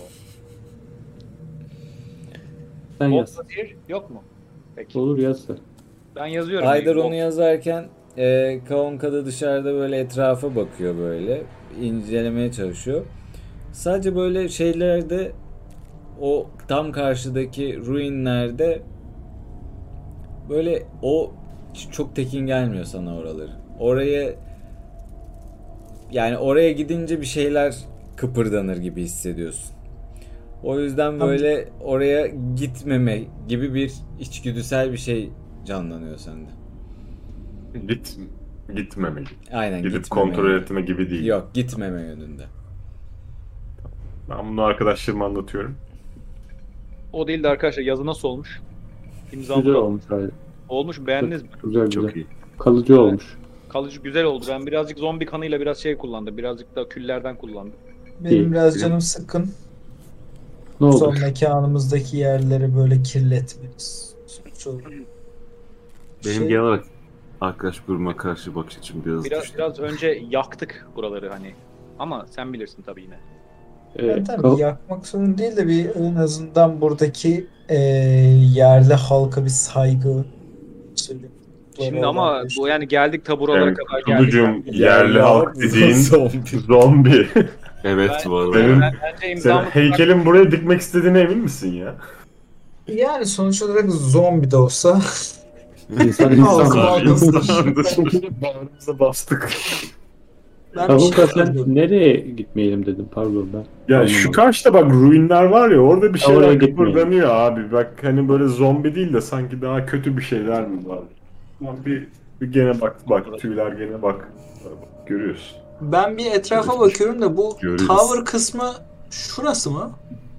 Sen Bok yaz. was here yok mu? Peki. Olur yaz sen. Ben yazıyorum. Haydar Bok- onu yazarken e, Kaonka da dışarıda böyle etrafa bakıyor böyle. İncelemeye çalışıyor. Sadece böyle şeylerde o tam karşıdaki ruinlerde böyle o ç- çok tekin gelmiyor sana oraları. Oraya yani oraya gidince bir şeyler kıpırdanır gibi hissediyorsun. O yüzden böyle oraya gitmeme gibi bir içgüdüsel bir şey canlanıyor sende. Git gitmeme gibi. Aynen Gidip gitmeme kontrol yönünde. etme gibi değil. Yok, gitmeme yönünde. Ben bunu arkadaşlarıma anlatıyorum. O değil de arkadaşlar yazı nasıl olmuş? Güzel İmzalı olmuş hayır. olmuş mu? Beğendiniz mi? Güzel güzel. Çok iyi. Kalıcı olmuş. Kalıcı güzel oldu. Ben birazcık zombi kanıyla biraz şey kullandım. Birazcık da küllerden kullandım. Benim İyi. biraz canım sıkkın. Ne Son oldu? mekanımızdaki yerleri böyle kirletmeniz. Sonuç olarak. Benim Şey- genel olarak arkadaş grubuma karşı bakış açım biraz, Biraz düştü. biraz önce yaktık buraları hani. Ama sen bilirsin tabii yine. Ee, Ben tabii kav- yakmak sorun değil de bir en azından buradaki e, yerli halka bir saygı söyleyeyim. Şimdi ama bu yani geldik ta buralara Yani kadar geldik. Tulucum, yerli halk dediğin Zombi. zombi. Evet Ben- bu arada. Benim- Ben, bence Sen imzamı heykelin buraya dikmek istediğine emin misin ya? Yani sonuç olarak zombi de olsa İnsan Halkı insan. bağlı. Bağrımıza bastık. ben bir Kavukka şey sen söylüyorum. nereye gitmeyelim dedim pardon ben. Ya Anlamadım. şu karşıda bak ruinler var ya, orada bir Oraya şeyler gitmeyelim. kıpırdanıyor abi. Bak hani böyle zombi değil de sanki daha kötü bir şeyler mi var? Lan bir, bir gene bak bak tüyler gene bak. Bak, görüyorsun. Ben bir etrafa bakıyorum da bu Görürüz. tower kısmı şurası mı?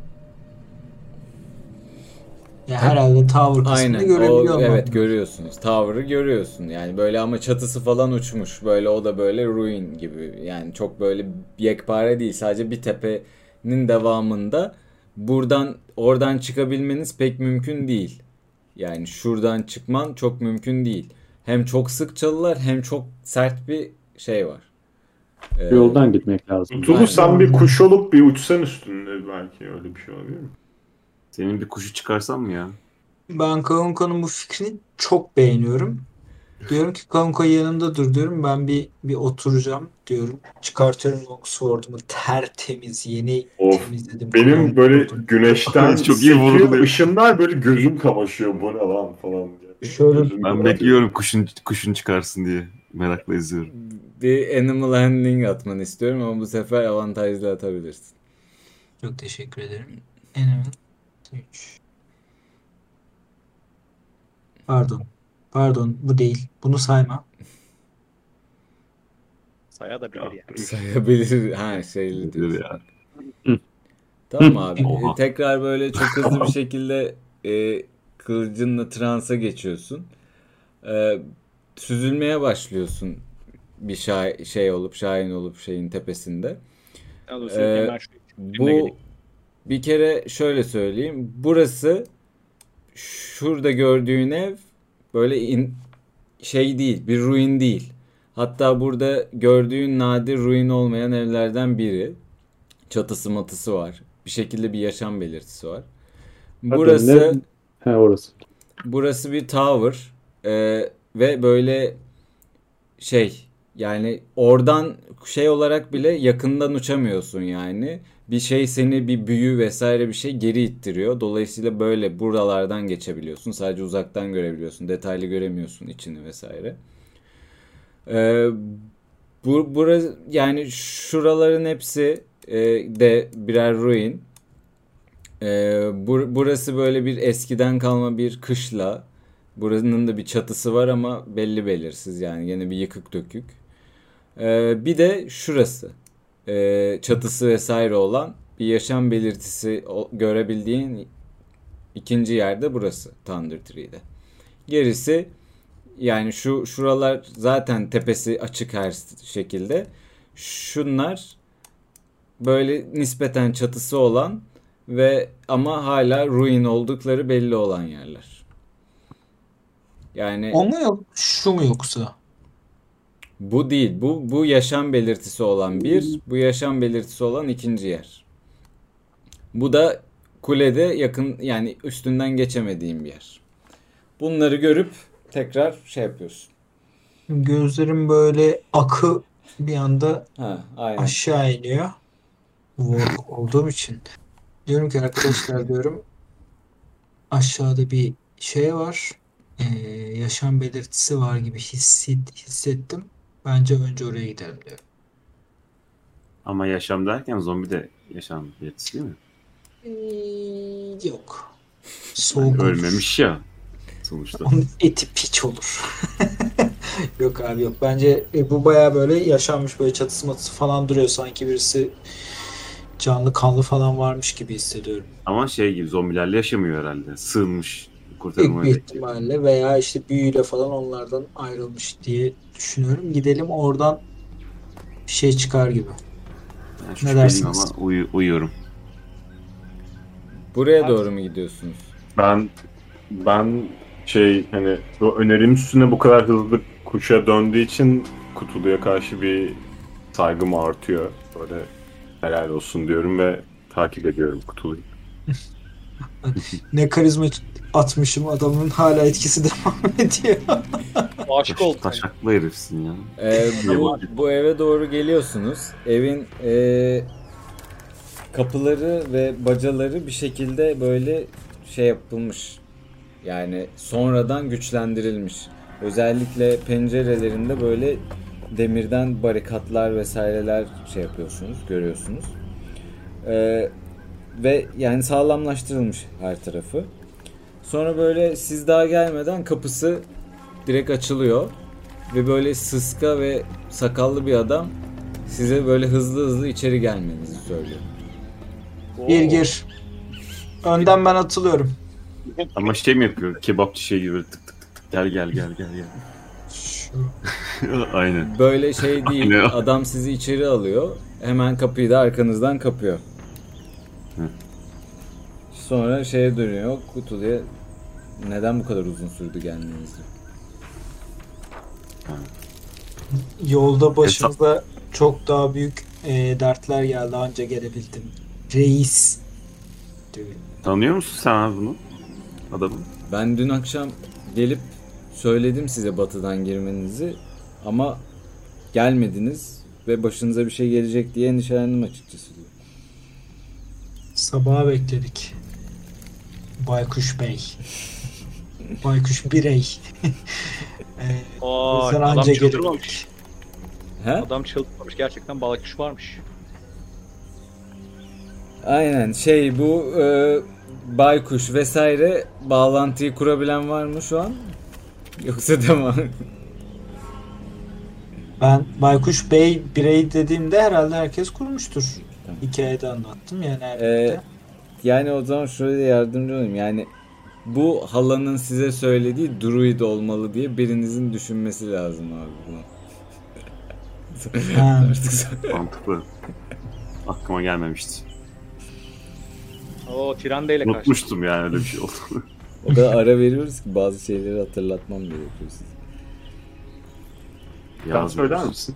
Ya herhalde tower kısmını Aynen. görebiliyorum. O, evet ben. görüyorsunuz. Tower'ı görüyorsun. Yani böyle ama çatısı falan uçmuş. Böyle o da böyle ruin gibi. Yani çok böyle yekpare değil. Sadece bir tepenin devamında. Buradan oradan çıkabilmeniz pek mümkün değil. Yani şuradan çıkman çok mümkün değil. Hem çok sık çalılar hem çok sert bir şey var. Ee, Yoldan gitmek lazım. Tulu sen bir kuş olup bir uçsan üstünde, belki öyle bir şey olabilir mi? Senin bir kuşu çıkarsam mı ya? Ben Kavunka'nın bu fikrini çok beğeniyorum. Diyorum ki Kavunka yanımda dur diyorum. Ben bir bir oturacağım diyorum. Çıkartıyorum Longsword'umu tertemiz yeni Of, temizledim. Benim kullandım. böyle güneşten Çok iyi sekiyor vurguluyor. ışınlar, böyle gözüm kamaşıyor, bu ne lan falan diye. Şöyle- Gözüm Ben kamaşıyor. bekliyorum kuşun kuşun çıkarsın diye. Merakla izliyorum. Bir animal handling atmanı istiyorum ama bu sefer avantajlı atabilirsin. Çok teşekkür ederim. Element üç. Pardon. Pardon bu değil. Bunu sayma. Saya da bilir yani. Sayabilir. Ha şeyli diyorsun. Nedir ya? Tamam abi. Oha. E, tekrar böyle çok hızlı bir şekilde e, kılıcınla transa geçiyorsun. E, süzülmeye başlıyorsun. Bir şa- şey olup şahin olup şeyin tepesinde. Daha doğrusu Ee, hemen şu Bu bir kere şöyle söyleyeyim. Burası şurada gördüğün ev böyle in- şey değil, bir ruin değil. Hatta burada gördüğün nadir ruin olmayan evlerden biri. Çatısı matısı var. Bir şekilde bir yaşam belirtisi var. Burası Ne? He orası. burası bir tower. Ee, ve böyle şey yani oradan şey olarak bile yakından uçamıyorsun yani. Bir şey seni bir büyü vesaire bir şey geri ittiriyor. Dolayısıyla böyle buralardan geçebiliyorsun. Sadece uzaktan görebiliyorsun. Detaylı göremiyorsun içini vesaire. Ee, bu burası yani şuraların hepsi e, de birer ruin. Ee, bur- burası böyle bir eskiden kalma bir kışla. Buranın da bir çatısı var ama belli belirsiz yani gene bir yıkık dökük. Ee, bir de şurası. Ee, çatısı vesaire olan bir yaşam belirtisi o- görebildiğin ikinci yerde burası Thunder Tree'de. Gerisi yani şu şuralar zaten tepesi açık her şekilde. Şunlar böyle nispeten çatısı olan ve ama hala ruin oldukları belli olan yerler. Yani O mu yok? Şu mu yoksa? bu değil. Bu bu yaşam belirtisi olan bir, bu yaşam belirtisi olan ikinci yer. Bu da kulede yakın yani üstünden geçemediğim bir yer. Bunları görüp tekrar şey yapıyorsun. Gözlerim böyle akı bir anda Ha, aynen. aşağı iniyor. Warlock olduğum için. Diyorum ki arkadaşlar diyorum aşağıda bir şey var. Ee, yaşam belirtisi var gibi hisset, hissettim. Bence önce oraya gidelim diyorum. Ama yaşam derken zombi de yaşam belirtisi değil mi? Ee, yok. Yani Soğuk olur. ölmemiş ya sonuçta. Onun eti piç olur. Yok abi yok. Bence e, bu baya böyle yaşanmış böyle çatısı matısı falan duruyor. Sanki birisi canlı kanlı falan varmış gibi hissediyorum. Ama şey gibi zombilerle yaşamıyor herhalde. Sığınmış. Büyük Kurtarılmaya bir bekliyor. ihtimalle veya işte büyüyle falan onlardan ayrılmış diye düşünüyorum. Gidelim oradan bir şey çıkar gibi. Yani Ne şüpheliyim dersiniz? ama uyu- uyuyorum. Buraya doğru mu gidiyorsunuz? Ben ben şey hani bu önerim üstüne bu kadar hızlı kuşa döndüğü için Kutulu'ya karşı bir saygım artıyor. Böyle helal olsun diyorum ve takip ediyorum Kutulu'yu. Ne karizma atmışım adamın hala etkisi devam ediyor. Aşık oldum. Taşaklı herifsin ya. Ee, bu, Yabancı. bu eve doğru geliyorsunuz. Evin e, kapıları ve bacaları bir şekilde böyle şey yapılmış. Yani sonradan güçlendirilmiş. Özellikle pencerelerinde böyle demirden barikatlar vesaireler şey yapıyorsunuz, görüyorsunuz. Ee, ve yani sağlamlaştırılmış her tarafı. Sonra böyle siz daha gelmeden kapısı direkt açılıyor. Ve böyle sıska ve sakallı bir adam size böyle hızlı hızlı içeri gelmenizi söylüyor. Gir gir. Önden ben atılıyorum. Ama şey mi yapıyor? Kebapçı şey gibi tık tık tık tık. Gel gel gel gel gel. Şu. Aynen. Böyle şey değil. Aynen. Adam sizi içeri alıyor. Hemen kapıyı da arkanızdan kapıyor. Hı. Sonra şeye dönüyor. Kutuluya neden bu kadar uzun sürdü gelmeniz diyor. Yolda başımıza çok daha büyük e, dertler geldi anca gelebildim. Reis. Diyor. Tanıyor musun sen abi bunu? Adamı. Ben dün akşam gelip söyledim size batıdan girmenizi ama gelmediniz ve başınıza bir şey gelecek diye endişelendim açıkçası diyor. Sabaha bekledik. Baykuş Bey. Baykuş Birey. e, o Aa, yüzden adam anca çıldırmamış. gelebildik. He? Adam çıldırmamış. Gerçekten balıkçı varmış. Aynen şey bu e, baykuş vesaire bağlantıyı kurabilen var mı şu an? Yoksa tamam. Ben Baykuş Bey birey dediğimde herhalde herkes kurmuştur. Hikayede anlattım yani elbette. Ee, yani o zaman şöyle yardımcı olayım. Yani bu halanın size söylediği druid olmalı diye birinizin düşünmesi lazım abi bunu. Ha. Mantıklı. Aklıma gelmemişti. O Tirande ile karşı. Unutmuştum yani öyle bir şey oldu. O kadar ara veriyoruz ki bazı şeyleri hatırlatmam gerekiyor size. Sen söyler misin?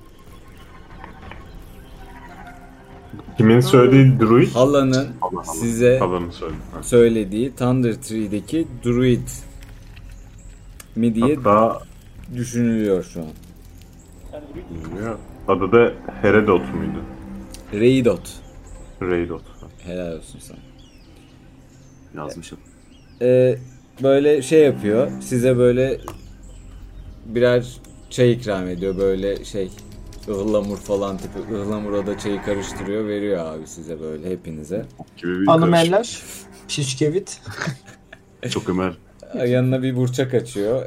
Kimin söylediği druid? Halanın Allah Allah. size Halanın söyledi. Ha. söylediği Thunder Tree'deki druid mi diye Hatta düşünülüyor şu an. bilmiyorum. Adı da Heredot muydu? Reidot. Reidot. Helal olsun sana. Yazmışım. Ee, böyle şey yapıyor. Size böyle birer çay ikram ediyor. Böyle şey ıhlamur falan tipi. Ihlamura da çayı karıştırıyor. Veriyor abi size böyle hepinize. Gibi bir Hanım karışık. eller. Şişkevit. Çok Ömer. Yanına bir burçak açıyor.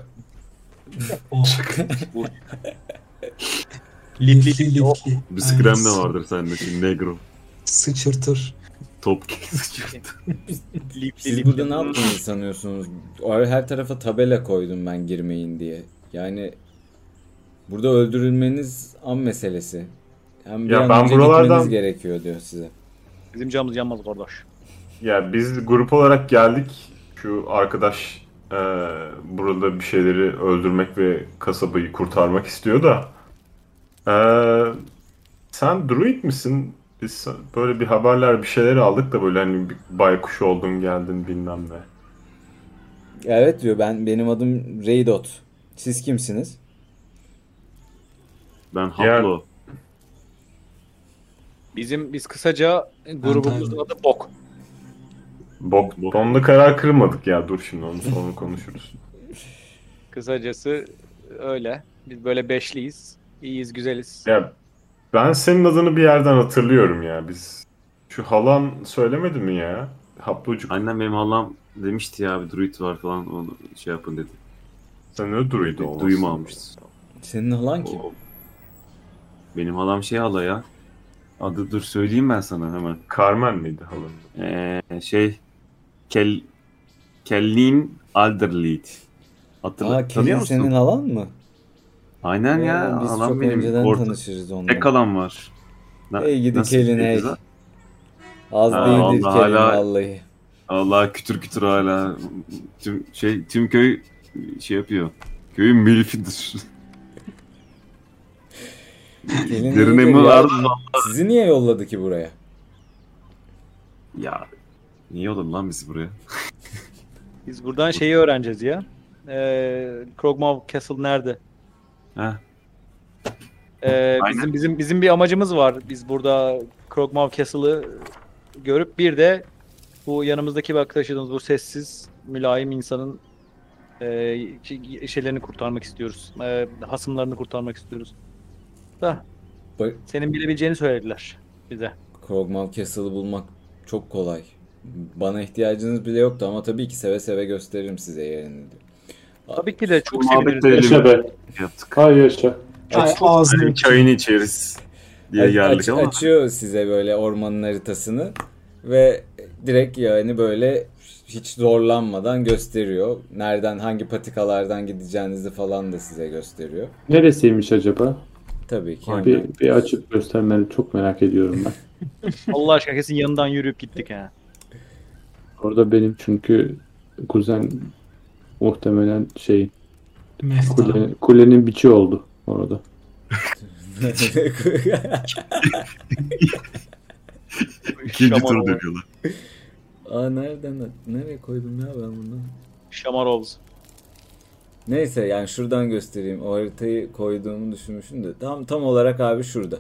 Lifli lifli. Bisikrem de vardır sende şimdi negro. Sıçırtır. Top sıçırtı. Siz burada ne yaptığınızı sanıyorsunuz? Her tarafa tabela koydum ben girmeyin diye. Yani burada öldürülmeniz an meselesi. Hem bir Ya an ben önce buralardan- gitmeniz gerekiyor diyor size. Bizim camımız yanmaz kardeş. Ya biz grup olarak geldik. Şu arkadaş e, burada bir şeyleri öldürmek ve kasabayı kurtarmak istiyor da. E, sen druid misin? Biz böyle bir haberler bir şeyler aldık da böyle hani bir baykuş oldun geldin bilmem ne. Evet diyor ben benim adım Reidot. Siz kimsiniz? Ben Haplo. Bizim biz kısaca grubumuzun adı Bok. Bok, onunla karar kırmadık ya dur şimdi onu sonra konuşuruz. Kısacası öyle. Biz böyle beşliyiz. İyiyiz, güzeliz. Ya ben senin adını bir yerden hatırlıyorum ya biz. Şu halan söylemedi mi ya? Haplucuk. Annem benim halam demişti ya bir druid var falan onu şey yapın dedi. Sen ne druid olmasın? Duyum almıştı. Senin halan kim? O- Benim halam şey hala ya. Adı dur söyleyeyim ben sana hemen. Carmen miydi halanın? Ee, şey Kel Kellin Alderlead. Hatırla, Aa, tanıyor Kelin musun? senin halan mı? Aynen ya. Ya, biz halam çok benim. önceden Orta, tanışırız onunla. tek halam var. Na- Hey gidi nasıl bir Kelin şey hey. kız ha? Az Ha, değildir vallahi Kelin hala- vallahi. Allah kütür kütür hala. Tüm şey tüm köy şey yapıyor. Köyün milfidir. Kelin Derine iyidir mi ya. vardı? Sizi niye yolladı ki buraya? Ya niye yolladın lan bizi buraya? Biz buradan şeyi öğreneceğiz ya. Ee, Krogmaw Castle nerede? Heh. Ee, Aynen. bizim bizim bizim bir amacımız var. Biz burada Krogmaw Castle'ı görüp bir de bu yanımızdaki bir arkadaşımız bu sessiz, mülayim insanın e, şey- şeylerini kurtarmak istiyoruz. E, hasımlarını kurtarmak istiyoruz. Da Bak, senin bilebileceğini söylediler bize. Krogmaw Castle'ı bulmak çok kolay. Bana ihtiyacınız bile yoktu ama tabii ki seve seve gösteririm size yerini diyor. Tabii ki de çok Muhabbet seviniriz. edelim. Yaşa be. Yaptık. Hay yaşa. Ay, ağzını Hani çayını içeriz diye Aç- geldik aç- ama. Açıyor size böyle ormanın haritasını ve direkt yani böyle hiç zorlanmadan gösteriyor. Nereden hangi patikalardan gideceğinizi falan da size gösteriyor. Neresiymiş acaba? Tabii ki. Bir, bir açıp göstermeni çok merak ediyorum ben. Allah aşkına kesin yanından yürüyüp gittik ha. Orada benim çünkü kuzen muhtemelen şey Mehta. kule, kulenin biçi oldu orada. İkinci tur Şamarov. dönüyorlar. Aa nereden nereye koydum ya ben bunu? Şamarovs. Neyse yani şuradan göstereyim. O haritayı koyduğumu düşünmüşüm de. Tam tam olarak abi şurada.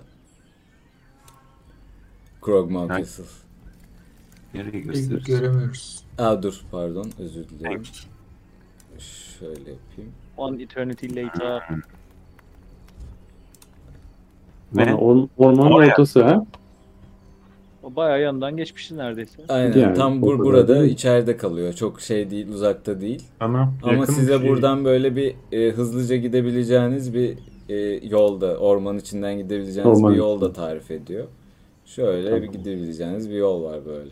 Krogmaw Ha. Castle. Nereye gösteririz? Göremiyoruz. Aa dur pardon özür dilerim. Şöyle yapayım. One eternity later. Ne? Ana, or- ormanın Oraya. ortası ha? O bayağı yanından geçmişti neredeyse. Aynen Yani tam o bur kadar burada değil. içeride kalıyor. Çok şey değil, uzakta değil. Tamam. Ama yakın size bir şey. buradan böyle bir e, hızlıca gidebileceğiniz bir e, yolda, orman içinden gidebileceğiniz Orman bir yol da içinden. tarif ediyor. Şöyle Tamam. bir gidebileceğiniz bir yol var böyle.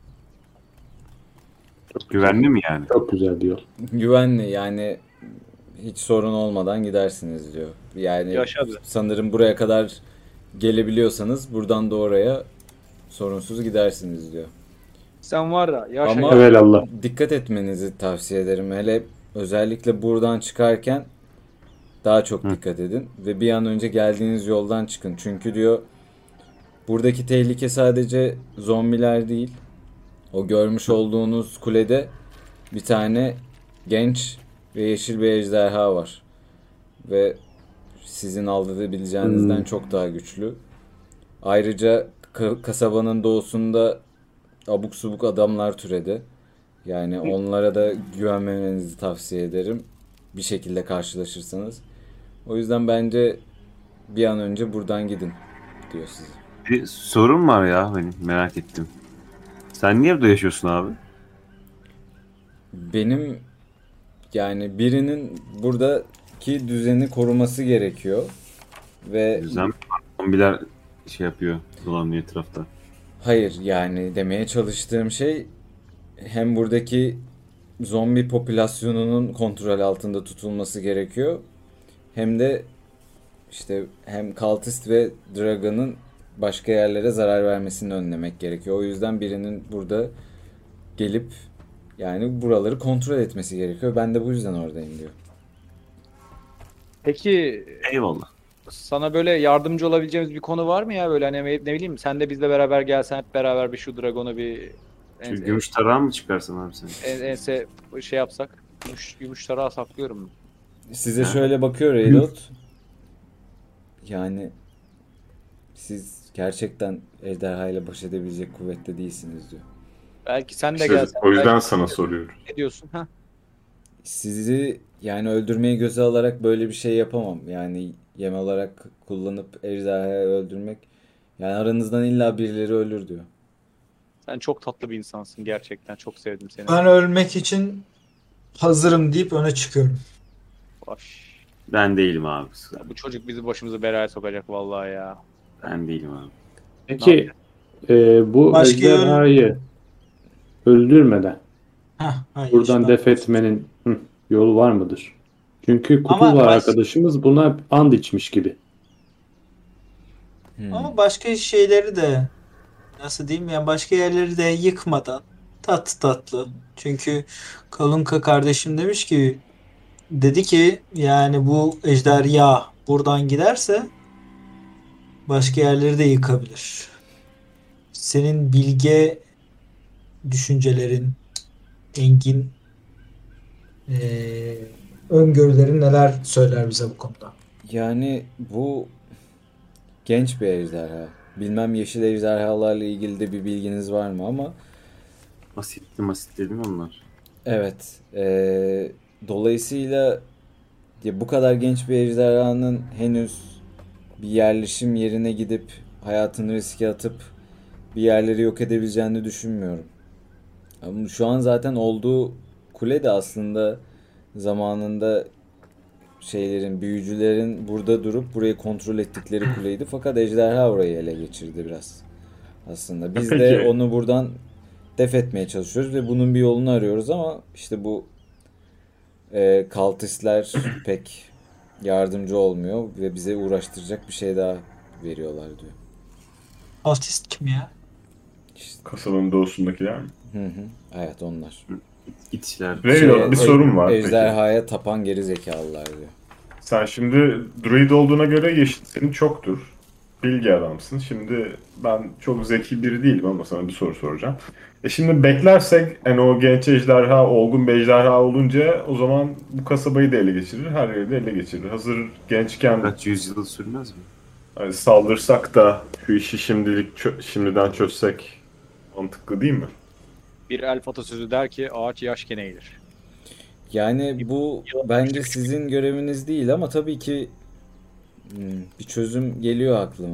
Güvenli mi yani? Çok güzel bir yol. Güvenli yani hiç sorun olmadan gidersiniz diyor. Yani Yaşa be. sanırım buraya kadar gelebiliyorsanız buradan da oraya sorunsuz gidersiniz diyor. Sen var ya yaşa Ama ya. Evelallah. dikkat etmenizi tavsiye ederim. Hele özellikle buradan çıkarken daha çok Hı. dikkat edin. Ve bir an önce geldiğiniz yoldan çıkın. Çünkü diyor buradaki tehlike sadece zombiler değil. O görmüş olduğunuz kulede bir tane genç ve yeşil bir ejderha var. Ve sizin aldayabileceğinizden Hmm. çok daha güçlü. Ayrıca ka- kasabanın doğusunda abuk subuk adamlar türedi. Yani onlara da güvenmemenizi tavsiye ederim. Bir şekilde karşılaşırsanız. O yüzden bence bir an önce buradan gidin diyor size. Bir sorun var ya benim merak ettim. Sen niye burada yaşıyorsun abi? Benim yani birinin buradaki düzeni koruması gerekiyor. Ve Düzen zombiler şey yapıyor, dolanıyor etrafta. hayır yani demeye çalıştığım şey hem buradaki zombi popülasyonunun kontrol altında tutulması gerekiyor. Hem de işte hem Cultist ve Dragon'ın başka yerlere zarar vermesini önlemek gerekiyor. O yüzden birinin burada gelip yani buraları kontrol etmesi gerekiyor. Ben de bu yüzden oradayım diyor. Peki Eyvallah. sana böyle yardımcı olabileceğimiz bir konu var mı ya? Böyle hani ne bileyim sen de bizle beraber gelsen hep beraber bir şu Dragon'u bir Şu ense, gümüş tarağı mı çıkarsın abi sen? en- ense şey yapsak. Gümüş, gümüş tarağı saklıyorum. Size Ha. şöyle bakıyor Reylot. Yani siz gerçekten ejderha ile baş edebilecek kuvvette değilsiniz diyor. Belki sen de İşte gelsen. o yüzden belki- sana soruyorum. Ne diyorsun? Ha? Sizi yani öldürmeyi göze alarak böyle bir şey yapamam. Yani yem olarak kullanıp ejderhayı öldürmek. Yani aranızdan illa birileri ölür diyor. Sen çok tatlı bir insansın gerçekten. Çok sevdim seni. Ben ölmek için hazırım deyip öne çıkıyorum. Baş. Ben değilim abi. Ya bu çocuk bizi başımıza belaya sokacak vallahi ya. Ben değilim abi. Peki e, bu Başka yol- ejderhayı öldürmeden Heh, hayır, buradan işte. def etmenin hı, yolu var mıdır? Çünkü Ama Kutulva baş- arkadaşımız buna and içmiş gibi. Hmm. Ama başka şeyleri de nasıl diyeyim yani başka yerleri de yıkmadan tatlı tatlı. Çünkü Kalunka kardeşim demiş ki dedi ki yani bu ejderha buradan giderse başka yerleri de yıkabilir. Senin bilge düşüncelerin, engin eee öngörülerin neler söyler bize bu konuda? Yani bu genç bir ejderha. Bilmem yeşil ejderhalarla ilgili de bir bilginiz var mı ama Asitli masitli değil mi onlar? evet. eee, dolayısıyla ya bu kadar genç bir ejderhanın henüz bir yerleşim yerine gidip hayatını riske atıp bir yerleri yok edebileceğini düşünmüyorum. Ama şu an zaten olduğu kule de aslında zamanında şeylerin, büyücülerin burada durup burayı kontrol ettikleri kuleydi. Fakat ejderha orayı ele geçirdi biraz aslında. Biz de Peki. onu buradan def etmeye çalışıyoruz ve bunun bir yolunu arıyoruz ama işte bu e, kaltistler pek yardımcı olmuyor ve bize uğraştıracak bir şey daha veriyorlar diyor. Autist kim ya? İşte, Kasabanın doğusundakiler mi? hı hı, evet onlar. İtişler. Reylot Şey, bir e- sorun var peki. Ejderhaya tapan geri zekalılar diyor. Sen şimdi druid olduğuna göre yeşil senin çoktur. Bilgi adamsın. Şimdi ben çok zeki biri değilim ama sana bir soru soracağım. E şimdi beklersek yani o genç ejderha, olgun bir ejderha olunca o zaman bu kasabayı da ele geçirir, her yeri de ele geçirir. Hazır gençken Kaç yüzyıl sürmez mi? hani saldırsak da şu işi şimdilik çö- şimdiden çözsek mantıklı değil mi? Bir elf atasözü der ki ağaç yaşken eğilir. Yani bu bence sizin göreviniz değil ama tabii ki hmm, bir çözüm geliyor aklıma.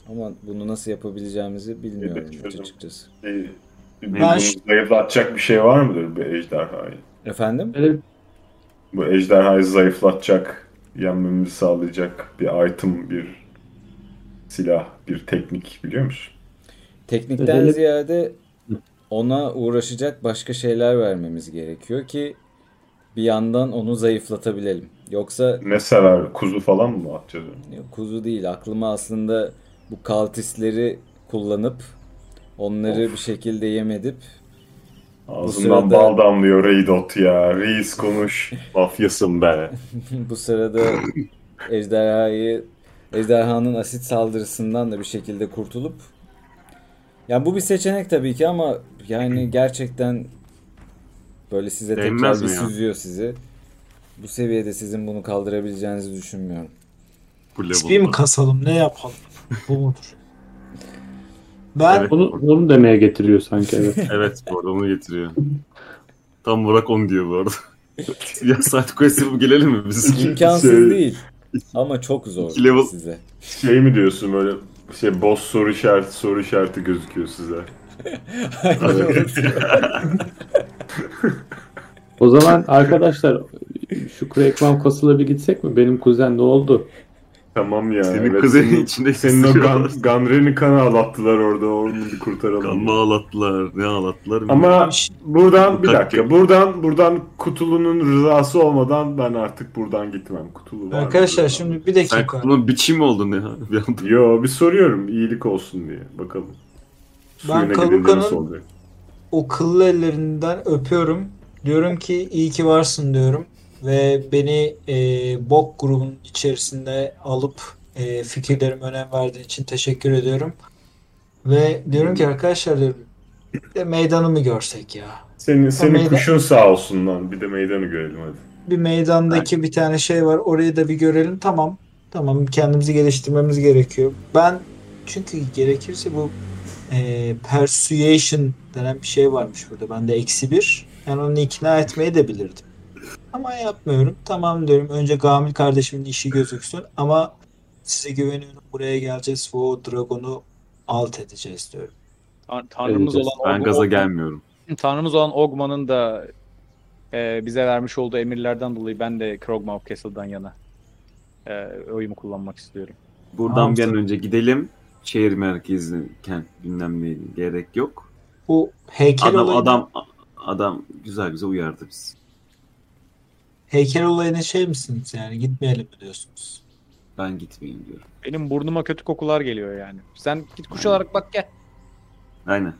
Ama bunu nasıl yapabileceğimizi bilmiyorum Evet, çözüm. açıkçası. Bir, bir Ben bunu şu- zayıflatacak bir şey var mıdır bu ejderhayı? Efendim? Böyle Bu ejderhayı zayıflatacak, yenmemizi sağlayacak bir item, bir silah, bir teknik biliyor musun? Teknikten Hele- ziyade ona uğraşacak başka şeyler vermemiz gerekiyor ki bir yandan onu zayıflatabilelim. Yoksa Ne sever? Kuzu falan mı atacağız? onu? kuzu değil, aklıma aslında bu kaltistleri kullanıp onları Of. bir şekilde yem edip Ağzından sırada- bal damlıyor Reydot ya. Reis konuş. Mafyasın be. bu sırada ejderhayı ejderhanın asit saldırısından da bir şekilde kurtulup, yani bu bir seçenek tabii ki ama yani gerçekten böyle size tekrar Değmez bir mi ya? süzüyor sizi. Bu seviyede sizin bunu kaldırabileceğinizi düşünmüyorum. Bu X P mi level'da. kasalım, ne yapalım? Bu mudur? Ben Evet. onu, onu demeye getiriyor sanki. Evet. Evet, bu arada onu getiriyor. Tam Burak on diyor bu arada. Ya saat quest yapıp gelelim mi biz? İmkansız Şey- değil ama çok zor İki level- size. Şey mi diyorsun böyle şey boss soru işareti soru işareti gözüküyor size. O zaman arkadaşlar şu Crackmouth Castle'a bir gitsek mi? Benim kuzen ne oldu? Tamam ya. Senin evet, kuzenin senin- içinde Senin o hissediyorlar. Gan, Ganren'i kanı ağlattılar orada. Onu bir kurtaralım. Kanma ağlattılar. Ne ağlattılar? Ama buradan bir Kalk- dakika. Buradan buradan Kutulu'nun rızası olmadan ben artık buradan gitmem. Kutulu var mı? arkadaşlar şimdi bir Sen dakika. bunun biçim mi oldun ya? Bir anda. Yo bir soruyorum iyilik olsun diye. Bakalım. Suyuna gidince Kaluka'nın- nasıl olacak? O kıllı ellerinden öpüyorum. Diyorum ki iyi ki varsın diyorum. Ve beni e, bok grubunun içerisinde alıp e, fikirlerime önem verdiğin için teşekkür ediyorum. Ve diyorum ki arkadaşlar diyorum, bir de meydanı mı görsek ya? Senin, senin meydan- kuşun sağ olsun lan. Bir de meydanı görelim hadi. Bir meydandaki bir tane şey var. Orayı da bir görelim. Tamam. Tamam. Kendimizi geliştirmemiz gerekiyor. Ben çünkü gerekirse bu e, persuasion denen bir şey varmış burada. Ben de eksi bir. Yani onu ikna etmeyi de bilirdim. Ama yapmıyorum. Tamam diyorum. Önce Gamil kardeşimin işi gözüksün. Ama size güveniyorum. Buraya geleceğiz ve o dragonu alt edeceğiz diyorum. Tan- Tanrımız Edeceğiz. olan Ben Og- gaza Og- gelmiyorum. Tanrımız olan Ogma'nın da e, bize vermiş olduğu emirlerden dolayı ben de Krogmaw Castle'dan yana e, oyumu kullanmak istiyorum. Buradan Tamam, bir an tabii. önce gidelim. Şehir merkezine, kent bilmem ne gerek yok. Bu heykel Adam olayını, adam adam güzel güzel uyardı biz. heykel olayına şey misiniz yani? Gitmeyelim mi diyorsunuz? Ben gitmeyeyim diyorum. Benim burnuma kötü kokular geliyor yani. Sen git kuş olarak bak gel. Aynen.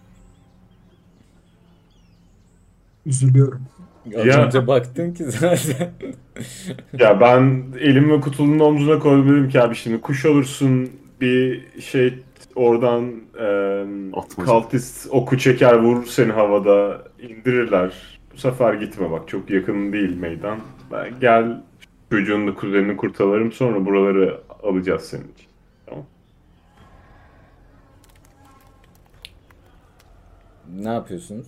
Üzülüyorum. Az Ya- önce baktın ki zaten. Ya ben elimi Kutulu'nun omzuna koydum dedim ki abi şimdi kuş olursun bir şey oradan e, Atmaca. kaltist oku çeker vurur seni havada indirirler. Bu sefer gitme bak çok yakın değil meydan. Ben gel çocuğun da kuzenini kurtaralım sonra buraları alacağız senin için. Tamam. Ne yapıyorsunuz?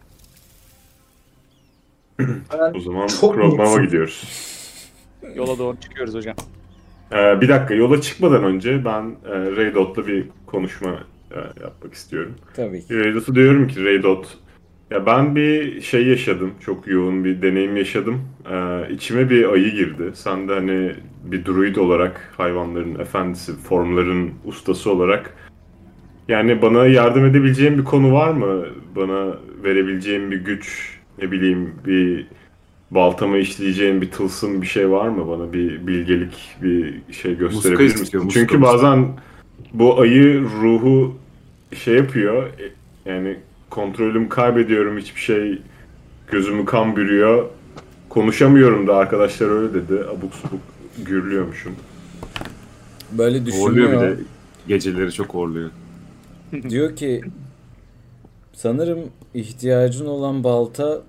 Ben O zaman Çok Krogmaw'a mutsuz. gidiyoruz. Yola doğru çıkıyoruz hocam. Ee, bir dakika yola çıkmadan önce ben e, Reydot'la bir konuşma e, yapmak istiyorum. Tabii ki. Reydot'a diyorum ki Reydot ya ben bir şey yaşadım. Çok yoğun bir deneyim yaşadım. Ee, içime bir ayı girdi. Sen de hani bir druid olarak hayvanların efendisi, formların ustası olarak yani bana yardım edebileceğin bir konu var mı? Bana verebileceğin bir güç, ne bileyim bir baltama işleyeceğin bir tılsım bir şey var mı? Bana bir bilgelik, bir şey gösterebilir misin? istiyor, muska, Çünkü muska. bazen bu ayı ruhu şey yapıyor. e, Yani kontrolümü kaybediyorum. Hiçbir şey gözümü kan bürüyor. Konuşamıyorum da arkadaşlar öyle dedi. Abuk subuk gürlüyormuşum. Böyle Horluyor bir düşünüyor. de. Geceleri çok horluyor. Diyor ki sanırım ihtiyacın olan balta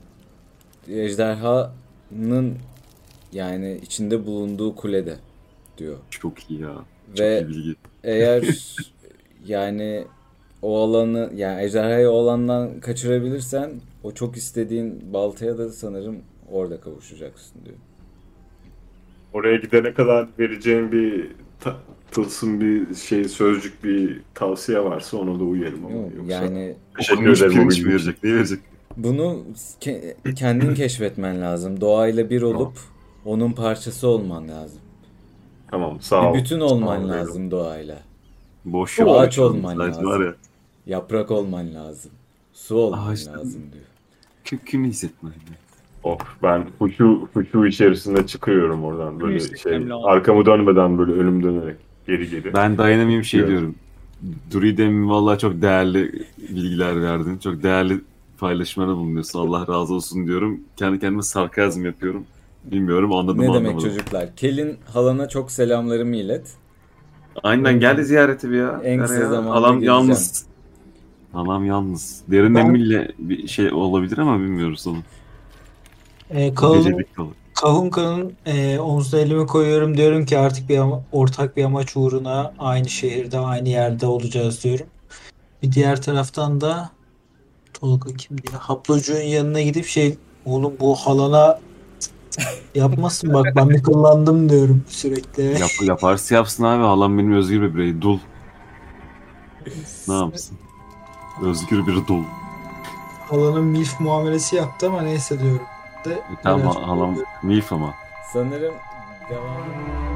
ejderhanın yani içinde bulunduğu kulede diyor. Çok iyi ya. Çok Ve iyi bilgi. eğer yani o alanı yani ejderhayı o alandan kaçırabilirsen o çok istediğin baltaya da sanırım orada kavuşacaksın diyor. Oraya gidene kadar vereceğim bir ta- tılsım bir şey, sözcük, bir tavsiye varsa ona da uyarım ama. Yok, Yoksa yani teşekkür Okunmuş ederim o pirinç bilgi mi için. verecek? Ne verecek? bunu ke- kendin keşfetmen lazım. Doğayla bir olup onun parçası olman lazım. Tamam, sağ ol. Bir bütün Sağ olman ol, lazım doğayla. Boş Ağaç yapıyor şu an. olman Sadece lazım. var ya. Yaprak olman lazım. Su olman Ağaçtan- lazım diyor. Kim, kimi hissetmem? Oh, ben huşu, huşu içerisinde çıkıyorum oradan böyle Yüksek şey, önemli olan. arkamı dönmeden böyle önüm dönerek geri geri. Ben dayanamayayım şey Evet. diyorum. Druid'em vallahi çok değerli bilgiler verdin. Çok değerli paylaşımlarda bulunuyorsun. Allah razı olsun diyorum. Kendi kendime sarkazm yapıyorum. Bilmiyorum anladım Ne mı demek anlamadım. çocuklar? Kelin halana çok selamlarımı ilet. Aynen geldi ziyarete bir ya. En kısa Yani ya, zamanda Halam geleceğim. yalnız. Halam yalnız. Derin Ben- emirle bir şey olabilir ama bilmiyoruz onu. E, Bu Kahun, gecelik kalır. Kahunka'nın e, omzuna elimi koyuyorum. Diyorum ki artık bir ama- ortak bir amaç uğruna aynı şehirde, aynı yerde olacağız diyorum. Bir diğer taraftan da Tolga kimdi ya? Haplocuğun yanına gidip şey oğlum bu halana yapmasın bak ben bir kullandım diyorum sürekli. Yap, yaparsa yapsın abi. Halam benim özgür bir birey. Dul. Ne yapsın? Özgür bir dul. Halanın milf muamelesi yaptı ama neyse diyorum. De, E, tamam birazcık- halam milf ama. Sanırım devamı